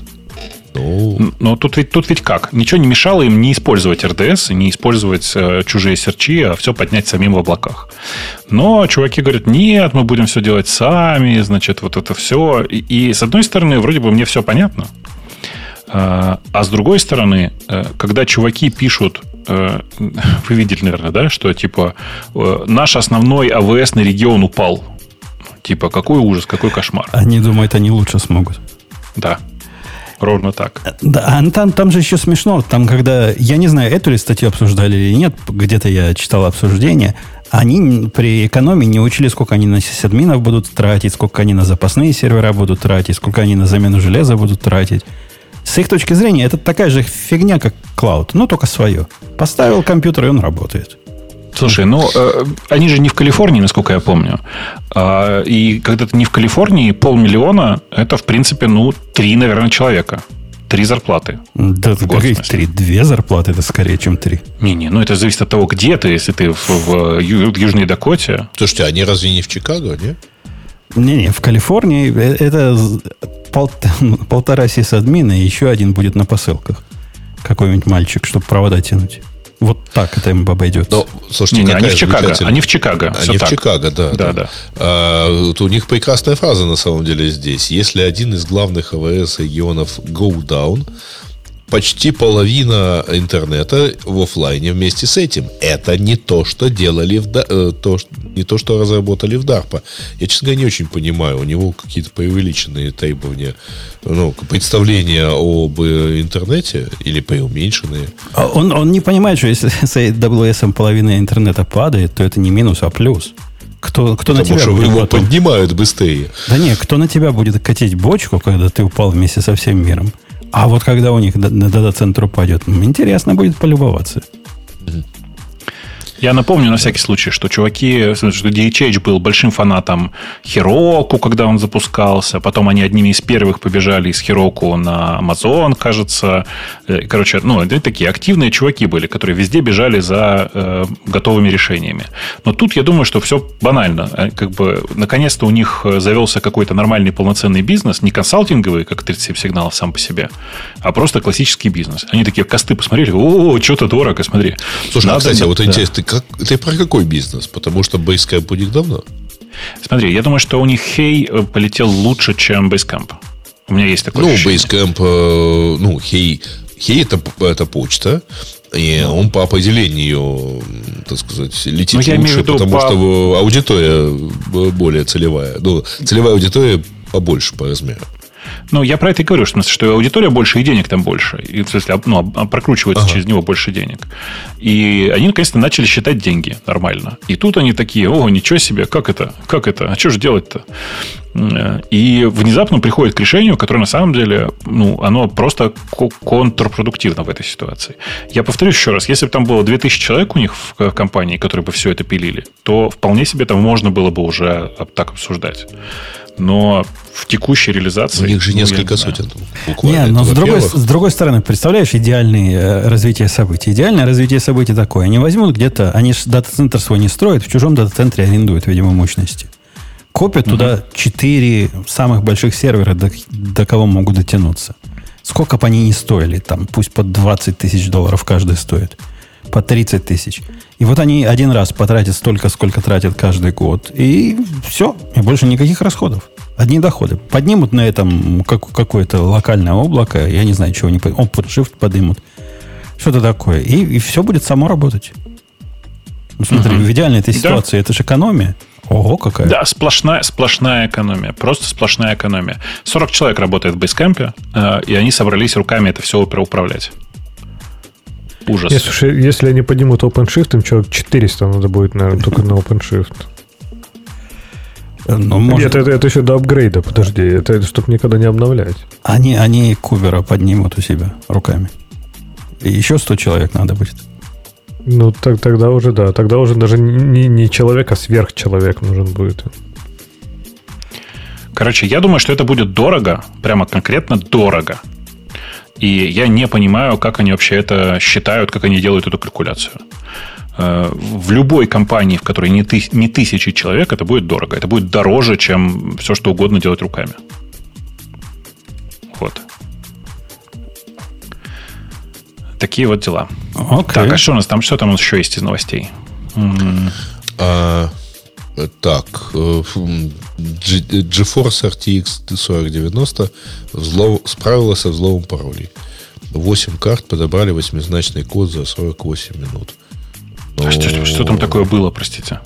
Но тут ведь как? Ничего не мешало им не использовать RDS, не использовать чужие серчи, а все поднять самим в облаках. Но чуваки говорят, нет, мы будем все делать сами, значит, вот это все. И с одной стороны, вроде бы мне все понятно. А с другой стороны, когда чуваки пишут, вы видели, наверное, да, что типа наш основной АВСный регион упал. Типа, какой ужас, какой кошмар. Они думают, они лучше смогут. Да. Ровно так. Да, а там же еще смешно. Там, когда, я не знаю, эту ли статью обсуждали или нет, где-то я читал обсуждение, они при экономии не учили, сколько они на сисадминов будут тратить, сколько они на запасные сервера будут тратить, сколько они на замену железа будут тратить. С их точки зрения, это такая же фигня, как клауд, но только свое. Поставил компьютер, и он работает. Слушай, они же не в Калифорнии, насколько я помню. И когда ты не в Калифорнии, 500,000 это, в принципе, 3, наверное, человека. 3 зарплаты. Да, какие 3? 2 зарплаты, это скорее, чем 3. Не, это зависит от того, где ты. Если ты в Южной Дакоте. Слушайте, они разве не в Чикаго, не? Не, в Калифорнии это 1,5 сисадмина, и еще один будет на посылках. Какой-нибудь мальчик, чтобы провода тянуть. Вот так это им обойдется. Но, слушайте, они в Чикаго. Они в Чикаго. Они в Чикаго, да. У них прекрасная фраза на самом деле здесь. Если один из главных АВС регионов go down, почти половина интернета в офлайне вместе с этим. Это не то, что делали не то, что разработали в DARPA. Я, честно говоря, не очень понимаю. У него какие-то преувеличенные требования, представления об интернете или преуменьшенные. Он не понимает, что если с AWS половина интернета падает, то это не минус, а плюс. Кто на тебя что будет его готов? поднимают быстрее. Да нет, кто на тебя будет катить бочку, когда ты упал вместе со всем миром? А вот когда у них на дата-центр упадет, интересно будет полюбоваться. Я напомню на всякий случай, что чуваки, что DHH был большим фанатом Heroku, когда он запускался. Потом они одними из первых побежали из Heroku на Amazon, кажется. Короче, это такие активные чуваки были, которые везде бежали за готовыми решениями. Но тут я думаю, что все банально. Наконец-то у них завелся какой-то нормальный полноценный бизнес, не консалтинговый, как 37 сигналов сам по себе, а просто классический бизнес. Они такие косты посмотрели, что-то дорого, смотри. Слушай, кстати, вот интересно, ты про какой бизнес? Потому что Basecamp у них давно. Смотри, я думаю, что у них Hey полетел лучше, чем Basecamp. У меня есть такое ощущение. Basecamp, Hey это почта, и он по определению, так сказать, летит лучше, потому что аудитория более целевая. Целевая аудитория побольше по размеру. Я про это и говорю, что аудитория больше, и денег там больше. И, в смысле, прокручивается через него больше денег. И они, наконец-то, начали считать деньги нормально. И тут они такие, ничего себе, как это? А что же делать-то? И внезапно приходит к решению, которое на самом деле, оно просто контрпродуктивно в этой ситуации. Я повторюсь еще раз, если бы там было 2000 человек у них в компании, которые бы все это пилили, то вполне себе там можно было бы уже так обсуждать. Но в текущей реализации... У них же несколько сотен. Буквально. Но с другой стороны, представляешь, идеальное развитие событий. Идеальное развитие событий такое. Они возьмут где-то, они же дата-центр свой не строят, в чужом дата-центре арендуют, видимо, мощности. Копят туда 4 самых больших сервера, до кого могут дотянуться. Сколько бы они ни стоили, там, пусть по $20,000 каждый стоит. По 30 тысяч. И вот они один раз потратят столько, сколько тратят каждый год. И все. И больше никаких расходов. Одни доходы. Поднимут на этом какое-то локальное облако. Я не знаю, чего они поднимут. OpenShift поднимут. Что-то такое. И все будет само работать. Смотри, в идеальной этой ситуации это же экономия. Ого, какая. Да, сплошная экономия. Просто сплошная экономия. 40 человек работает в Basecamp, и они собрались руками это все управлять. Ужас. Если они поднимут OpenShift, им человек 400 надо будет, наверное, только на OpenShift. Нет, это еще до апгрейда, подожди. Это чтобы никогда не обновлять. Они кубера поднимут у себя руками. И еще 100 человек надо будет. Тогда уже, да. Тогда уже даже не человек, а сверхчеловек нужен будет. Короче, я думаю, что это будет дорого. Прямо конкретно дорого. И я не понимаю, как они вообще это считают, как они делают эту калькуляцию. В любой компании, в которой не тысячи человек, это будет дорого. Это будет дороже, чем все, что угодно делать руками. Вот. Такие вот дела. Okay. Так, а что у нас там? Что там еще есть из новостей? Так, GeForce RTX 4090 справилась со взломом паролей. 8 карт подобрали 8-значный код за 48 минут. А что там такое было, простите?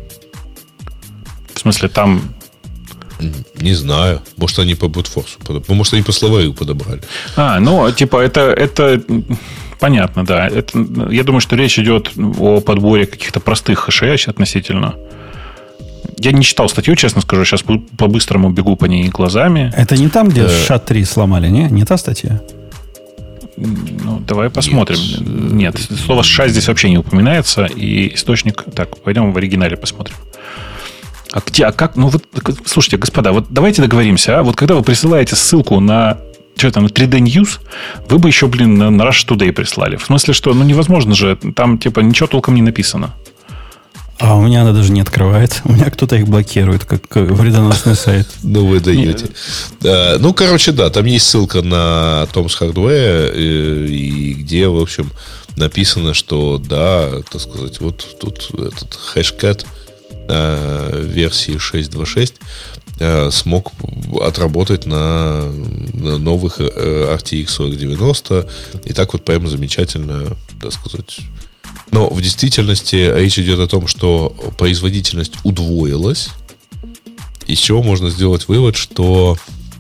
В смысле, там... Не знаю. Может, они по брутфорсу подобрали. Может, они по словарю подобрали. Это понятно, да. Я думаю, что речь идет о подборе каких-то простых хэшей относительно. Я не читал статью, честно скажу. Сейчас по-быстрому бегу по ней глазами. Это не там, где SHA-3 сломали, не? Не та статья? Ну, давай посмотрим. Нет, слово «ша» здесь вообще не упоминается. И источник... Так, пойдем в оригинале посмотрим. А где, а как? Ну, вот, слушайте, господа, вот давайте договоримся. Вот когда вы присылаете ссылку на... Что там, на 3D News, вы бы еще, на Rush Today прислали. В смысле, что, невозможно же. Там, ничего толком не написано. А у меня она даже не открывается. У меня кто-то их блокирует, как вредоносный сайт. Ну, вы даете. Да, там есть ссылка на Tom's Hardware, и где, в общем, написано, что, да, так сказать, вот тут этот хэшкэт версии 6.2.6 смог отработать на новых RTX 4090, и так вот прямо замечательно, так сказать. Но в действительности речь идет о том, что производительность удвоилась, из чего можно сделать вывод, что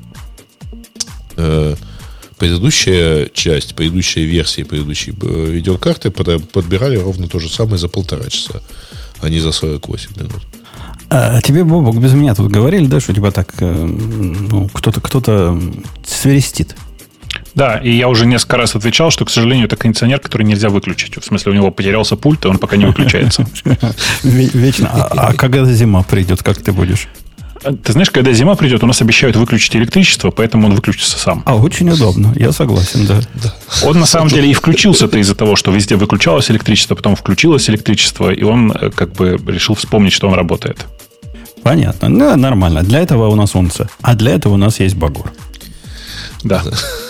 предыдущая версии предыдущей видеокарты подбирали ровно то же самое за 1,5 часа, а не за 48 минут. А тебе, Бобок, без меня тут говорили, да, что типа так, кто-то свиристит. Да, и я уже несколько раз отвечал, что, к сожалению, это кондиционер, который нельзя выключить. В смысле, у него потерялся пульт, и он пока не выключается. Вечно. А когда зима придет, как ты будешь? Ты знаешь, когда зима придет, у нас обещают выключить электричество, поэтому он выключится сам. А очень удобно, я согласен, да. Он на самом деле и включился-то из-за того, что везде выключалось электричество, потом включилось электричество, и он как бы решил вспомнить, что он работает. Понятно, ну, нормально. Для этого у нас Унца, а для этого у нас есть Багор. Да.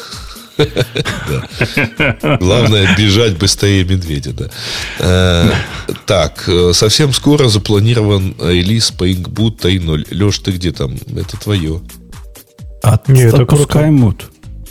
Главное бежать быстрее медведя, да. Так, совсем скоро запланирован релиз Spring Boot 3.0. Леш, ты где там? Это твое. Отпускай мут.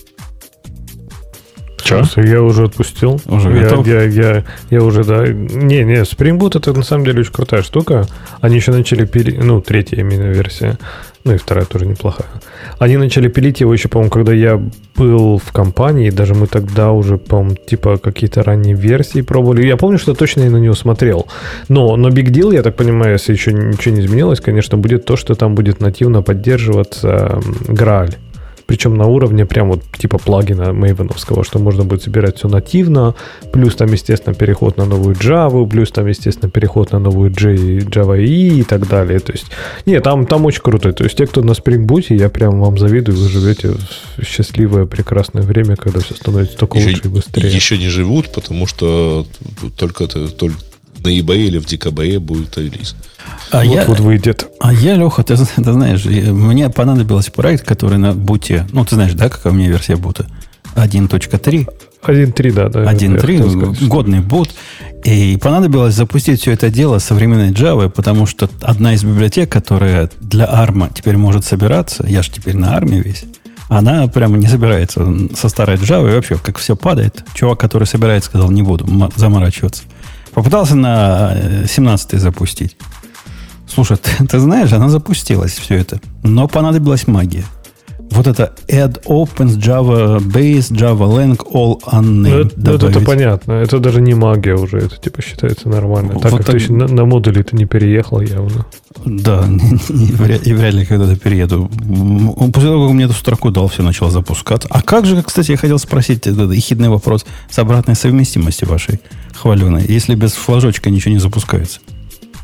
Че? Я уже отпустил. Уже готов? Я уже, да. Не, Spring Boot это на самом деле очень крутая штука. Они еще начали пилить, третья именно версия. Ну и вторая тоже неплохая. Они начали пилить его еще, по-моему, когда я был в компании. Даже мы тогда уже, по-моему, типа какие-то ранние версии пробовали. Я помню, что точно я на него смотрел. Но big deal, я так понимаю, если еще ничего не изменилось, конечно, будет то, что там будет нативно поддерживаться Graal. Причем на уровне прям вот типа плагина мейвеновского, что можно будет собирать все нативно, плюс там, естественно, переход на новую Java, плюс там, естественно, переход на новую Java EE и так далее. То есть, там очень круто. То есть, те, кто на Spring Boot, я прям вам завидую, вы живете в счастливое, прекрасное время, когда все становится только лучше и быстрее. Еще не живут, потому что только на eBay или в декабре будет релиз. Вот выйдет. Леха, ты знаешь, мне понадобился проект, который на буте... ты знаешь, да, какая у меня версия бута? 1.3. 1.3, да. 1.3, годный бут. И понадобилось запустить все это дело современной Java, потому что одна из библиотек, которая для ARM теперь может собираться, я же теперь на ARM весь, она прямо не собирается со старой Java, и вообще, как все падает. Чувак, который собирает, сказал, не буду заморачиваться. Попытался на 17-й запустить. Слушай, ты знаешь, она запустилась, все это. Но понадобилась магия. Вот это add opens Java base, Java lang, all unnamed. Это понятно. Это даже не магия уже. Это типа считается нормально. Так как ты еще на модули ты не переехал явно. Да, и вряд ли когда-то перееду. После того, как мне эту строку дал, все начало запускаться. А как же, кстати, я хотел спросить этот ехидный вопрос с обратной совместимостью вашей хваленой, если без флажочка ничего не запускается?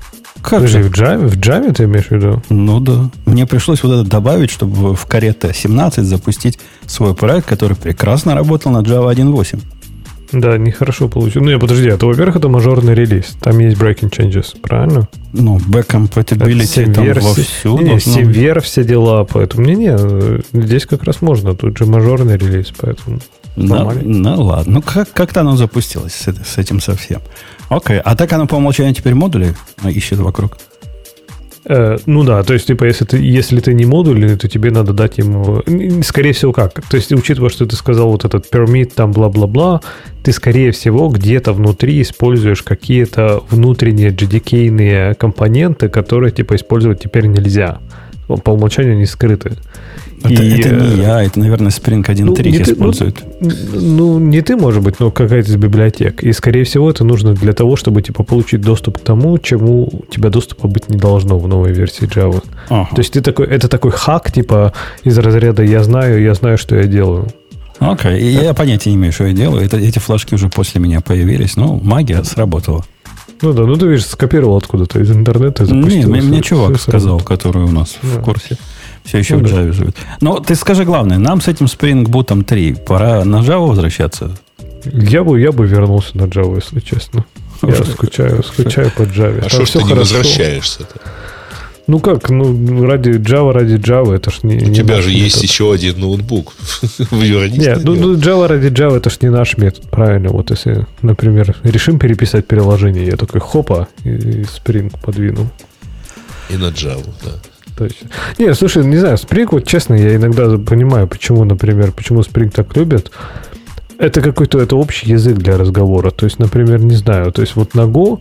Как Подожди, же? в Java ты имеешь в виду? Ну да. Мне пришлось вот это добавить, чтобы в Карета 17 запустить свой проект, который прекрасно работал на Java 1.8. Да, нехорошо получилось. Ну, подожди, это, во-первых, это мажорный релиз. Там есть breaking changes, правильно? Ну, back-compatibility там вовсю. Не, 7 вер, все дела, поэтому... здесь как раз можно. Тут же мажорный релиз, поэтому... Ну, ладно. Ну, как-то оно запустилось с этим совсем. Окей. А так оно по умолчанию теперь модули ищет вокруг? Ну да, то есть, типа, если ты не модульный, то тебе надо дать ему... Скорее всего, как? То есть, учитывая, что ты сказал вот этот permit, там, бла-бла-бла, ты, скорее всего, где-то внутри используешь какие-то внутренние JDK-ные компоненты, которые, типа, использовать теперь нельзя. По умолчанию они скрыты. Это не я, это, наверное, Spring 1.3 использует. Не ты, может быть, но какая-то из библиотек. И, скорее всего, это нужно для того, чтобы типа получить доступ к тому, чему у тебя доступа быть не должно в новой версии Java. Ага. То есть это такой хак, типа, из разряда я знаю, что я делаю. Окей. Я понятия не имею, что я делаю. Эти флажки уже после меня появились. Но магия сработала. Ну да, ты видишь, скопировал откуда-то из интернета. Нет, мне чувак сказал, который у нас в курсе. Все еще в Java живет. Но ты скажи главное, нам с этим Spring Boot 3 пора на Java возвращаться? Я бы вернулся на Java, если честно. Я скучаю по Java. А что ж ты не возвращаешься-то? Ну как, ради Java, это ж не... У тебя же есть еще один ноутбук. Нет, Java ради Java, это ж не наш метод, правильно? Вот если, например, решим переписать приложение, я такой хопа, и Spring подвинул. И на Java, да. Точно. Не, слушай, не знаю, Spring, вот честно, я иногда понимаю, почему Spring так любят. Это какой-то общий язык для разговора. То есть, например, не знаю, то есть вот на Go,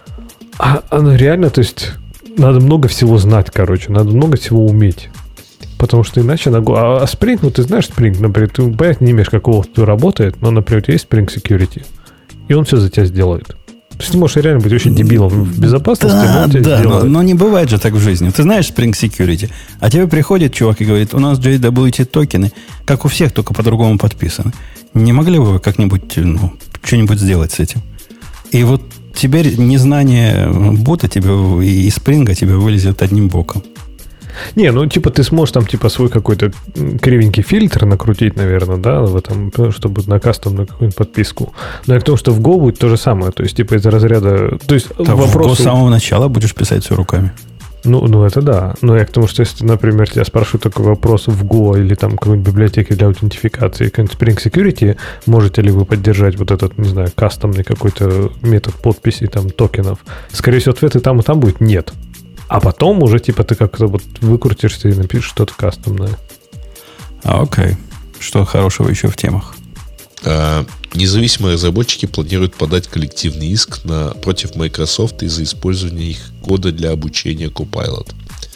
оно реально, то есть надо много всего знать, надо много всего уметь. Потому что иначе на Go... А Spring, ты знаешь Spring, например, ты понятно не имеешь, какого работает, но, например, у тебя есть Spring Security, и он все за тебя сделает. То есть ты можешь реально быть очень дебилом в безопасности, но он тебя сделает. Но не бывает же так в жизни. Ты знаешь Spring Security, а тебе приходит чувак и говорит, у нас JWT токены, как у всех, только по-другому подписаны. Не могли бы вы как-нибудь что-нибудь сделать с этим? И вот теперь незнание бота тебе и Spring тебя вылезет одним боком. Не, ты сможешь там, свой какой-то кривенький фильтр накрутить, наверное, да, в этом, чтобы на кастомную какую-нибудь подписку. Но я к тому, что в Go будет то же самое, то есть, из разряда... То есть, вопрос... В Go с самого начала будешь писать все руками. Ну, это да. Но я к тому, что если, например, тебя спрашивают такой вопрос в Go или там какой-нибудь библиотеке для аутентификации, какой-нибудь Spring Security, можете ли вы поддержать вот этот, не знаю, кастомный какой-то метод подписи там токенов? Скорее всего, ответ и там будет нет. А потом уже, ты как-то вот выкрутишься и напишешь что-то кастомное. Окей. Что хорошего еще в темах? Независимые разработчики планируют подать коллективный иск против Microsoft из-за использования их кода для обучения Copilot.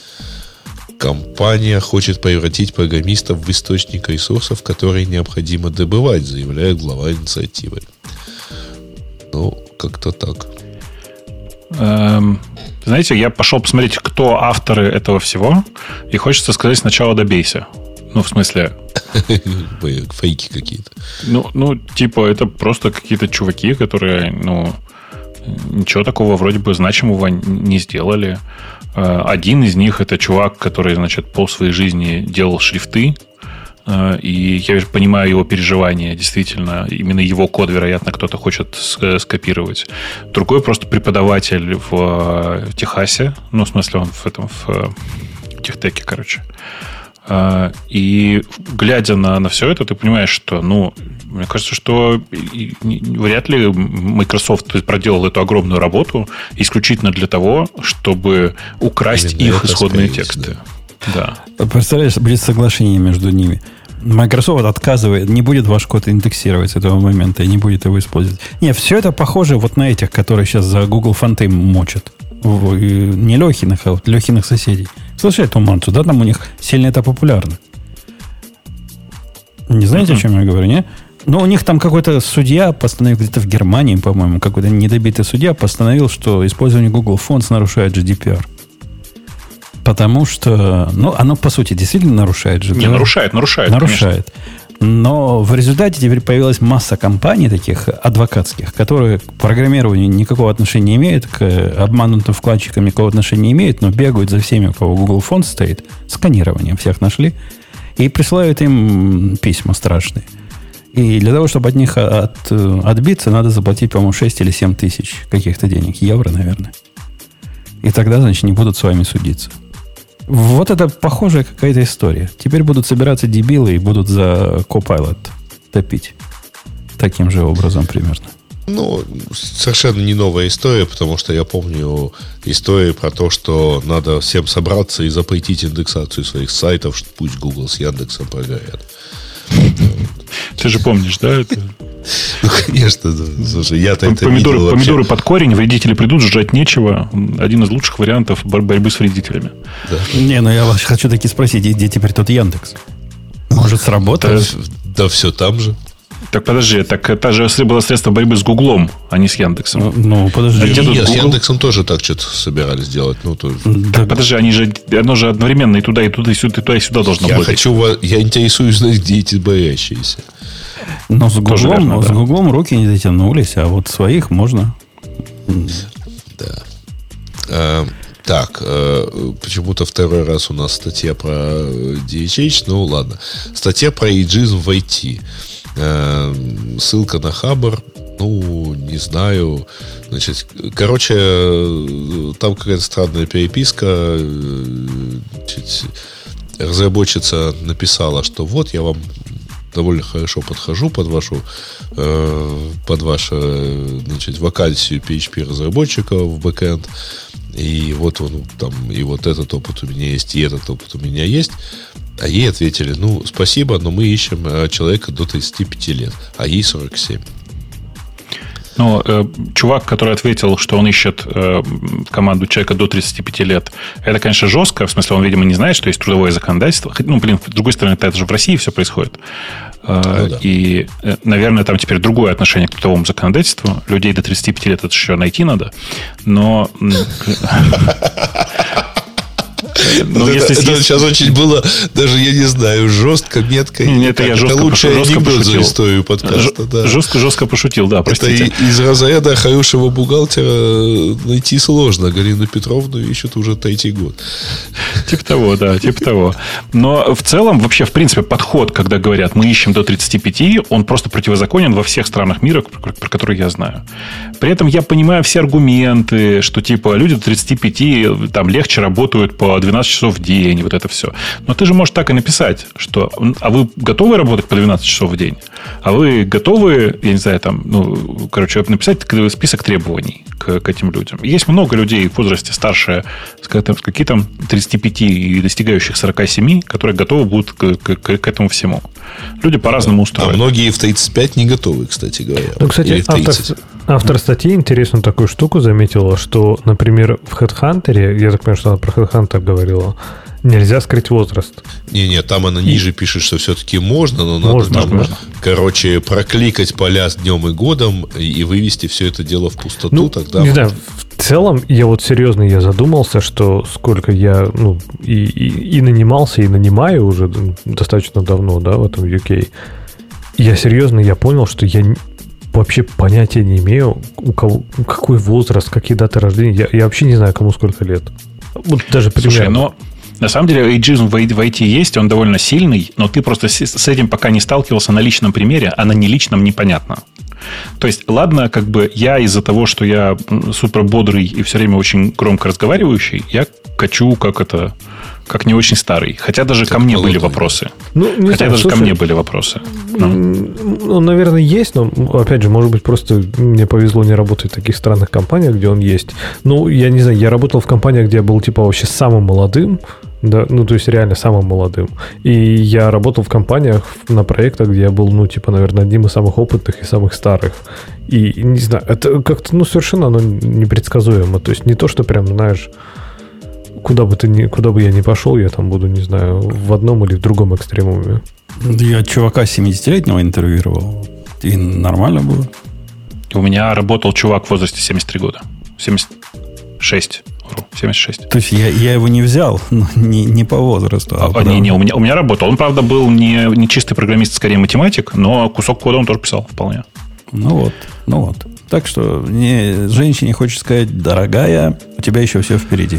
Компания хочет превратить программистов в источник ресурсов, которые необходимо добывать, заявляет глава инициативы. Как-то так. Знаете, я пошел посмотреть, кто авторы этого всего, и хочется сказать, сначала добейся. В смысле... Фейки какие-то. Это просто какие-то чуваки, которые, ничего такого вроде бы значимого не сделали. Один из них это чувак, который, пол своей жизни делал шрифты, и я понимаю его переживания. Действительно, именно его код, вероятно, кто-то хочет скопировать. Другой просто преподаватель в Техасе. В смысле, он в Техтеке, И глядя на все это, ты понимаешь, что, мне кажется, что вряд ли Microsoft проделал эту огромную работу исключительно для того, чтобы украсть их исходные тексты. Да. Представляешь, будет соглашение между ними. Microsoft отказывает, не будет ваш код индексировать с этого момента и не будет его использовать. Нет, все это похоже вот на этих, которые сейчас за Google фонты мочат. Не Лехиных, а вот Лехиных соседей. Слышали эту манту, да? Там у них сильно это популярно. Не знаете, о чем я говорю, не? У них там какой-то судья постановил, где-то в Германии, по-моему, какой-то недобитый судья постановил, что использование Google Fonts нарушает GDPR. Потому что, оно, по сути, действительно нарушает же. Не, нарушает. Нарушает. Но в результате теперь появилась масса компаний таких адвокатских, которые к программированию никакого отношения не имеют, к обманутым вкладчикам никакого отношения не имеют, но бегают за всеми, у кого Google фонд стоит, сканированием всех нашли, и присылают им письма страшные. И для того, чтобы от них отбиться, надо заплатить, по-моему, 6 или 7 тысяч каких-то денег, евро, наверное. И тогда, значит, не будут с вами судиться. Вот это похожая какая-то история. Теперь будут собираться дебилы и будут за Copilot топить. Таким же образом примерно. Ну, совершенно не новая история, потому что я помню историю про то, что надо всем собраться и запретить индексацию своих сайтов, что пусть Google с Яндексом прогорят. Ты же помнишь, да, это? Ну, конечно, да. Слушай, я-то это видел вообще. Помидоры под корень, вредители придут, сжать нечего. Один из лучших вариантов борьбы с вредителями. Да. Не, ну я вас хочу таки спросить, где теперь тот Яндекс? Может, сработает? Да все там же. Так подожди, так это же было средство борьбы с Гуглом, а не с Яндексом. Ну, подожди. Нет, с Яндексом тоже так что-то собирались делать. Ну, то... Так подожди, оно же одновременно и туда, и сюда должно быть. Я интересуюсь, где эти боящиеся. Но с Гуглом руки не дотянулись, а вот своих можно. Да. Так, почему-то второй раз у нас статья про DHH. Ну, ладно. Статья про эйджизм в IT. Ссылка на Хабр. Ну, не знаю. Значит, короче, там какая-то странная переписка. Разработчица написала, что вот я вам довольно хорошо подхожу под вашу значит, вакансию PHP-разработчика в бэкэнд. И вот он там, и вот этот опыт у меня есть, и этот опыт у меня есть. А ей ответили, ну, спасибо, но мы ищем человека до 35 лет, а ей 47. Ну, чувак, который ответил, что он ищет команду человека до 35 лет, это, конечно, жестко. В смысле, он, видимо, не знает, что есть трудовое законодательство. Ну, блин, с другой стороны, это же в России все происходит. Ну, да. И, наверное, там теперь другое отношение к трудовому законодательству. Людей до 35 лет это еще найти надо. Но... Это сейчас очень было, даже, я не знаю, жестко, метко. Нет, это я жестко анекдот за историю подкаста. Жестко пошутил, да, простите. Это из разряда хорошего бухгалтера найти сложно. Галину Петровну ищут уже 3-й год. Типа того, да, типа того. Но в целом, вообще, в принципе, подход, когда говорят, мы ищем до 35, он просто противозаконен во всех странах мира, про которые я знаю. При этом я понимаю все аргументы, что типа люди до 35 там легче работают по 12 часов в день, вот это все. Но ты же можешь так и написать, что а вы готовы работать по 12 часов в день? А вы готовы, я не знаю, там, ну, короче, написать список требований к этим людям. Есть много людей в возрасте старше, какие там 35 и достигающих 47, которые готовы будут к этому всему. Люди по-разному устроены. А многие в 35 не готовы, кстати говоря. Ну, кстати, автор статьи интересную такую штуку заметила, что, например, в HeadHunter, я так понимаю, что она про HeadHunter говорила, нельзя скрыть возраст. Не, там она ниже пишет, что все-таки можно, но надо там, короче, прокликать поля с днем и годом и вывести все это дело в пустоту. Ну, тогда не знаю, в целом, я вот серьезно, я задумался, что сколько я, ну, и нанимался, и нанимаю уже достаточно давно, да, в этом UK. Я серьезно, я понял, что я вообще понятия не имею, у кого какой возраст, какие даты рождения. Я вообще не знаю, кому сколько лет. Вот даже примерно. Слушай, но на самом деле эйджизм в IT есть, он довольно сильный, но ты просто с этим пока не сталкивался на личном примере, а на неличном непонятно. То есть, ладно, как бы я из-за того, что я супер бодрый и все время очень громко разговаривающий, я качу как не очень старый. Хотя даже ко мне были вопросы. Ко мне были вопросы. Ну, наверное, есть, но, опять же, может быть, просто мне повезло не работать в таких странных компаниях, где он есть. Ну, я не знаю, я работал в компаниях, где я был, типа, вообще самым молодым, да, ну, то есть, реально самым молодым. И я работал в компаниях, на проектах, где я был, ну, типа, наверное, одним из самых опытных и самых старых. И, не знаю, это как-то, ну, совершенно оно непредсказуемо. То есть, не то, что прям, знаешь... Куда бы я ни пошел, я там буду, не знаю, в одном или в другом экстремуме. Я чувака 70-летнего интервьюировал, и нормально было. У меня работал чувак в возрасте 73 года. 76. 76. То есть я его не взял, не по возрасту. Не, у меня работал. Он, правда, был не чистый программист, скорее математик, но кусок кода он тоже писал вполне. Ну вот. Так что мне женщине хочет сказать, дорогая, у тебя еще все впереди.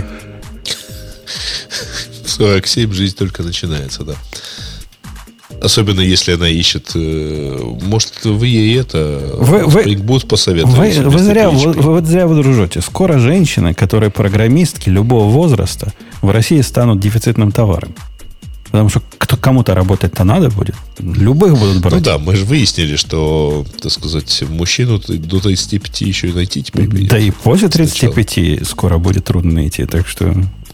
В 47 жизнь только начинается, да. Особенно если она ищет... Может, вы ей Spring Boot посоветуете? Вы зря вы дружите. Скоро женщины, которые программистки любого возраста, в России станут дефицитным товаром. Потому что кому-то работать-то надо будет. Любых будут брать. Ну да, мы же выяснили, что, так сказать, мужчину до 35 еще и найти теперь придется. Да и после 35 скоро будет трудно найти. Так что...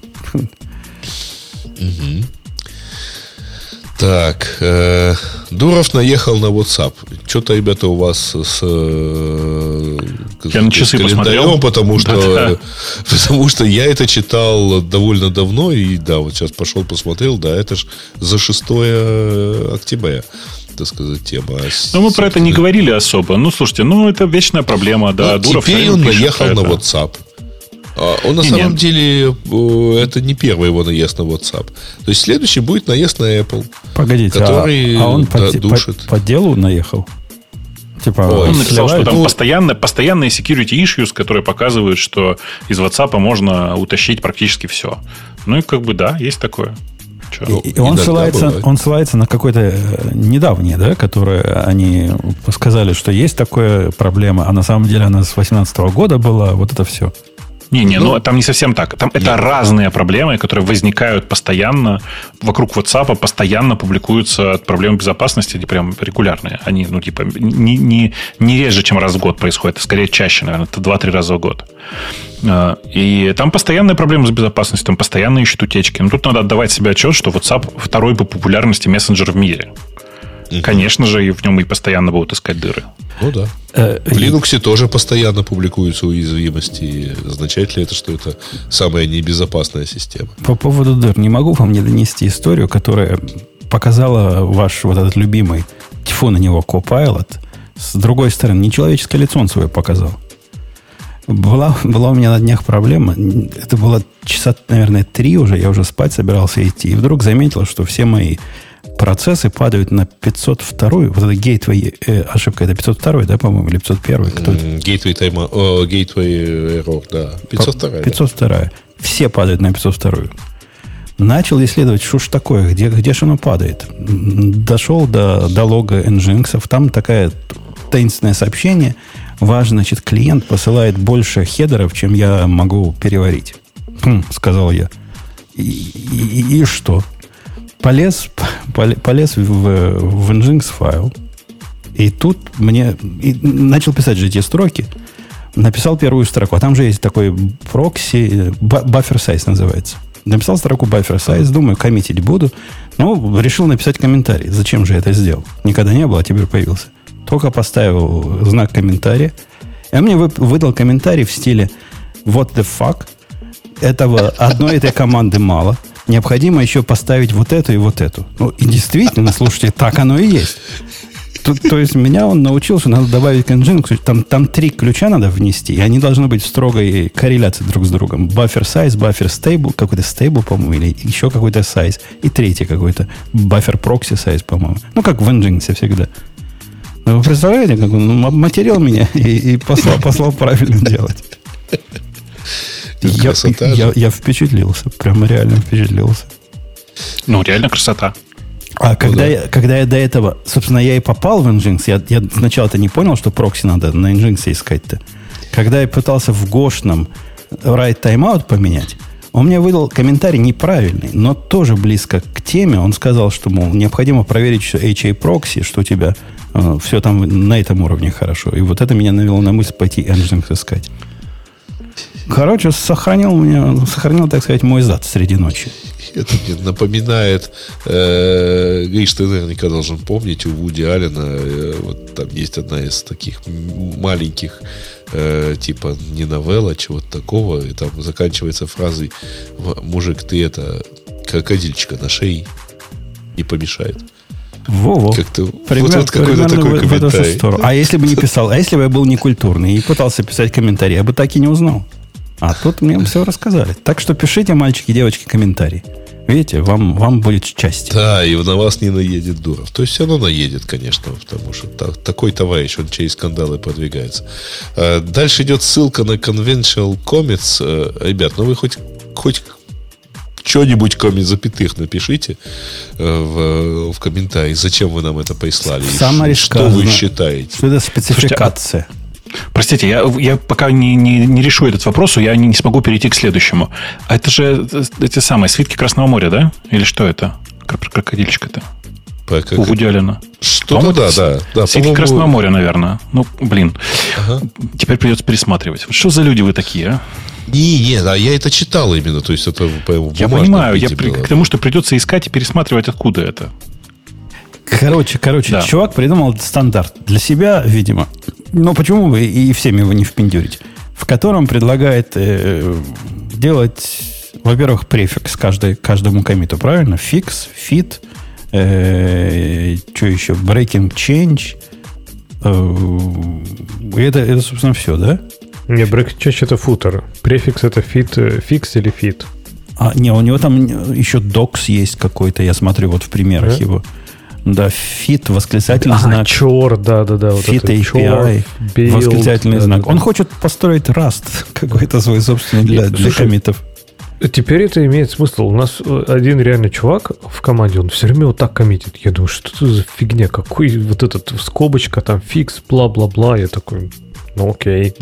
Угу. Так, Дуров наехал на WhatsApp. Что-то, ребята, у вас с я на часы посмотрел. Потому что я это читал довольно давно. И да, вот сейчас пошел посмотрел. Да, это ж за 6 октября, так сказать, тема. Но мы про это не говорили особо. Ну, слушайте, это вечная проблема. Да, Дуров теперь он наехал на WhatsApp. Он на самом деле, это не первый его наезд на WhatsApp. То есть следующий будет наезд на Apple. Погодите, который он душит. по делу наехал? Типа, он написал, что там постоянные security issues, которые показывают, что из WhatsApp можно утащить практически все. Ну и как бы да, есть такое. И он ссылается на какое-то недавнее, да, которое они сказали, что есть такая проблема, а на самом деле она с 2018 года была, вот это все. Не, там не совсем так. Это разные проблемы, которые возникают постоянно. Вокруг WhatsApp постоянно публикуются проблемы безопасности, они прям регулярные. Они, не реже, чем раз в год происходит, а скорее чаще, наверное, это 2-3 раза в год. И там постоянные проблемы с безопасностью, там постоянно ищут утечки. Но тут надо отдавать себе отчет, что WhatsApp второй по популярности мессенджер в мире. Конечно же, и в нем и постоянно будут искать дыры. Ну да. В Linux тоже постоянно публикуются уязвимости. Означает ли это, что это самая небезопасная система? По поводу дыр не могу вам не донести историю, которая показала ваш вот этот любимый, тьфу на него, Copilot. С другой стороны, нечеловеческое лицо он свое показал. Была у меня на днях проблема. Это было часа, наверное, 3 уже. Я уже спать собирался идти. И вдруг заметил, что все мои процессы падают на 502. Вот это Gateway ошибка. Это 502, да, по-моему, или 501? Gateway error, да. 502. 502. Все падают на 502. Начал исследовать, что ж такое, где же оно падает. Дошел до лога Nginx. Там такое таинственное сообщение. Значит, клиент посылает больше хедеров, чем я могу переварить. Сказал я. И что? Полез в Nginx файл. И тут начал писать же эти строки. Написал первую строку. А там же есть такой прокси, buffer size называется. Написал строку buffer size. Думаю, коммитить буду. Но решил написать комментарий. Зачем же я это сделал? Никогда не было, а теперь появился. Только поставил знак комментария. И он мне выдал комментарий в стиле what the fuck. Одной этой команды мало. Необходимо еще поставить вот эту и вот эту. И действительно, слушайте, так оно и есть. То есть меня он научил, что надо добавить к Nginx. Там 3 ключа надо внести, и они должны быть в строгой корреляции друг с другом. Buffer size, buffer stable, какой-то stable, по-моему, или еще какой-то size. И третий какой-то buffer proxy size, по-моему. Как в Nginx всегда. Вы представляете, как он материл меня и послал правильно делать. Я впечатлился. Прямо реально впечатлился. Реально красота. А когда я до этого... Собственно, я и попал в Nginx. Я сначала-то не понял, что прокси надо на Nginx искать-то. Когда я пытался в гошном write timeout поменять, он мне выдал комментарий неправильный, но тоже близко к теме. Он сказал, что, мол, необходимо проверить, что HA прокси, что у тебя все там на этом уровне хорошо. И вот это меня навело на мысль пойти Nginx искать. Короче, сохранил, так сказать, мой зад среди ночи. Это мне напоминает, Гриш, ты наверняка должен помнить, у Вуди Аллена вот там есть одна из таких маленьких, типа не новелла, чего-то такого, и там заканчивается фразой: мужик, ты крокодильчика на шее не помешает. Во-во. Как-то примерно какой-то такой комментарий. А если бы не писал, а если бы я был некультурный и пытался писать комментарий, я бы так и не узнал. А тут мне все рассказали. Так что пишите, мальчики, девочки, комментарии. Видите, вам будет счастье. Да, и на вас не наедет Дуров. То есть все равно наедет, конечно, потому что такой товарищ, он через скандалы продвигается. Дальше идет ссылка на Conventional Comics. Ребят, ну вы хоть что-нибудь, кроме запятых, напишите в комментарии, зачем вы нам это прислали. Что вы считаете? Что это спецификация. Простите, я пока не решу этот вопрос, я не смогу перейти к следующему. А это же эти самые свитки Красного моря, да? Или что это? Крокодильчик-то? У Вуди Аллена. Что-то да. Свитки Красного моря, наверное. Ну, блин. Ага. Теперь придется пересматривать. Что за люди вы такие, а? Не, я это читал именно. То есть это я понимаю, к тому, что придется искать и пересматривать, откуда это. Короче, да. Чувак придумал стандарт для себя, видимо. Но почему бы и всем его не впендюрить? В котором предлагает делать, во-первых, префикс каждому коммиту, правильно? Fix, fit, что еще? Breaking change. Это, собственно, все, да? Не, breaking change это футер. Префикс это fit, fix или fit. Не, у него там еще docs есть какой-то, я смотрю вот в примерах его. Да, fit, восклицательный знак. Чор, да. Вот fit API, build, восклицательный знак. Он хочет построить Rust какой-то свой собственный для коммитов. Теперь это имеет смысл. У нас один реальный чувак в команде, он все время вот так коммитит. Я думаю, что это за фигня? Какой вот этот скобочка, там фикс, бла-бла-бла. Я такой, окей,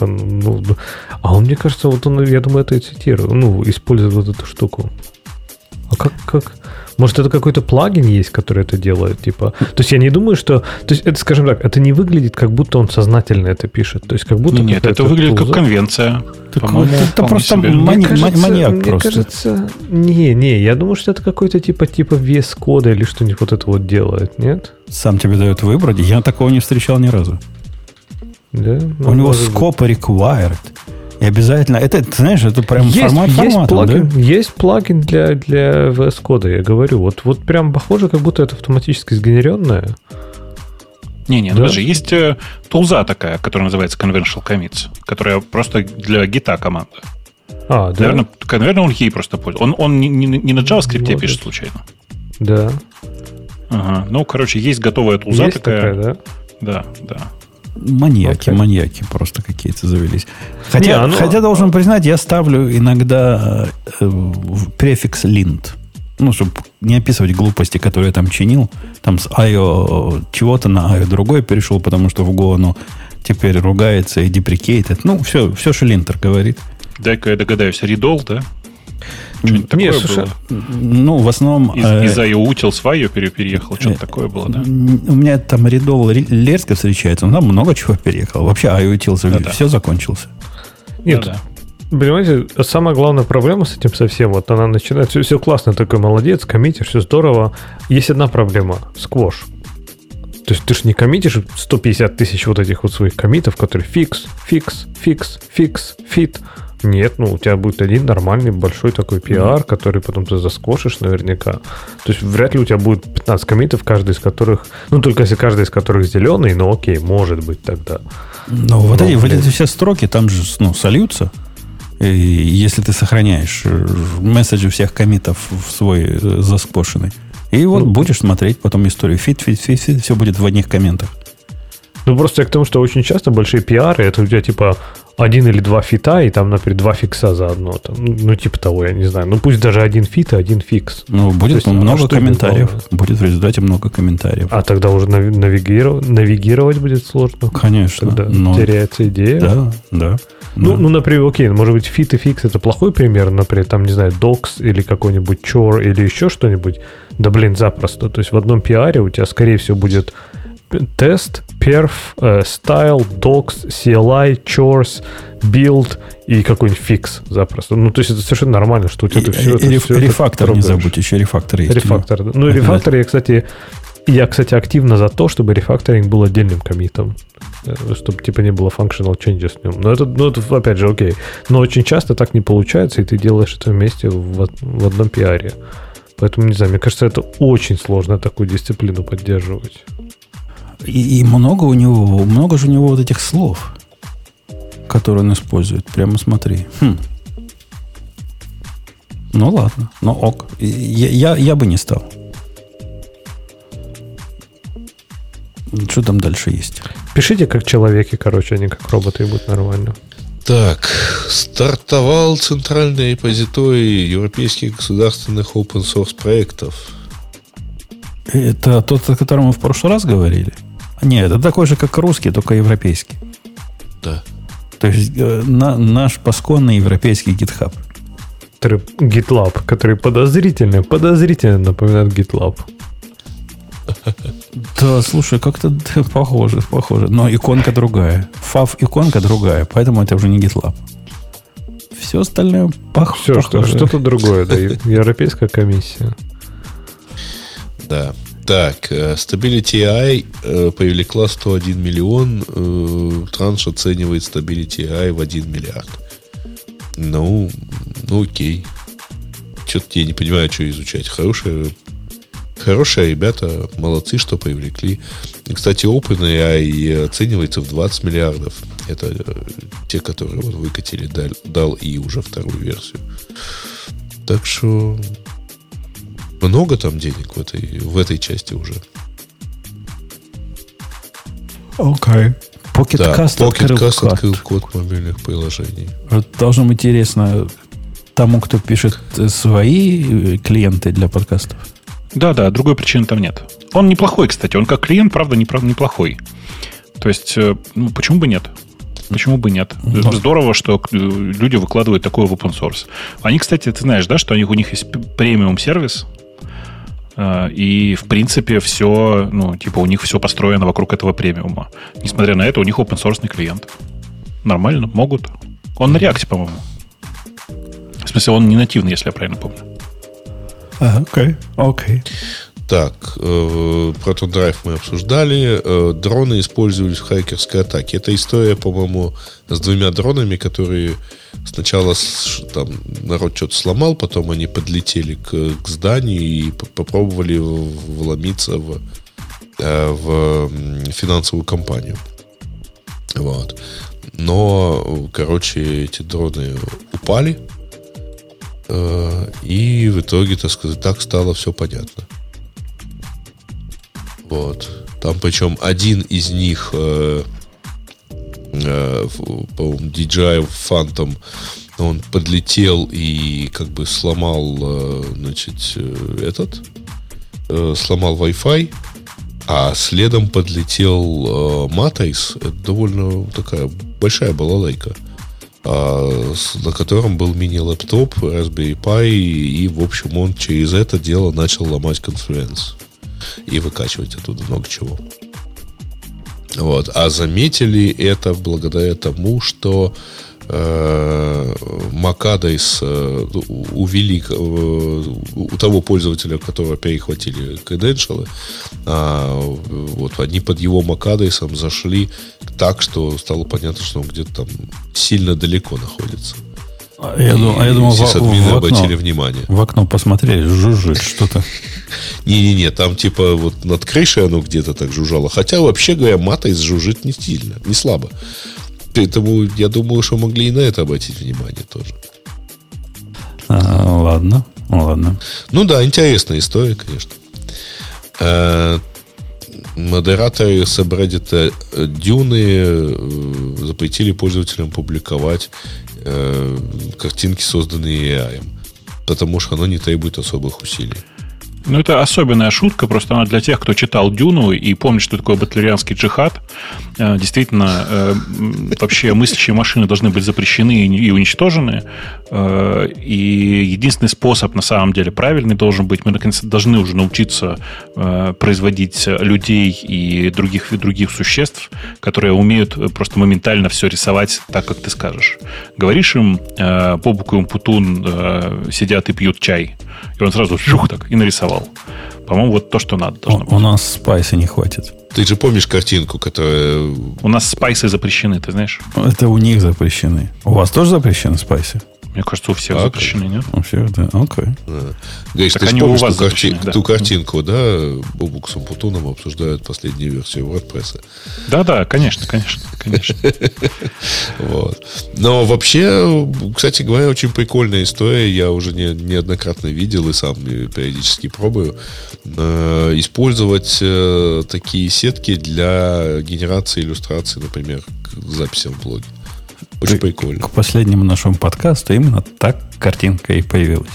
А он, мне кажется, вот он, я думаю, это и цитирую. Использует вот эту штуку. А как? Может, это какой-то плагин есть, который это делает, типа. То есть я не думаю, что... То есть это, скажем так, это не выглядит, как будто он сознательно это пишет. То есть как будто... Нет, это выглядит как конвенция. Это просто маньяк просто. Мне кажется... Не, я думаю, что это какой-то типа VS кода или что-нибудь вот это вот делает, нет? Сам тебе дает выбрать. Я такого не встречал ни разу. Да? У него scope required. И обязательно, это, ты знаешь, это прям формат, плагин, да? Есть плагин для VS кода, я говорю. Вот прям похоже, как будто это автоматически сгенеренное. Не, даже есть тулза такая, которая называется Conventional Commits, которая просто для гита команда. Да? Наверное, он ей просто пользуется. Он не на JavaScript пишет случайно. Да. Ага. Есть готовая тулза есть такая, да? Да. Маньяки просто какие-то завелись. Хотя должен признать, я ставлю иногда префикс lint. Чтобы не описывать глупости, которые я там чинил. Там с IO чего-то на IO другой перешел, потому что в Go теперь ругается и деприкейтит. Все, что линтер говорит. Дай-ка я догадаюсь, Редол, да? Что-нибудь такое было? В основном... Из IO Utils в IO переехал, что-то такое было, да? У меня там Редол резко встречается, но там много чего переехало. Вообще IO Utils все закончился. Нет, понимаете, самая главная проблема с этим совсем, вот она начинает, все классно, такой молодец, коммитишь, все здорово. Есть одна проблема, сквош. То есть ты же не коммитишь 150 тысяч вот этих вот своих коммитов, которые фикс, фит. Нет, у тебя будет один нормальный большой такой PR, который потом ты заскошишь наверняка. То есть вряд ли у тебя будет 15 коммитов, каждый из которых... только если каждый из которых зеленый, окей, может быть тогда. Вот эти все строки там же сольются. И если ты сохраняешь месседжи всех коммитов в свой заскошенный. И будешь смотреть потом историю. Фит, все будет в одних комментах. Просто я к тому, что очень часто большие PR, это у тебя типа 1 или 2 фита, и там, например, 2 фикса заодно. Типа того, я не знаю. Пусть даже 1 фит и 1 фикс. Будет много комментариев. Будет в результате много комментариев. А тогда уже навигировать будет сложно. Конечно. Тогда теряется идея. Да. Например, окей, может быть, фит и фикс это плохой пример, например, там, не знаю, docs или какой-нибудь chore или еще что-нибудь. Да, запросто. То есть в одном пиаре у тебя, скорее всего, будет тест, perf, style, docs, CLI, chores, build и какой-нибудь фикс запросто. То есть это совершенно нормально, что у тебя все это... Рефактор не забудь, еще рефактор есть. Рефактор. Рефактор я, кстати, активно за то, чтобы рефакторинг был отдельным коммитом. Чтобы типа не было functional changes в нем. Но это опять же, окей. Но очень часто так не получается, и ты делаешь это вместе в одном пиаре. Поэтому, не знаю, мне кажется, это очень сложно такую дисциплину поддерживать. И много же у него вот этих слов. который он использует. Прямо смотри. Ну, ладно. Ну, ок. Я бы не стал. Что там дальше есть? Пишите как человеки, короче, а не как роботы, и будет нормально. Так, стартовал центральный репозиторий европейских государственных open source проектов. Это тот, о котором мы в прошлый раз говорили? Нет, это такой же, как русский, только европейский. Да. То есть наш пасконный европейский GitHub. GitLab, который подозрительно напоминает GitLab. Да, слушай, как-то похоже. Но иконка другая. Fav-иконка другая, поэтому это уже не GitLab. Все остальное похоже. Все, что-то другое, да. Европейская комиссия. Да. Так, Stability AI привлекла 101 миллион. Транш оценивает Stability AI в 1 миллиард. Ну, окей. Что-то я не понимаю, что изучать. Хорошие ребята, молодцы, что привлекли. И, кстати, OpenAI оценивается в 20 миллиардов. Это те, которые вот выкатили DALL-E уже вторую версию. Так что много там денег в этой части уже. Окей. Pocket открыл код мобильных приложений. Должно быть интересно тому, кто пишет свои клиенты для подкастов. Да, другой причины там нет. Он неплохой, кстати. Он как клиент, правда, неплохой. То есть, почему бы нет? Почему бы нет? Здорово, что люди выкладывают такое в open source. Они, кстати, ты знаешь, да, что у них есть премиум-сервис, и, в принципе, все, у них все построено вокруг этого премиума. Несмотря на это, у них open-source клиент. Нормально, могут. Он на React, по-моему. В смысле, он не нативный, если я правильно помню. Окей. Так, Proton Drive мы обсуждали. Дроны использовались в хакерской атаке. Это история, по-моему, с 2 дронами, которые сначала там народ что-то сломал, потом они подлетели к зданию и попробовали вломиться в финансовую компанию. Вот. Но, короче, эти дроны упали, и в итоге, так сказать, так стало все понятно. Вот. Там причем один из них, по-моему, DJI Phantom, он подлетел и как бы сломал, сломал Wi-Fi, а следом подлетел Matrix. Это довольно такая большая балалайка, на котором был мини-лэптоп Raspberry Pi, и, в общем, он через это дело начал ломать Confluence и выкачивать оттуда много чего. Вот. А заметили это благодаря тому, что Macadais увели у того пользователя, у которого перехватили креденшалы, вот они под его Macadais'ом зашли так, что стало понятно, что он где-то там сильно далеко находится. Я думал, сисадмины обратили внимание. В окно посмотрели, жужжит что-то. Не-не-не, там типа вот над крышей оно где-то так жужжало. Хотя, вообще говоря, Matrix жужжит не сильно, не слабо. Поэтому я думаю, что могли и на это обратить внимание тоже. Ладно. Ну да, интересная история, конечно. Модераторы сабреддита Дюны запретили пользователям публиковать картинки, созданные AI, потому что оно не требует особых усилий. Ну, это особенная шутка, просто она для тех, кто читал «Дюну» и помнит, что такое батлерианский джихад. Действительно, вообще мыслящие машины должны быть запрещены и уничтожены. И единственный способ, на самом деле, правильный должен быть, мы, наконец, должны уже научиться производить людей и других существ, которые умеют просто моментально все рисовать так, как ты скажешь. Говоришь им, Бобук и Умпутун сидят и пьют чай, и он сразу жух так и нарисовал. По-моему, вот то, что надо, должно быть. У нас спайса не хватит. Ты же помнишь картинку, которая... У нас спайсы запрещены, ты знаешь? Это у них запрещены. У вас тоже запрещены спайсы? Мне кажется, у всех запрещены, нет? У всех, да. Окей. Гриш, Так ты они помнишь у вас запрещены, ту картинку, да? Бобук с Умпутуном обсуждают последнюю версию WordPress. Да, конечно. Вот. Но вообще, кстати говоря, очень прикольная история. Я уже неоднократно видел и сам периодически пробую использовать такие сетки для генерации иллюстраций, например, к записям в блоге. Очень прикольно. К последнему нашему подкасту именно так картинка и появилась.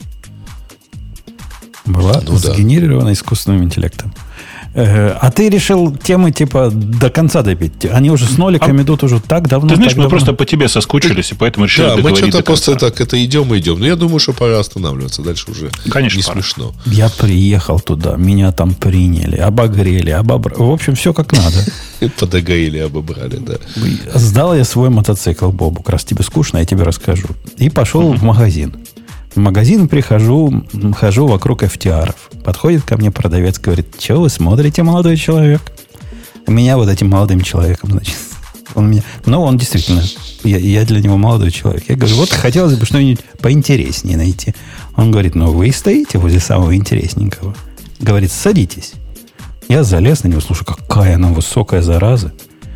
Была сгенерирована искусственным интеллектом. А ты решил темы типа до конца добить? Они уже с ноликами идут уже так давно. Ты знаешь, мы просто по тебе соскучились, и поэтому решили договорить. Да, мы что-то просто так это идем. Но я думаю, что пора останавливаться. Дальше уже не смешно. Я приехал туда, меня там приняли, обогрели, обобрали. В общем, все как надо. Подогрели, обобрали, да. Сдал я свой мотоцикл, Бобук. Раз тебе скучно, я тебе расскажу. И пошел в магазин. В магазин хожу вокруг FTR-ов. Подходит ко мне продавец, говорит: что вы смотрите, молодой человек? У меня вот этим молодым человеком, значит. Он действительно, я для него молодой человек. Я говорю, вот хотелось бы что-нибудь поинтереснее найти. Он говорит: вы стоите возле самого интересненького. Говорит: садитесь. Я залез на него, слушай, какая она высокая зараза.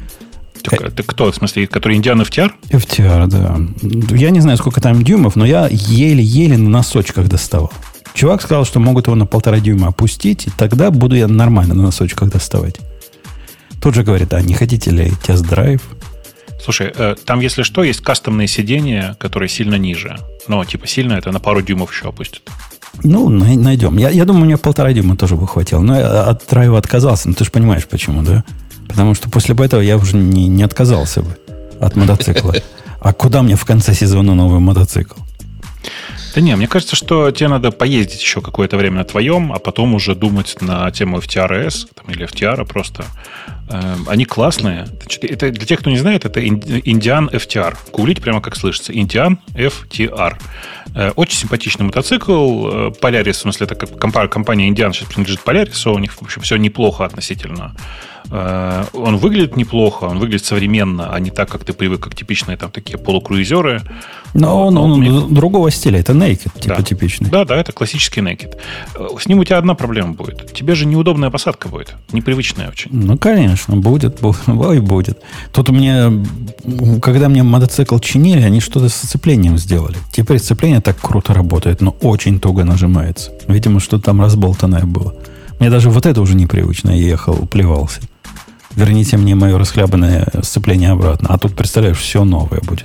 Ты кто, в смысле, который Индиан FTR? FTR, да. Я не знаю, сколько там дюймов, но я еле-еле на носочках доставал. Чувак сказал, что могут его на 1,5 дюйма опустить, и тогда буду я нормально на носочках доставать. Тут же говорит: не хотите ли тест-драйв? Слушай, там, если что, есть кастомные сиденья, которые сильно ниже. Но, сильно это на пару дюймов еще опустит. Найдем. Я думаю, мне 1,5 дюйма тоже бы хватило. Но я от драйва отказался. Ты же понимаешь, почему, да? Потому что после этого я уже не отказался бы от мотоцикла. А куда мне в конце сезона новый мотоцикл? Да не, мне кажется, что тебе надо поездить еще какое-то время на твоем, а потом уже думать на тему FTR-S или FTR просто. Они классные. Это, для тех, кто не знает, это Indian FTR. Гуглите прямо как слышится. Indian FTR. Очень симпатичный мотоцикл. Polaris, в смысле, это компания Indian сейчас принадлежит Polaris. У них, в общем, все неплохо относительно. Он выглядит неплохо, он выглядит современно, а не так, как ты привык, как типичные там такие полукруизеры. Но он другого стиля, это naked, типичный. Да, это классический naked. С ним у тебя одна проблема будет. Тебе же неудобная посадка будет, непривычная очень. Конечно, будет. Тут когда мне мотоцикл чинили, они что-то с сцеплением сделали. Теперь сцепление так круто работает, но очень туго нажимается. Видимо, что там разболтанное было. Мне даже вот это уже непривычно. Я ехал, плевался. Верните мне мое расхлябанное сцепление обратно. А тут, представляешь, все новое будет.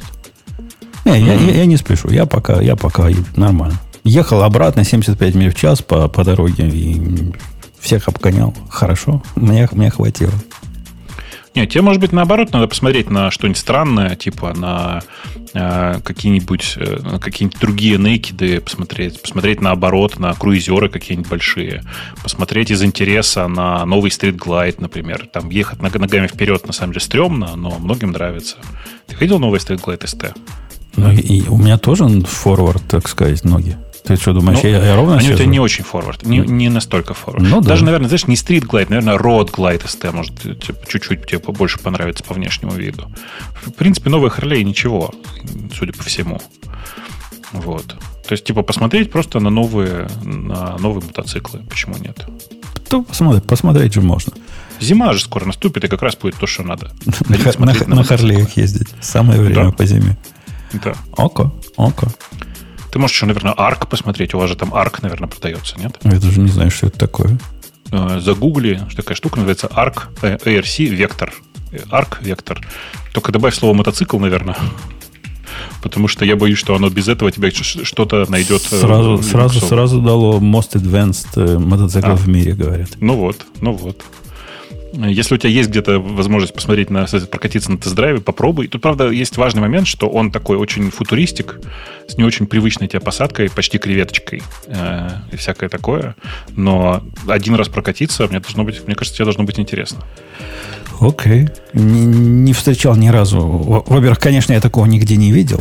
Я не спешу. Я пока нормально. Ехал обратно 75 миль в час по дороге и всех обгонял. Хорошо. Мне хватило. Нет, тебе, может быть, наоборот, надо посмотреть на что-нибудь странное, типа на какие-нибудь другие некиды, посмотреть наоборот на круизеры какие-нибудь большие, посмотреть из интереса на новый Street Glide, например. Там ехать ногами вперед, на самом деле, стрёмно, но многим нравится. Ты видел новый Street Glide ST? И у меня тоже форвард, так сказать, ноги. Ты что, думаешь, я ровно они у тебя не очень форвард, не настолько форвард. Даже, наверное, знаешь, не Street Glide, наверное, Road Glide ST может чуть-чуть тебе больше понравится по внешнему виду. В принципе, новый Harley ничего, судя по всему. Вот. То есть, посмотреть просто на новые мотоциклы. Почему нет? Посмотреть же можно. Зима же скоро наступит, и как раз будет то, что надо. На Харлеях ездить. Самое время по зиме. Да. Око. Ты можешь еще, наверное, ARC посмотреть. У вас же там ARC, наверное, продается, нет? Я даже не знаю, что это такое. Загугли, что такая штука называется ARC Vector. ARC Vector. Только добавь слово мотоцикл, наверное. Потому что я боюсь, что оно без этого тебя что-то найдет. Сразу дало Most Advanced мотоцикл в мире, говорят. Ну вот. Если у тебя есть где-то возможность посмотреть, прокатиться на тест-драйве, попробуй. Тут, правда, есть важный момент, что он такой очень футуристик, с не очень привычной тебе посадкой, почти креветочкой и всякое такое. Но один раз прокатиться, мне кажется, тебе должно быть интересно. Окей. Не встречал ни разу. Во-первых, конечно, я такого нигде не видел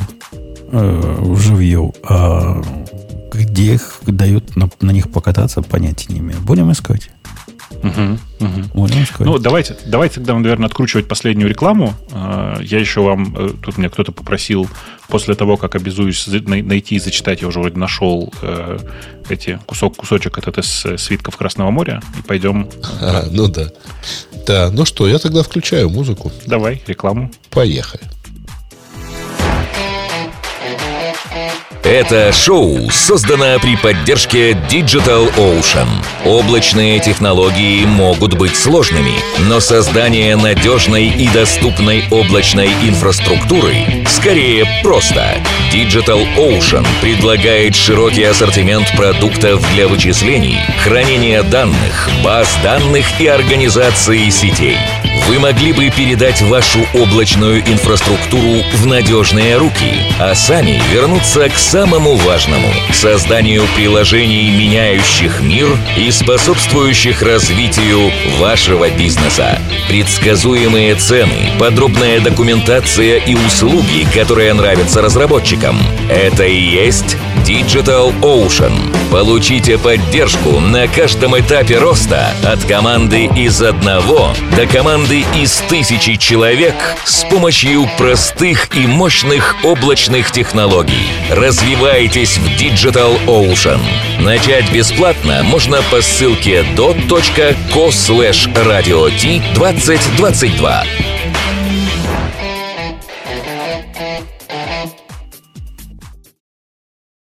вживую. А где их дают на них покататься, понятия не имею. Будем искать. Ну, давайте тогда, наверное, откручивать последнюю рекламу. Я еще вам... Тут меня кто-то попросил после того, как обязуюсь найти и зачитать, я уже вроде нашел кусочек этот из свитков Красного моря, и пойдем... Ну да. Да, ну что, я тогда включаю музыку. Давай, рекламу. Поехали. Это шоу создано при поддержке Digital Ocean. Облачные технологии могут быть сложными, но создание надежной и доступной облачной инфраструктуры скорее просто. Digital Ocean предлагает широкий ассортимент продуктов для вычислений, хранения данных, баз данных и организации сетей. Вы могли бы передать вашу облачную инфраструктуру в надежные руки, а сами вернуться к самому важному – созданию приложений, меняющих мир и способствующих развитию вашего бизнеса. Предсказуемые цены, подробная документация и услуги, которые нравятся разработчикам – это и есть Digital Ocean. Получите поддержку на каждом этапе роста от команды из 1 до команды из 1000 человек с помощью простых и мощных облачных технологий. Развивайтесь в Digital Ocean. Начать бесплатно можно по ссылке dot.co/radio-t2022.